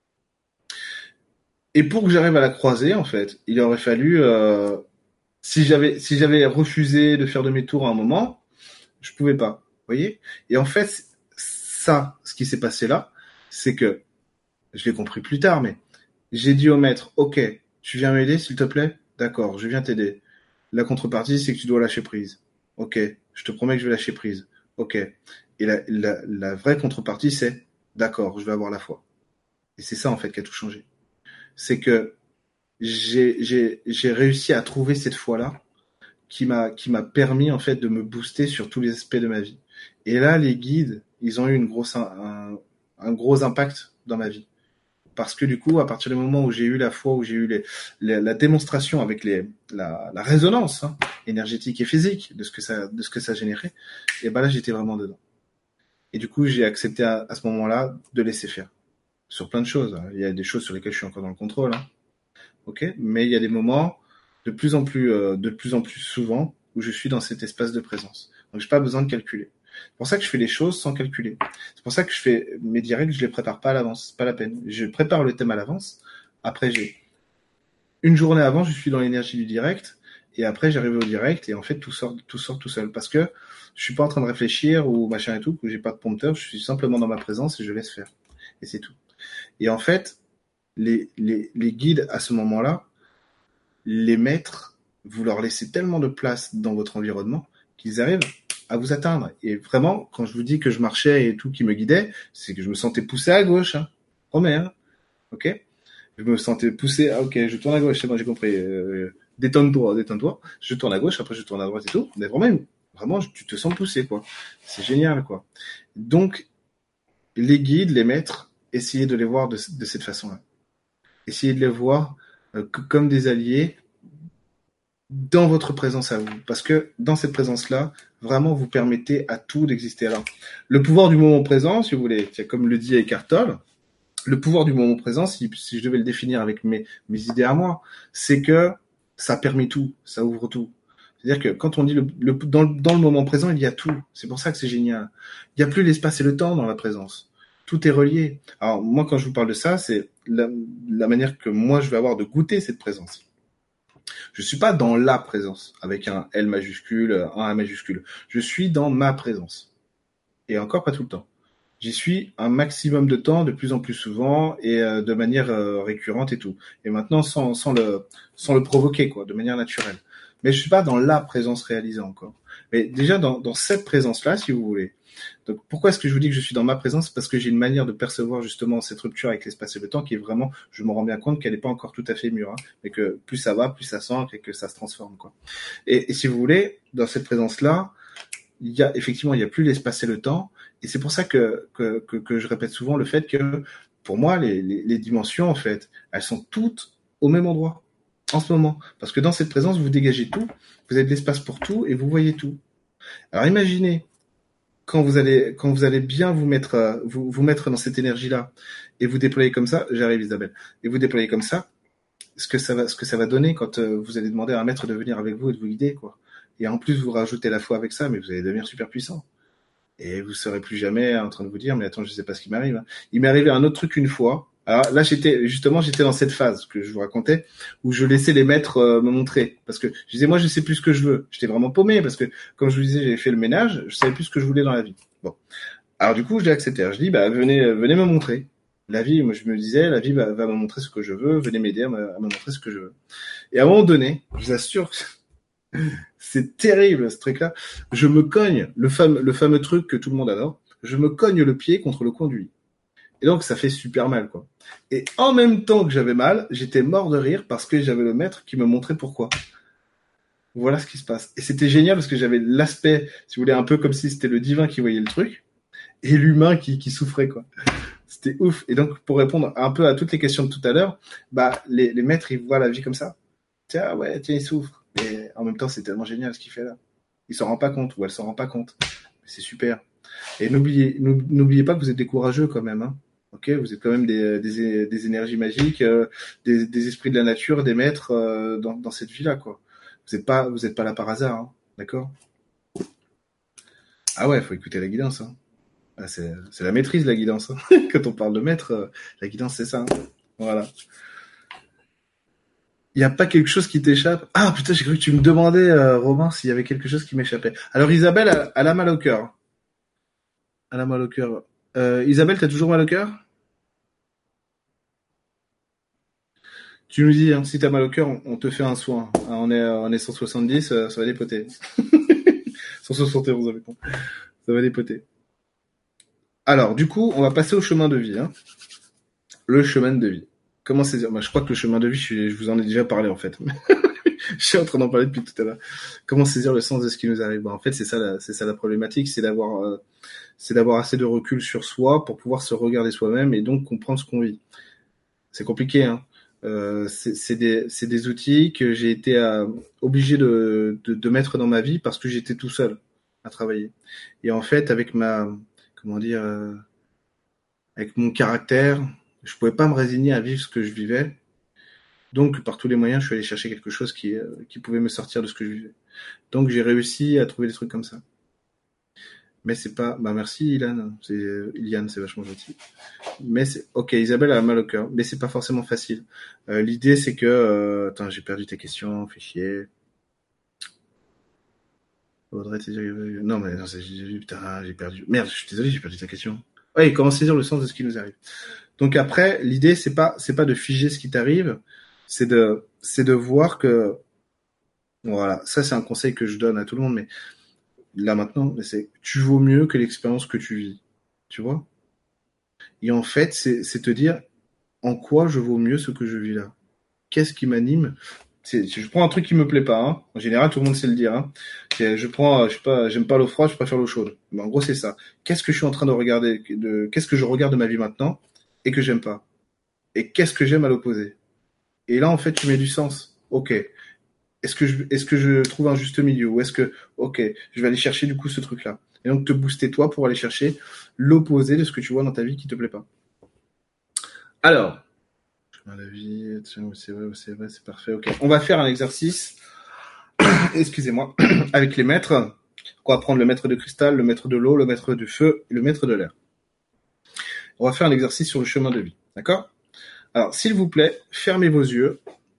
Et pour que j'arrive à la croiser, en fait, il aurait fallu, euh, si j'avais, si j'avais refusé de faire demi-tour à un moment, je pouvais pas. Vous voyez? Et en fait, ça, ce qui s'est passé là, c'est que, je l'ai compris plus tard, mais j'ai dit au maître, ok, tu viens m'aider, s'il te plaît? D'accord, je viens t'aider. La contrepartie, c'est que tu dois lâcher prise. Ok, je te promets que je vais lâcher prise. Ok. Et la, la, la vraie contrepartie, c'est, d'accord, je vais avoir la foi. Et c'est ça, en fait, qui a tout changé. C'est que j'ai, j'ai, j'ai réussi à trouver cette foi-là qui m'a, qui m'a permis, en fait, de me booster sur tous les aspects de ma vie. Et là, les guides, ils ont eu une grosse, un, un gros impact dans ma vie. Parce que du coup, à partir du moment où j'ai eu la foi, où j'ai eu les, les, la démonstration avec les, la, la résonance hein, énergétique et physique de ce que ça, de ce que ça générait, et ben là, j'étais vraiment dedans. Et du coup, j'ai accepté à, à ce moment-là de laisser faire sur plein de choses. Il y a des choses sur lesquelles je suis encore dans le contrôle, hein, ok. Mais il y a des moments de plus en plus, euh, de plus en plus souvent où je suis dans cet espace de présence. Donc, j'ai pas besoin de calculer. C'est pour ça que je fais les choses sans calculer. C'est pour ça que je fais mes directs, je les prépare pas à l'avance. C'est pas la peine. Je prépare le thème à l'avance. Après, j'ai une journée avant, je suis dans l'énergie du direct. Et après, j'arrive au direct et en fait, tout sort, tout sort tout seul. Parce que je suis pas en train de réfléchir ou machin et tout, que j'ai pas de prompteur. Je suis simplement dans ma présence et je laisse faire. Et c'est tout. Et en fait, les, les, les guides à ce moment-là, les maîtres, vous leur laissez tellement de place dans votre environnement qu'ils arrivent à vous atteindre. Et vraiment, quand je vous dis que je marchais et tout qui me guidait, c'est que je me sentais poussé à gauche. Hein. Promets, hein. Ok. Je me sentais poussé. Ah, ok, je tourne à gauche. C'est bon, j'ai compris. Euh, détonne-toi, détonne-toi. Je tourne à gauche, après je tourne à droite et tout. Mais vraiment, vraiment, tu te sens poussé, quoi. C'est génial, quoi. Donc, les guides, les maîtres, essayez de les voir de, de cette façon-là. Essayez de les voir euh, comme des alliés dans votre présence à vous. Parce que dans cette présence-là, vraiment, vous permettez à tout d'exister. Alors, le pouvoir du moment présent, si vous voulez, comme le dit Eckhart Tolle, le pouvoir du moment présent, si, si je devais le définir avec mes, mes idées à moi, c'est que ça permet tout, ça ouvre tout. C'est-à-dire que quand on dit le, le, dans, dans le moment présent, il y a tout. C'est pour ça que c'est génial. Il n'y a plus l'espace et le temps dans la présence. Tout est relié. Alors moi, quand je vous parle de ça, c'est la, la manière que moi je vais avoir de goûter cette présence. Je suis pas dans la présence avec un L majuscule, un A majuscule. Je suis dans ma présence. Et encore pas tout le temps. J'y suis un maximum de temps, de plus en plus souvent et euh, de manière euh, récurrente et tout. Et maintenant sans, sans le sans le provoquer quoi, de manière naturelle. Mais je suis pas dans la présence réalisée encore. Mais déjà dans, dans cette présence-là, si vous voulez. Donc pourquoi est-ce que je vous dis que je suis dans ma présence? Parce que j'ai une manière de percevoir justement cette rupture avec l'espace et le temps qui est vraiment, je me rends bien compte qu'elle n'est pas encore tout à fait mûre, hein, mais que plus ça va, plus ça s'ancre et que ça se transforme quoi. Et, et si vous voulez, dans cette présence-là, il y a effectivement il y a plus l'espace et le temps. Et c'est pour ça que, que, que, que je répète souvent le fait que, pour moi, les, les, les dimensions, en fait, elles sont toutes au même endroit, en ce moment. Parce que dans cette présence, vous dégagez tout, vous avez de l'espace pour tout, et vous voyez tout. Alors imaginez, quand vous allez, quand vous allez bien vous mettre, vous, vous mettre dans cette énergie-là, et vous déployer comme ça, j'arrive Isabelle, et vous déployer comme ça, ce que ça va, ce que ça va donner quand euh, vous allez demander à un maître de venir avec vous et de vous guider, quoi. Et en plus, vous rajoutez la foi avec ça, mais vous allez devenir super puissant. Et vous serez plus jamais en train de vous dire, mais attends, je sais pas ce qui m'arrive. Hein. Il m'est arrivé un autre truc une fois. Alors là, j'étais justement, j'étais dans cette phase que je vous racontais, où je laissais les maîtres euh, me montrer, parce que je disais, moi, je sais plus ce que je veux. J'étais vraiment paumé, parce que comme je vous disais, j'avais fait le ménage, je savais plus ce que je voulais dans la vie. Bon, alors du coup, je l'ai accepté. Alors, je dis, bah venez, euh, venez me montrer. La vie, moi, je me disais, la vie va, va me montrer ce que je veux. Venez m'aider à me, à me montrer ce que je veux. Et à un moment donné, je vous assure que c'est terrible ce truc-là. Je me cogne le fameux, le fameux truc que tout le monde adore. Je me cogne le pied contre le coin du lit. Et donc, ça fait super mal, quoi. Et en même temps que j'avais mal, j'étais mort de rire parce que j'avais le maître qui me montrait pourquoi. Voilà ce qui se passe. Et c'était génial parce que j'avais l'aspect, si vous voulez, un peu comme si c'était le divin qui voyait le truc et l'humain qui, qui souffrait, quoi. C'était ouf. Et donc, pour répondre un peu à toutes les questions de tout à l'heure, bah, les, les maîtres, ils voient la vie comme ça. Tiens, ouais, tiens, il souffre. Et en même temps, c'est tellement génial ce qu'il fait là. Il s'en rend pas compte ou elle s'en rend pas compte. C'est super. Et n'oubliez, n'oubliez pas que vous êtes des courageux quand même, hein. Ok, vous êtes quand même des, des, des énergies magiques, euh, des, des esprits de la nature, des maîtres euh, dans, dans cette vie-là, quoi. Vous n'êtes pas, vous êtes pas là par hasard, hein. D'accord? Ah ouais, faut écouter la guidance, hein. Ah, c'est, c'est la maîtrise, la guidance, hein. Quand on parle de maître, euh, la guidance, c'est ça, hein. Voilà. Il n'y a pas quelque chose qui t'échappe? Ah putain, j'ai cru que tu me demandais, euh, Robin, s'il y avait quelque chose qui m'échappait. Alors Isabelle, elle, elle a mal au cœur. Elle a mal au cœur. Euh, Isabelle, t'as toujours mal au cœur? Tu nous dis, hein, si t'as mal au cœur, on, on te fait un soin. Ah, on est, on est cent soixante-dix, euh, ça va dépoter. cent soixante et onze avec moi. Ça va dépoter. Alors, du coup, on va passer au chemin de vie, hein. Le chemin de vie. Comment c'est dire? Bah, je crois que le chemin de vie, je, je vous en ai déjà parlé en fait. Je suis en train d'en parler depuis tout à l'heure. Comment saisir le sens de ce qui nous arrive? Bah, en fait, c'est ça, la, c'est ça la problématique, c'est d'avoir, euh, c'est d'avoir assez de recul sur soi pour pouvoir se regarder soi-même et donc comprendre ce qu'on vit. C'est compliqué, hein. Euh, c'est, c'est des, c'est des outils que j'ai été euh, obligé de, de, de mettre dans ma vie parce que j'étais tout seul à travailler. Et en fait, avec ma, comment dire, euh, avec mon caractère, je pouvais pas me résigner à vivre ce que je vivais. Donc, par tous les moyens, je suis allé chercher quelque chose qui, euh, qui pouvait me sortir de ce que je vivais. Donc, j'ai réussi à trouver des trucs comme ça. Mais c'est pas, bah merci Ilan, c'est euh, Iliane, c'est vachement gentil. Mais c'est, ok, Isabelle a mal au cœur, mais c'est pas forcément facile. Euh, l'idée c'est que, euh, attends, j'ai perdu tes questions, fais chier. Audrey, t'es non mais non, c'est, j'ai, putain, j'ai perdu. Merde, je suis désolé, j'ai perdu ta question. Oui, comment saisir le sens de ce qui nous arrive. Donc après, l'idée c'est pas, c'est pas de figer ce qui t'arrive, c'est de, c'est de voir que, voilà, ça c'est un conseil que je donne à tout le monde, mais là maintenant, c'est, tu vaux mieux que l'expérience que tu vis, tu vois. Et en fait, c'est, c'est te dire en quoi je vaux mieux ce que je vis là. Qu'est-ce qui m'anime? C'est, je prends un truc qui me plaît pas, hein. En général, tout le monde sait le dire, hein. C'est, je prends, je sais pas, j'aime pas l'eau froide, je préfère l'eau chaude. Mais en gros, c'est ça. Qu'est-ce que je suis en train de regarder, de, qu'est-ce que je regarde de ma vie maintenant et que j'aime pas? Et qu'est-ce que j'aime à l'opposé? Et là, en fait, tu mets du sens. Ok. Est-ce que je, est-ce que je trouve un juste milieu? Ou est-ce que, ok, je vais aller chercher du coup ce truc-là. Et donc te booster toi pour aller chercher l'opposé de ce que tu vois dans ta vie qui te plaît pas. Alors, la vie, c'est vrai, c'est vrai, c'est parfait. Ok, on va faire un exercice. Excusez-moi, avec les maîtres. On va prendre le maître de cristal, le maître de l'eau, le maître du feu et le maître de l'air. On va faire un exercice sur le chemin de vie. D'accord? Alors, s'il vous plaît, fermez vos yeux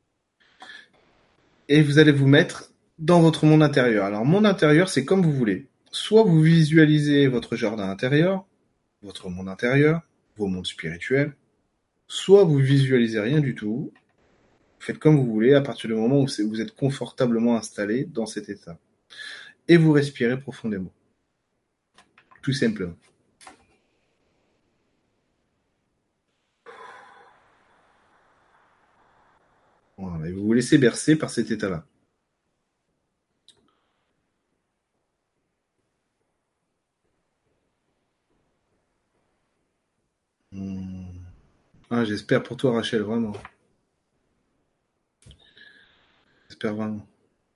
et vous allez vous mettre dans votre monde intérieur. Alors, monde intérieur, c'est comme vous voulez. Soit vous visualisez votre jardin intérieur, votre monde intérieur, vos mondes spirituels, soit vous visualisez rien du tout. Faites comme vous voulez à partir du moment où vous êtes confortablement installé dans cet état. Et vous respirez profondément. Tout simplement. Voilà. Et vous vous laissez bercer par cet état-là. Hmm. Ah, j'espère pour toi, Rachel, vraiment. J'espère vraiment.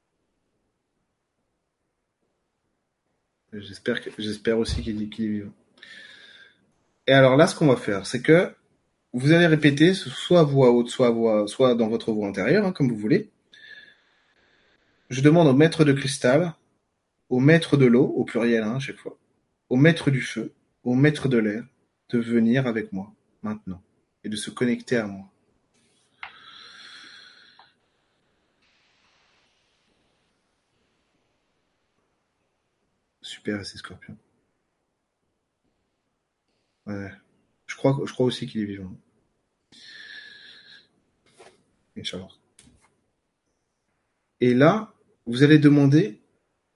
J'espère, que, j'espère aussi qu'il, qu'il est vivant. Et alors là, ce qu'on va faire, c'est que vous allez répéter, soit à voix haute, soit, à voix, soit dans votre voix intérieure, hein, comme vous voulez. Je demande au maître de cristal, au maître de l'eau, au pluriel hein, à chaque fois, au maître du feu, au maître de l'air, de venir avec moi, maintenant, et de se connecter à moi. Super, c'est Scorpion. Ouais. Je crois, je crois aussi qu'il est vivant. Inch'Allah. Et là, vous allez demander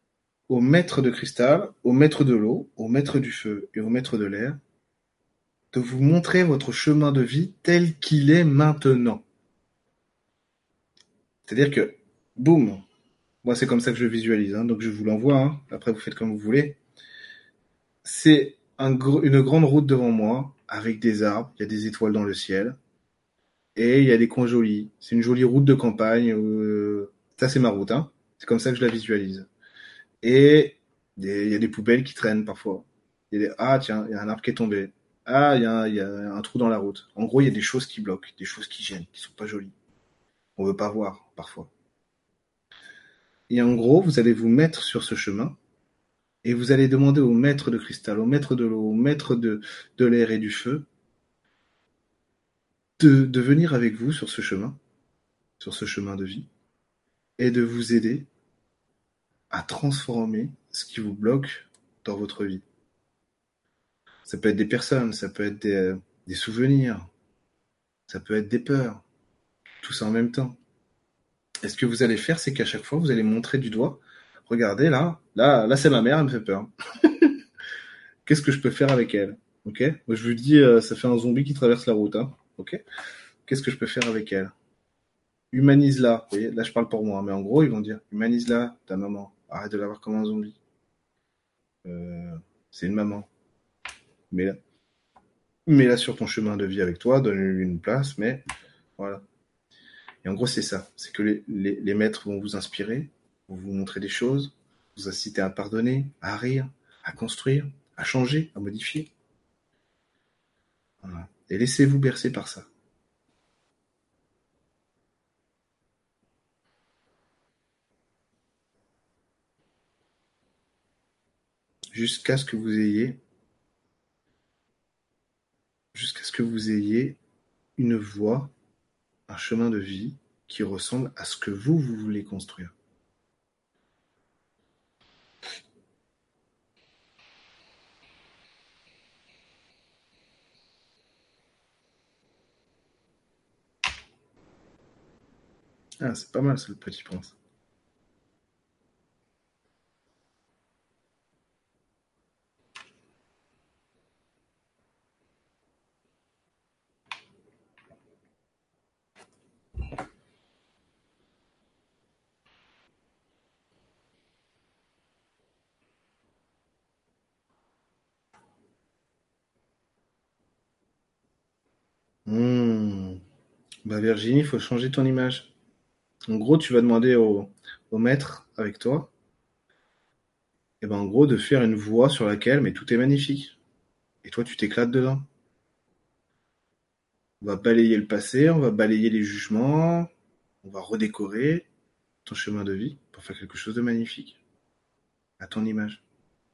au maître de cristal, au maître de l'eau, au maître du feu et au maître de l'air de vous montrer votre chemin de vie tel qu'il est maintenant. C'est-à-dire que, boum, moi c'est comme ça que je visualise, hein, donc je vous l'envoie, hein, après vous faites comme vous voulez. C'est un gr- une grande route devant moi, avec des arbres, il y a des étoiles dans le ciel, et il y a des coins jolis. C'est une jolie route de campagne, euh, ça c'est ma route, hein. C'est comme ça que je la visualise. Et il y a des poubelles qui traînent parfois. Il y a des... Ah tiens, il y a un arbre qui est tombé. Ah, il y a, il y a un trou dans la route. En gros, il y a des choses qui bloquent, des choses qui gênent, qui sont pas jolies. On veut pas voir, parfois. Et en gros, vous allez vous mettre sur ce chemin et vous allez demander au maître de cristal, au maître de l'eau, au maître de, de l'air et du feu de, de venir avec vous sur ce chemin, sur ce chemin de vie, et de vous aider à transformer ce qui vous bloque dans votre vie. Ça peut être des personnes, ça peut être des, euh, des souvenirs, ça peut être des peurs, tout ça en même temps. Et ce que vous allez faire, c'est qu'à chaque fois, vous allez montrer du doigt. Regardez là, là, là, c'est ma mère, elle me fait peur. Qu'est-ce que je peux faire avec elle? Ok? Moi, je vous dis, euh, ça fait un zombie qui traverse la route, hein. Ok? Qu'est-ce que je peux faire avec elle? Humanise-la. Vous voyez, là, je parle pour moi, mais en gros, ils vont dire, humanise-la, ta maman. Arrête de la voir comme un zombie. Euh, c'est une maman. Mets-la, mets-la sur ton chemin de vie avec toi, donne-lui une place, mais voilà. Et en gros, c'est ça. C'est que les, les, les maîtres vont vous inspirer, vont vous montrer des choses, vous inciter à pardonner, à rire, à construire, à changer, à modifier. Voilà. Et laissez-vous bercer par ça. Jusqu'à ce que vous ayez, jusqu'à ce que vous ayez une voie, un chemin de vie qui ressemble à ce que vous, vous voulez construire. Ah, c'est pas mal, ça, le Petit Prince. Mmh. Bah Virginie, il faut changer ton image. En gros, tu vas demander au, au maître avec toi, et ben en gros, de faire une voie sur laquelle, mais tout est magnifique. Et toi, tu t'éclates dedans. On va balayer le passé, on va balayer les jugements, on va redécorer ton chemin de vie pour faire quelque chose de magnifique, à ton image.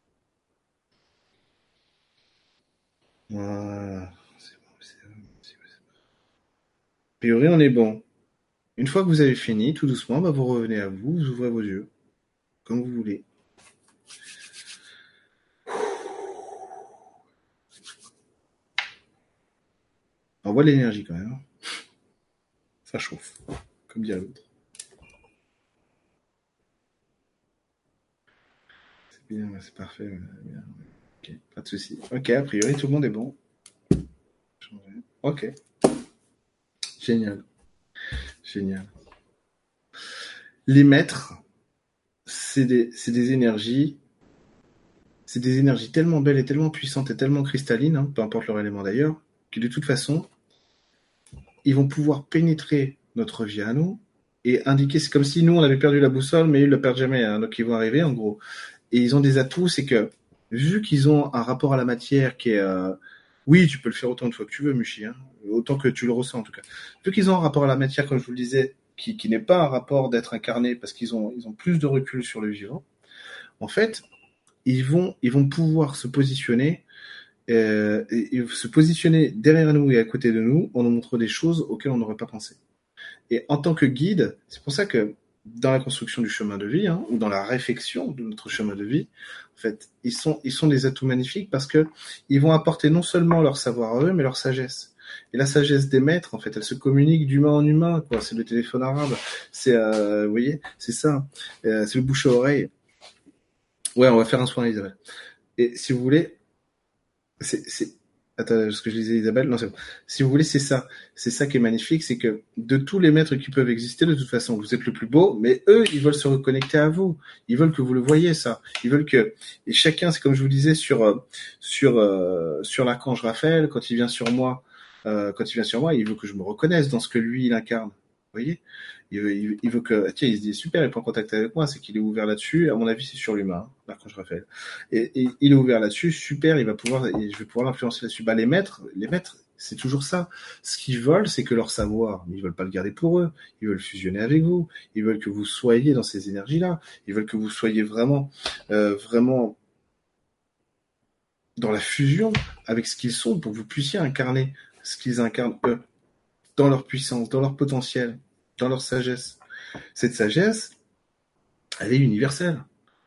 Voilà. C'est bon, c'est bon, c'est bon. A priori, on est bon. Une fois que vous avez fini, tout doucement, bah, vous revenez à vous, vous ouvrez vos yeux, comme vous voulez. Envoie de l'énergie quand même. Ça chauffe, comme dit l'autre. C'est bien, c'est parfait. Bien. Ok, pas de souci. Ok, a priori, tout le monde est bon. Ok, génial, génial. Les maîtres, c'est des, c'est des énergies, c'est des énergies tellement belles et tellement puissantes et tellement cristallines, hein, peu importe leur élément d'ailleurs, que de toute façon, ils vont pouvoir pénétrer notre vie à nous et indiquer, c'est comme si nous on avait perdu la boussole, mais ils ne le perdent jamais, hein, donc ils vont arriver en gros. Et ils ont des atouts, c'est que vu qu'ils ont un rapport à la matière qui est, euh, oui, tu peux le faire autant de fois que tu veux, Mushi, hein, autant que tu le ressens en tout cas. Vu qu'ils ont un rapport à la matière, comme je vous le disais, qui, qui n'est pas un rapport d'être incarné, parce qu'ils ont, ils ont plus de recul sur le vivant. En fait, ils vont, ils vont pouvoir se positionner, euh, et, et se positionner derrière nous et à côté de nous, en nous montrant des choses auxquelles on n'aurait pas pensé. Et en tant que guide, c'est pour ça que dans la construction du chemin de vie, hein, ou dans la réflexion de notre chemin de vie, en fait, ils sont, ils sont des atouts magnifiques parce que ils vont apporter non seulement leur savoir à eux, mais leur sagesse. Et la sagesse des maîtres, en fait, elle se communique d'humain en humain, quoi. C'est le téléphone arabe. C'est, euh, vous voyez, c'est ça. Euh, c'est le bouche à oreille. Ouais, on va faire un soin, Isabelle. Et si vous voulez, c'est, c'est, Attends, ce que je disais Isabelle, non, c'est bon. Si vous voulez, c'est ça. C'est ça qui est magnifique, c'est que de tous les maîtres qui peuvent exister, de toute façon, vous êtes le plus beau, mais eux, ils veulent se reconnecter à vous. Ils veulent que vous le voyez, ça. Ils veulent que, et chacun, c'est comme je vous disais sur, euh, sur, euh, sur l'archange Raphaël, quand il vient sur moi, euh, quand il vient sur moi, il veut que je me reconnaisse dans ce que lui, il incarne. Vous voyez? Il veut, il, il veut que, tiens, il se dit, super, il prend contact avec moi, c'est qu'il est ouvert là-dessus. À mon avis, c'est sur l'humain, hein, l'archange Raphaël. Et, et il est ouvert là-dessus, super, il va pouvoir, et je vais pouvoir l'influencer là-dessus. Bah, les maîtres, les maîtres, c'est toujours ça. Ce qu'ils veulent, c'est que leur savoir, ils veulent pas le garder pour eux. Ils veulent fusionner avec vous. Ils veulent que vous soyez dans ces énergies-là. Ils veulent que vous soyez vraiment, euh, vraiment dans la fusion avec ce qu'ils sont pour que vous puissiez incarner ce qu'ils incarnent eux, dans leur puissance, dans leur potentiel, dans leur sagesse. Cette sagesse, elle est universelle.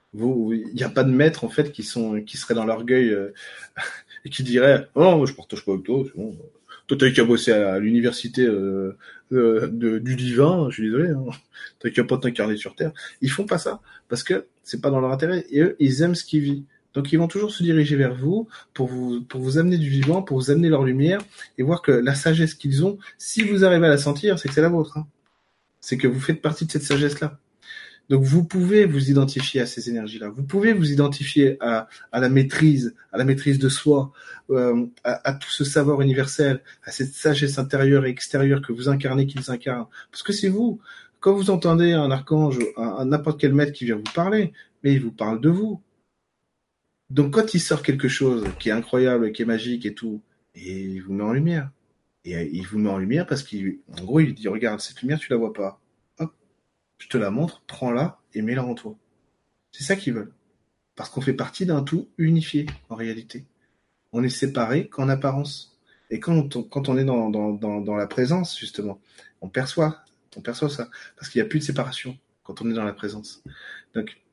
Il n'y a pas de maîtres en fait qui sont qui seraient dans l'orgueil euh, et qui diraient oh je partage pas avec toi, c'est bon. Toi t'as qu'à bosser à l'université euh, euh, de, du divin, je suis désolé, hein. T'as qu'à pas t'incarner sur terre. Ils font pas ça parce que c'est pas dans leur intérêt et eux ils aiment ce qu'ils vivent. Donc ils vont toujours se diriger vers vous pour vous pour vous amener du vivant, pour vous amener leur lumière et voir que la sagesse qu'ils ont, si vous arrivez à la sentir, c'est que c'est la vôtre. Hein. C'est que vous faites partie de cette sagesse là. Donc vous pouvez vous identifier à ces énergies-là. Vous pouvez vous identifier à, à la maîtrise, à la maîtrise de soi, euh, à, à tout ce savoir universel, à cette sagesse intérieure et extérieure que vous incarnez, qu'ils incarnent. Parce que c'est vous. Quand vous entendez un archange, un, un n'importe quel maître qui vient vous parler, mais il vous parle de vous. Donc quand il sort quelque chose qui est incroyable, qui est magique et tout, et il vous met en lumière. Et il vous met en lumière parce qu'en gros, il dit regarde, cette lumière, tu la vois pas. Hop, je te la montre, prends-la et mets-la en toi. C'est ça qu'ils veulent. Parce qu'on fait partie d'un tout unifié, en réalité. On est séparés qu'en apparence. Et quand on, quand on est dans, dans, dans, dans la présence, justement, on perçoit, on perçoit ça. Parce qu'il n'y a plus de séparation quand on est dans la présence. Donc,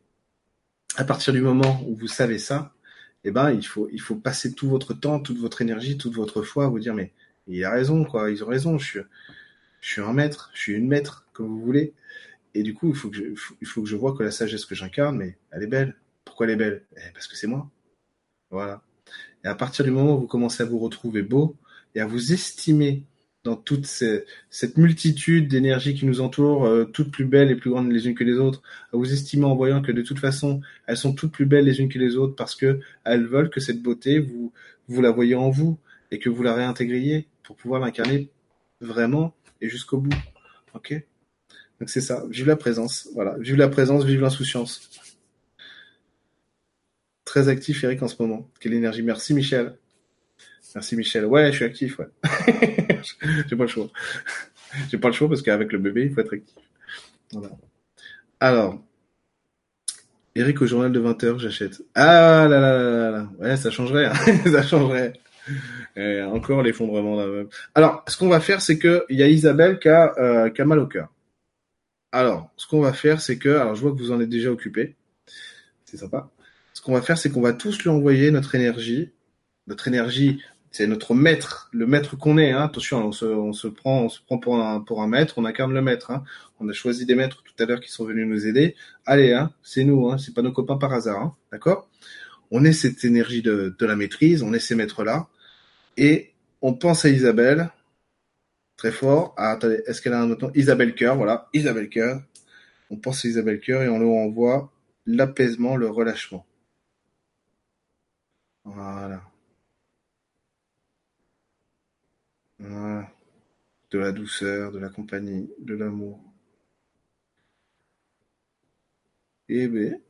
à partir du moment où vous savez ça, eh ben, il faut, il faut passer tout votre temps, toute votre énergie, toute votre foi à vous dire, mais il a raison, quoi, ils ont raison, je suis, je suis un maître, je suis une maître, comme vous voulez. Et du coup, il faut que je, il faut que je vois que la sagesse que j'incarne, mais elle est belle. Pourquoi elle est belle? Eh, parce que c'est moi. Voilà. Et à partir du moment où vous commencez à vous retrouver beau et à vous estimer dans toute ces, cette multitude d'énergies qui nous entourent, euh, toutes plus belles et plus grandes les unes que les autres, à vous estimer en voyant que de toute façon, elles sont toutes plus belles les unes que les autres parce que elles veulent que cette beauté, vous, vous la voyez en vous et que vous la réintégriez pour pouvoir l'incarner vraiment et jusqu'au bout. Ok? Donc c'est ça. Vive la présence. Voilà. Vive la présence, vive l'insouciance. Très actif, Eric, en ce moment. Quelle énergie. Merci, Michel. Merci, Michel. Ouais, je suis actif, ouais. J'ai pas le choix. J'ai pas le choix parce qu'avec le bébé, il faut être actif. Voilà. Alors, Eric au journal de vingt heures, j'achète. Ah là là là là là. Ouais, ça changerait. Hein. Ça changerait. Et encore l'effondrement là. Alors, ce qu'on va faire, c'est que il y a Isabelle qui a, euh, qui a mal au cœur. Alors, ce qu'on va faire, c'est que, alors je vois que vous en êtes déjà occupé. C'est sympa. Ce qu'on va faire, c'est qu'on va tous lui envoyer notre énergie. Notre énergie, c'est notre maître, le maître qu'on est. Hein. Attention, on se, on se prend, on se prend pour un, pour un maître, on incarne le maître. Hein. On a choisi des maîtres tout à l'heure qui sont venus nous aider. Allez, hein, c'est nous, hein, c'est pas nos copains par hasard, hein, d'accord? On est cette énergie de, de la maîtrise, on est ces maîtres-là, et on pense à Isabelle, très fort. Ah, attendez, est-ce qu'elle a un autre nom? Isabelle Cœur, voilà, Isabelle Cœur. On pense à Isabelle Cœur et on leur envoie l'apaisement, le relâchement. Voilà. Voilà. De la douceur, de la compagnie, de l'amour. Eh ben,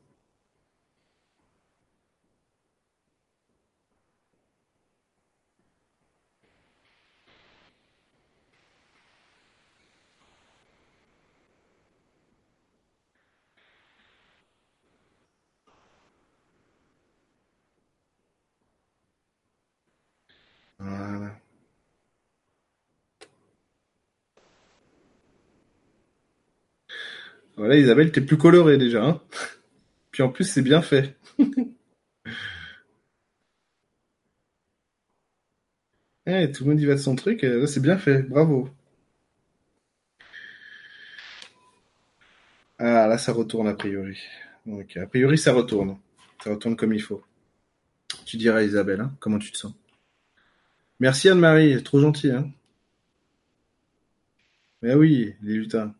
voilà. Voilà, Isabelle, t'es plus colorée déjà, hein. Puis en plus, c'est bien fait. Eh, tout le monde y va de son truc, euh, c'est bien fait, bravo. Ah, là, ça retourne a priori. Donc, a priori, ça retourne. Ça retourne comme il faut. Tu diras, Isabelle, hein, comment tu te sens? Merci Anne-Marie, trop gentil, hein. Mais oui, les lutins.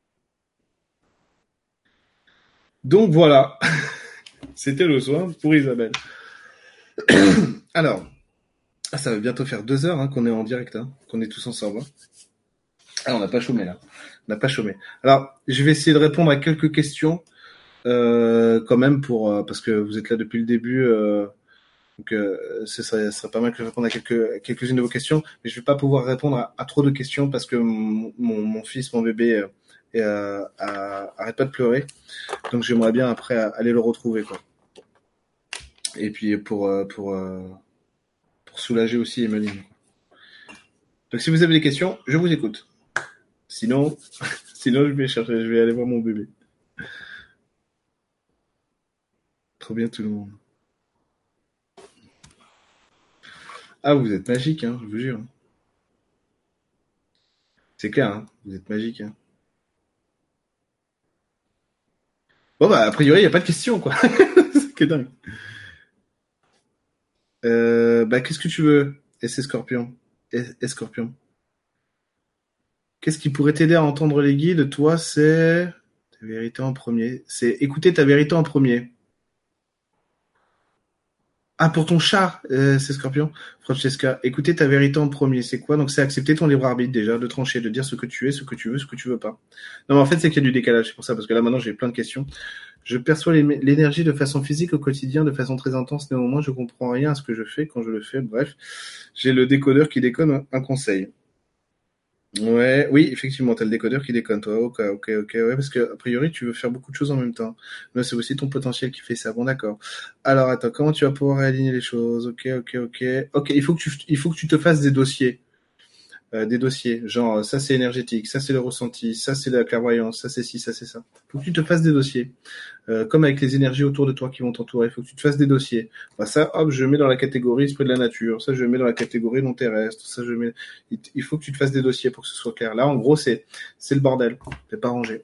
Donc voilà, c'était le soin pour Isabelle. Alors, ah, ça va bientôt faire deux heures hein, qu'on est en direct, hein, qu'on est tous ensemble. Hein. Ah, on n'a pas chômé là. On n'a pas chômé. Alors, je vais essayer de répondre à quelques questions euh, quand même pour euh, parce que vous êtes là depuis le début. Euh, donc, euh, ce serait, ce serait pas mal que je réponde à quelques quelques-unes de vos questions, mais je vais pas pouvoir répondre à, à trop de questions parce que mon, mon, mon fils, mon bébé, euh, est, euh, a- arrête pas de pleurer. Donc, j'aimerais bien après aller le retrouver quoi. Et puis pour euh, pour euh, pour soulager aussi Emeline. Donc, si vous avez des questions, je vous écoute. Sinon, sinon je vais chercher, je vais aller voir mon bébé. Trop bien tout le monde. Ah, vous êtes magique, hein, je vous jure. C'est clair, hein, vous êtes magique. Hein. Bon bah a priori il y a pas de question quoi. C'est dingue. Euh, bah qu'est-ce que tu veux, S C Scorpion, S Scorpion. Qu'est-ce qui pourrait t'aider à entendre les guides? Toi, c'est ta vérité en premier. C'est écouter ta vérité en premier. Ah, pour ton chat, euh, c'est Scorpion. Francesca, écouter ta vérité en premier, c'est quoi? Donc c'est accepter ton libre arbitre déjà, de trancher, de dire ce que tu es, ce que tu veux, ce que tu veux pas. Non mais en fait c'est qu'il y a du décalage, c'est pour ça, parce que là maintenant j'ai plein de questions. Je perçois l'énergie de façon physique au quotidien, de façon très intense, néanmoins je comprends rien à ce que je fais quand je le fais, bref. J'ai le décodeur qui déconne un conseil. Ouais, oui, effectivement, t'as le décodeur qui déconne, toi. Ok, ok, ok, ouais, parce que, a priori, tu veux faire beaucoup de choses en même temps. Mais c'est aussi ton potentiel qui fait ça. Bon, d'accord. Alors, attends, comment tu vas pouvoir réaligner les choses? Ok, ok, ok. Ok, il faut que tu, il faut que tu te fasses des dossiers. Euh, des dossiers. Genre, ça c'est énergétique, ça c'est le ressenti, ça c'est la clairvoyance, ça c'est ci, ça c'est ça. Faut que tu te fasses des dossiers. Euh, comme avec les énergies autour de toi qui vont t'entourer, il faut que tu te fasses des dossiers. Bah, ça, hop, je mets dans la catégorie esprit de la nature, ça je mets dans la catégorie non terrestre, ça je mets. Il faut que tu te fasses des dossiers pour que ce soit clair. Là, en gros, c'est c'est le bordel, c'est pas rangé.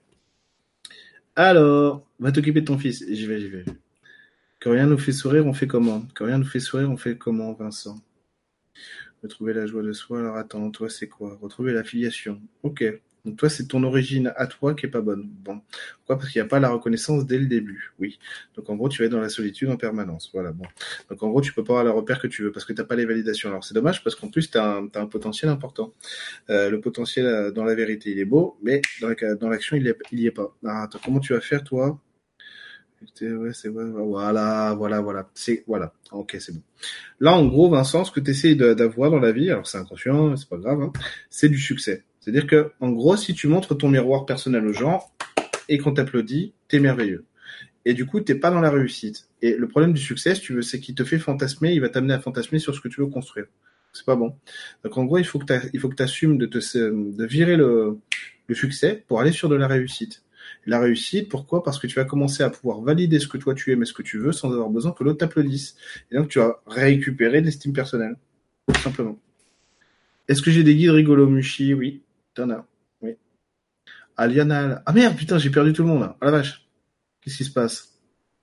Alors, va t'occuper de ton fils. J'y vais, j'y vais. Quand rien nous fait sourire, on fait comment? Quand rien nous fait sourire, on fait comment, Vincent? Retrouver la joie de soi. Alors attends, toi c'est quoi? Retrouver la filiation. Ok. Donc toi c'est ton origine à toi qui est pas bonne. Bon. Pourquoi? Parce qu'il n'y a pas la reconnaissance dès le début. Oui. Donc en gros tu vas être dans la solitude en permanence. Voilà. Bon. Donc en gros tu peux pas avoir la repère que tu veux parce que t'as pas les validations. Alors c'est dommage parce qu'en plus t'as un, t'as un potentiel important. Euh, le potentiel euh, dans la vérité il est beau, mais dans, la, dans l'action il, est, il y est pas. Alors, attends, comment tu vas faire toi? Ouais, c'est ouais, voilà, voilà, voilà. C'est voilà. Ok, c'est bon. Là, en gros, Vincent, ce que tu essaies d'avoir dans la vie, alors c'est inconscient, c'est pas grave, hein, c'est du succès. C'est-à-dire que, en gros, si tu montres ton miroir personnel aux gens et qu'on t'applaudit, t'es merveilleux. Et du coup, t'es pas dans la réussite. Et le problème du succès, si tu veux, c'est qu'il te fait fantasmer, il va t'amener à fantasmer sur ce que tu veux construire. C'est pas bon. Donc, en gros, il faut que il faut que t'assumes de te, de virer le, le succès pour aller sur de la réussite. La réussite, pourquoi? Parce que tu vas commencer à pouvoir valider ce que toi tu aimes et ce que tu veux sans avoir besoin que l'autre t'applaudisse. Et donc tu vas récupérer de l'estime personnelle, tout simplement. Est-ce que j'ai des guides rigolos, Mushi? Oui, t'en as. Oui. Ah, Lionel. Ah merde, putain, j'ai perdu tout le monde. Là. Ah la vache. Qu'est-ce qui se passe?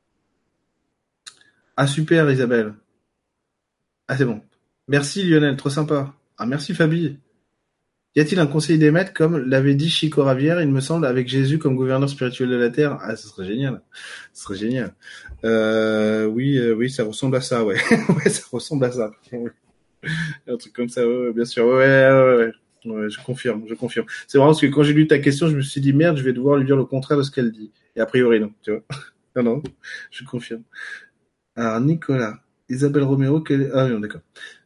Ah super, Isabelle. Ah c'est bon. Merci Lionel, trop sympa. Ah merci Fabi. Y a-t-il un conseil des maîtres comme l'avait dit Chico Ravière, il me semble, avec Jésus comme gouverneur spirituel de la Terre? Ah, ce serait génial. Ce serait génial. Euh, oui, euh, oui, ça ressemble à ça, ouais. ouais, ça ressemble à ça. Un truc comme ça, ouais, ouais, bien sûr. Ouais, ouais, ouais. Ouais, je confirme, je confirme. C'est vraiment parce que quand j'ai lu ta question, je me suis dit merde, je vais devoir lui dire le contraire de ce qu'elle dit. Et a priori, non, tu vois. Non, non, je confirme. Alors, Nicolas, Isabelle Romero, quel... Ah, non, d'accord.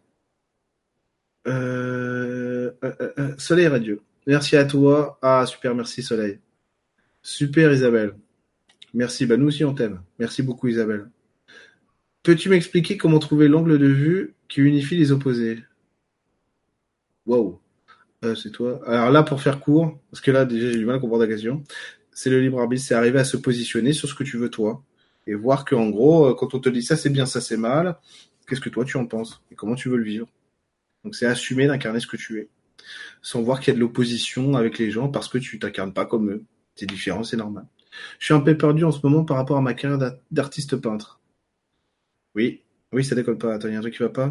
Euh, euh, euh, euh, Soleil Radieux. Merci à toi. Ah, super, merci Soleil. Super Isabelle. Merci, bah nous aussi on t'aime. Merci beaucoup Isabelle. Peux-tu m'expliquer comment trouver l'angle de vue qui unifie les opposés? Waouh. Euh, c'est toi. Alors là, pour faire court, parce que là déjà j'ai du mal à comprendre la question, c'est le libre arbitre, c'est arriver à se positionner sur ce que tu veux toi. Et voir que en gros, euh, quand on te dit ça c'est bien, ça c'est mal, qu'est-ce que toi tu en penses? Et comment tu veux le vivre? Donc c'est assumer d'incarner ce que tu es. Sans voir qu'il y a de l'opposition avec les gens parce que tu t'incarnes pas comme eux. C'est différent, c'est normal. Je suis un peu perdu en ce moment par rapport à ma carrière d'artiste peintre. Oui, oui, ça décolle pas. Attends, il y a un truc qui va pas.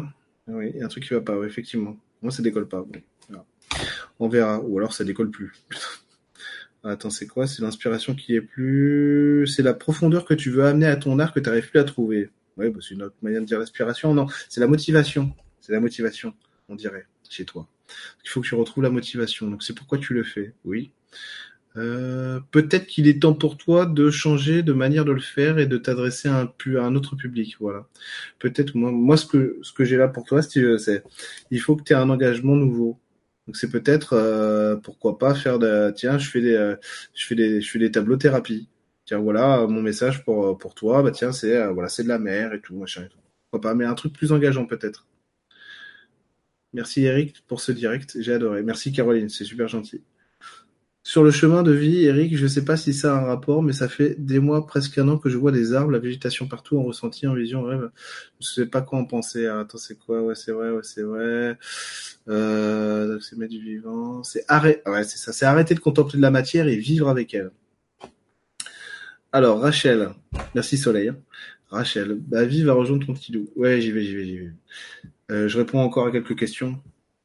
Oui, il y a un truc qui va pas, ouais, effectivement. Moi, ça décolle pas. Bon, voilà. On verra. Ou alors, ça décolle plus. Attends, c'est quoi? C'est l'inspiration qui est plus... C'est la profondeur que tu veux amener à ton art que tu n'arrives plus à trouver. Ouais, bah, c'est une autre manière de dire l'inspiration. Non, c'est la motivation. C'est la motivation, on dirait, chez toi. Il faut que tu retrouves la motivation. Donc, c'est pourquoi tu le fais. Oui. Euh, peut-être qu'il est temps pour toi de changer de manière de le faire et de t'adresser à un, pu- à un autre public. Voilà. Peut-être moi, moi ce que ce que j'ai là pour toi, c'est, c'est il faut que tu aies un engagement nouveau. Donc c'est peut-être euh, pourquoi pas faire de tiens, je fais des euh, je fais des je fais des tableaux thérapie. Tiens, voilà euh, mon message pour pour toi, bah tiens, c'est euh, voilà, c'est de la mer et tout, machin et tout. Pourquoi pas, mais un truc plus engageant peut-être. Merci Eric pour ce direct, j'ai adoré. Merci Caroline, c'est super gentil. Sur le chemin de vie, Eric, je sais pas si ça a un rapport, mais ça fait des mois, presque un an que je vois des arbres, la végétation partout, en ressenti, en vision, en rêve. Je sais pas quoi en penser. Ah, attends, c'est quoi? Ouais, c'est vrai, ouais, c'est vrai. Euh, c'est mettre du vivant. C'est arrêter, ouais, c'est ça. C'est arrêter de contempler de la matière et vivre avec elle. Alors, Rachel. Merci Soleil. hein. Rachel. Bah, vie va rejoindre ton petit loup. Ouais, j'y vais, j'y vais, j'y vais. Euh, je réponds encore à quelques questions.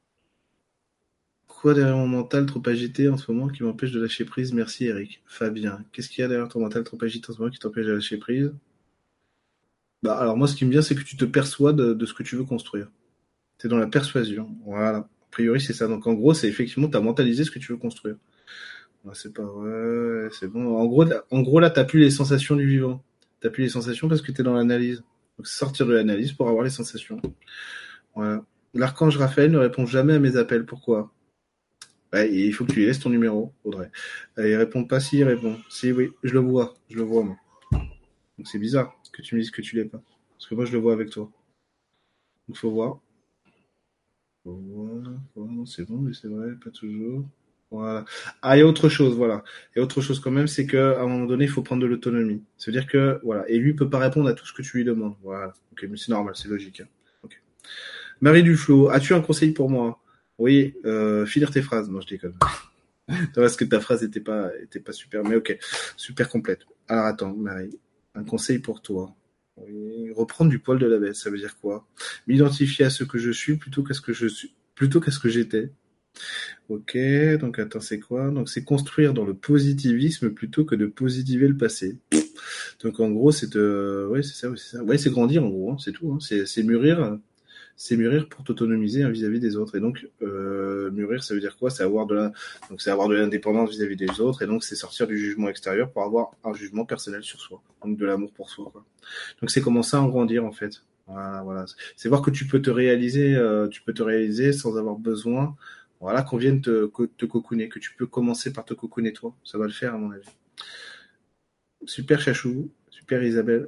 Quoi derrière mon mental trop agité en ce moment qui m'empêche de lâcher prise? Merci Eric. Fabien, qu'est-ce qu'il y a derrière ton mental trop agité en ce moment qui t'empêche de lâcher prise? Bah alors moi ce qui me vient c'est que tu te perçois de, de ce que tu veux construire. T'es dans la persuasion. Voilà. A priori c'est ça. Donc en gros c'est effectivement t'as mentalisé ce que tu veux construire. Ouais, c'est pas vrai, c'est bon. En gros, là- en gros là t'as plus les sensations du vivant. T'as plus les sensations parce que t'es dans l'analyse. Donc sortir de l'analyse pour avoir les sensations. Voilà. L'archange Raphaël ne répond jamais à mes appels. Pourquoi? Ouais, et il faut que tu lui laisses ton numéro, Audrey. Euh, il répond pas si, il répond. Si, oui, je le vois, je le vois, moi. Donc c'est bizarre que tu me dises que tu l'es pas. Parce que moi, je le vois avec toi. Donc faut voir. Faut voir, faut voir. Non, c'est bon, mais c'est vrai, pas toujours. Voilà. Ah, il y a autre chose, voilà. Il y a autre chose quand même, c'est qu'à un moment donné, il faut prendre de l'autonomie. C'est-à-dire que, voilà. Et lui peut pas répondre à tout ce que tu lui demandes. Voilà. Ok, mais c'est normal, c'est logique. hein. Ok. Marie Duflo, as-tu un conseil pour moi? Oui, euh, finir tes phrases. Non, je déconne. Parce que ta phrase était pas, était pas super, mais ok, super complète. Alors attends, Marie, un conseil pour toi. Oui, reprendre du poil de la bête, ça veut dire quoi? M'identifier à ce que je suis plutôt qu'à ce que je suis, plutôt qu'à ce que j'étais. Ok, donc attends, c'est quoi? Donc c'est construire dans le positivisme plutôt que de positiver le passé. Donc en gros, c'est de, ouais, c'est ça, ouais, c'est ça. Ouais, c'est grandir en gros, hein, c'est tout. Hein. C'est, c'est mûrir c'est mûrir pour t'autonomiser hein, vis-à-vis des autres. Et donc, euh, mûrir, ça veut dire quoi? C'est avoir de la, donc c'est avoir de l'indépendance vis-à-vis des autres. Et donc, c'est sortir du jugement extérieur pour avoir un jugement personnel sur soi. Donc, de l'amour pour soi. Quoi. Donc, c'est commencer à en grandir en fait. Voilà, voilà. C'est voir que tu peux te réaliser, euh, tu peux te réaliser sans avoir besoin. Voilà, qu'on vienne te, te cocooner, que tu peux commencer par te cocooner toi. Ça va le faire à mon avis. Super Chachou, super Isabelle.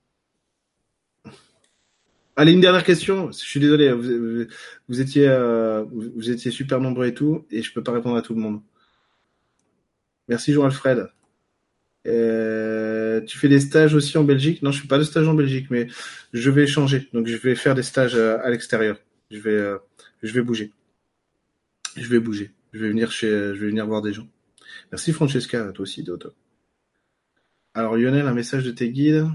Allez, une dernière question. Je suis désolé, vous, vous, vous étiez, euh, vous, vous étiez super nombreux et tout, et je peux pas répondre à tout le monde. Merci Jean-Alfred. Euh, tu fais des stages aussi en Belgique? Non, je fais pas de stage en Belgique, mais je vais changer. Donc je vais faire des stages à, à l'extérieur. Je vais, euh, je vais bouger. Je vais bouger. Je vais venir chez, je vais venir voir des gens. Merci Francesca, toi aussi, Dodo. Alors Lionel, un message de tes guides.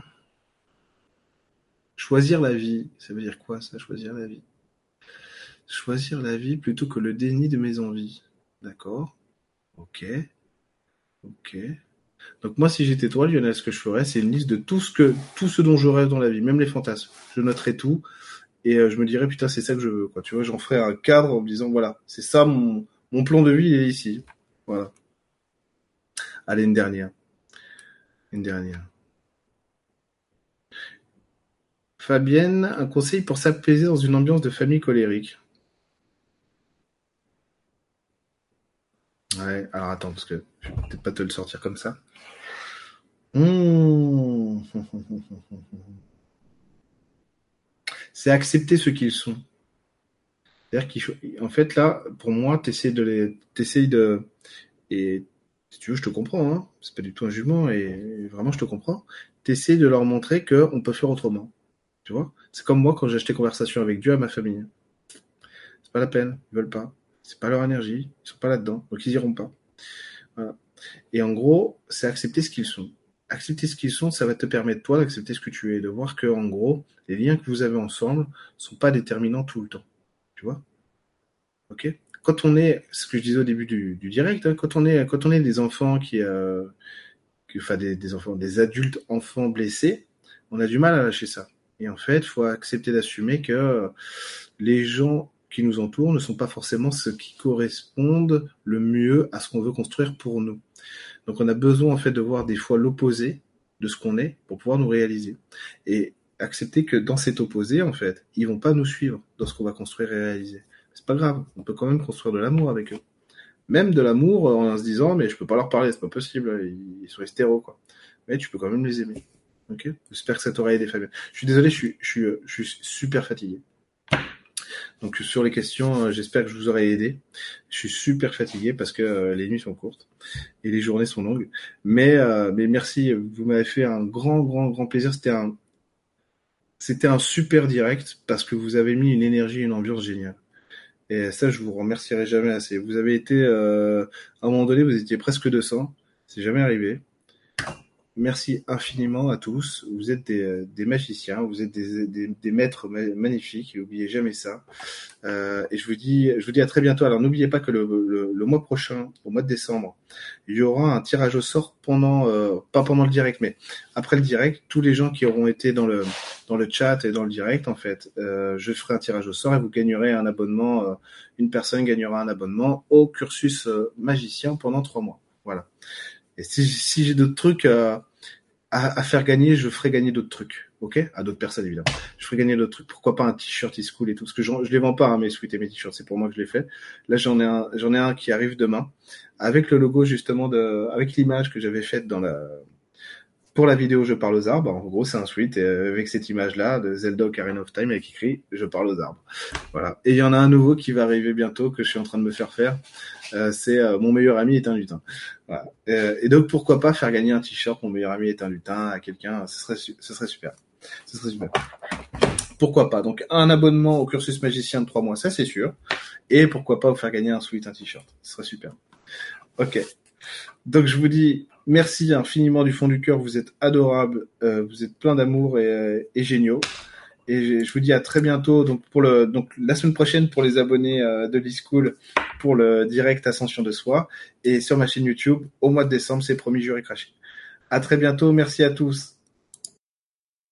Choisir la vie. Ça veut dire quoi ça, choisir la vie? Choisir la vie plutôt que le déni de mes envies. D'accord. Ok. Ok. Donc moi, si j'étais toi, Lionel, ce que je ferais, c'est une liste de tout ce que, tout ce dont je rêve dans la vie, même les fantasmes. Je noterais tout et euh, je me dirais putain, c'est ça que je veux. Quoi. Tu vois, j'en ferais un cadre en me disant voilà, c'est ça mon mon plan de vie, il est ici. Voilà. Allez, une dernière, une dernière. Fabienne, un conseil pour s'apaiser dans une ambiance de famille colérique. Ouais. Alors attends, parce que je vais peut-être pas te le sortir comme ça. Mmh. C'est accepter ce qu'ils sont. C'est-à-dire qu'il faut, en fait, là, pour moi, t'essayes de les, t'essayes de, et si tu veux, je te comprends, hein. C'est pas du tout un jugement, et vraiment, je te comprends. T'essayes de leur montrer qu'on peut faire autrement. Tu vois? C'est comme moi quand j'ai acheté Conversation avec Dieu à ma famille. C'est pas la peine. Ils veulent pas. C'est pas leur énergie. Ils sont pas là-dedans. Donc ils iront pas. Voilà. Et en gros, c'est accepter ce qu'ils sont. accepter ce qu'ils sont, ça va te permettre toi d'accepter ce que tu es, de voir que en gros, les liens que vous avez ensemble sont pas déterminants tout le temps. Tu vois? Ok? Quand on est, ce que je disais au début du, du direct, hein, quand on est, quand on est des enfants qui, euh, qui- enfin des, des enfants, des adultes enfants blessés, on a du mal à lâcher ça. Et en fait, faut accepter d'assumer que les gens qui nous entourent ne sont pas forcément ceux qui correspondent le mieux à ce qu'on veut construire pour nous. Donc on a besoin en fait de voir des fois l'opposé de ce qu'on est pour pouvoir nous réaliser. Et accepter que dans cet opposé, en fait, ils vont pas nous suivre dans ce qu'on va construire et réaliser. C'est pas grave, on peut quand même construire de l'amour avec eux. Même de l'amour en se disant mais je peux pas leur parler, c'est pas possible, ils sont hétéros quoi. Mais tu peux quand même les aimer. Ok? J'espère que ça t'aura aidé Fabien. Je suis désolé, je suis, je suis, je suis super fatigué. Donc sur les questions, euh, j'espère que je vous aurai aidé. Je suis super fatigué parce que euh, les nuits sont courtes et les journées sont longues. Mais euh, mais merci, vous m'avez fait un grand grand grand plaisir. C'était un c'était un super direct parce que vous avez mis une énergie, une ambiance géniale. Et ça, je vous remercierai jamais assez. Vous avez été euh, à un moment donné, vous étiez presque deux cents. C'est jamais arrivé. Merci infiniment à tous. Vous êtes des, des magiciens, vous êtes des, des, des maîtres ma- magnifiques. N'oubliez jamais ça. Euh, et je vous dis, je vous dis à très bientôt. Alors n'oubliez pas que le, le, le mois prochain, au mois de décembre, il y aura un tirage au sort pendant, euh, pas pendant le direct, mais après le direct, tous les gens qui auront été dans le dans le chat et dans le direct, en fait, euh, je ferai un tirage au sort et vous gagnerez un abonnement. Euh, une personne gagnera un abonnement au cursus euh, magicien pendant trois mois. Voilà. Et si, si j'ai d'autres trucs euh, à, à faire gagner, je ferai gagner d'autres trucs, ok? À d'autres personnes évidemment. Je ferai gagner d'autres trucs. Pourquoi pas un t-shirt is cool et tout? Parce que je, je les vends pas, hein, mes sweats et mes t-shirts. C'est pour moi que je les fais. Là, j'en ai un, j'en ai un qui arrive demain avec le logo justement de, avec l'image que j'avais faite dans la, pour la vidéo Je parle aux arbres. En gros, c'est un sweat et avec cette image-là de Zelda Ocarina of Time avec écrit Je parle aux arbres. Voilà. Et il y en a un nouveau qui va arriver bientôt que je suis en train de me faire faire. Euh, c'est euh, Mon meilleur ami est un lutin. Voilà. Euh, et donc pourquoi pas faire gagner un t-shirt Mon meilleur ami est un lutin à quelqu'un, ce serait ce serait super. Ce serait super. Pourquoi pas. Donc un abonnement au cursus magicien de trois mois, ça c'est sûr. Et pourquoi pas vous faire gagner un sweat, un t-shirt. Ce serait super. Ok. Donc je vous dis merci infiniment du fond du cœur, vous êtes adorables, euh, vous êtes plein d'amour et, et géniaux. Et je vous dis à très bientôt. Donc pour le donc la semaine prochaine pour les abonnés euh, de l'e-school pour le direct Ascension de Soi et sur ma chaîne YouTube au mois de décembre, c'est promis, j'aurai craché. À très bientôt, merci à tous.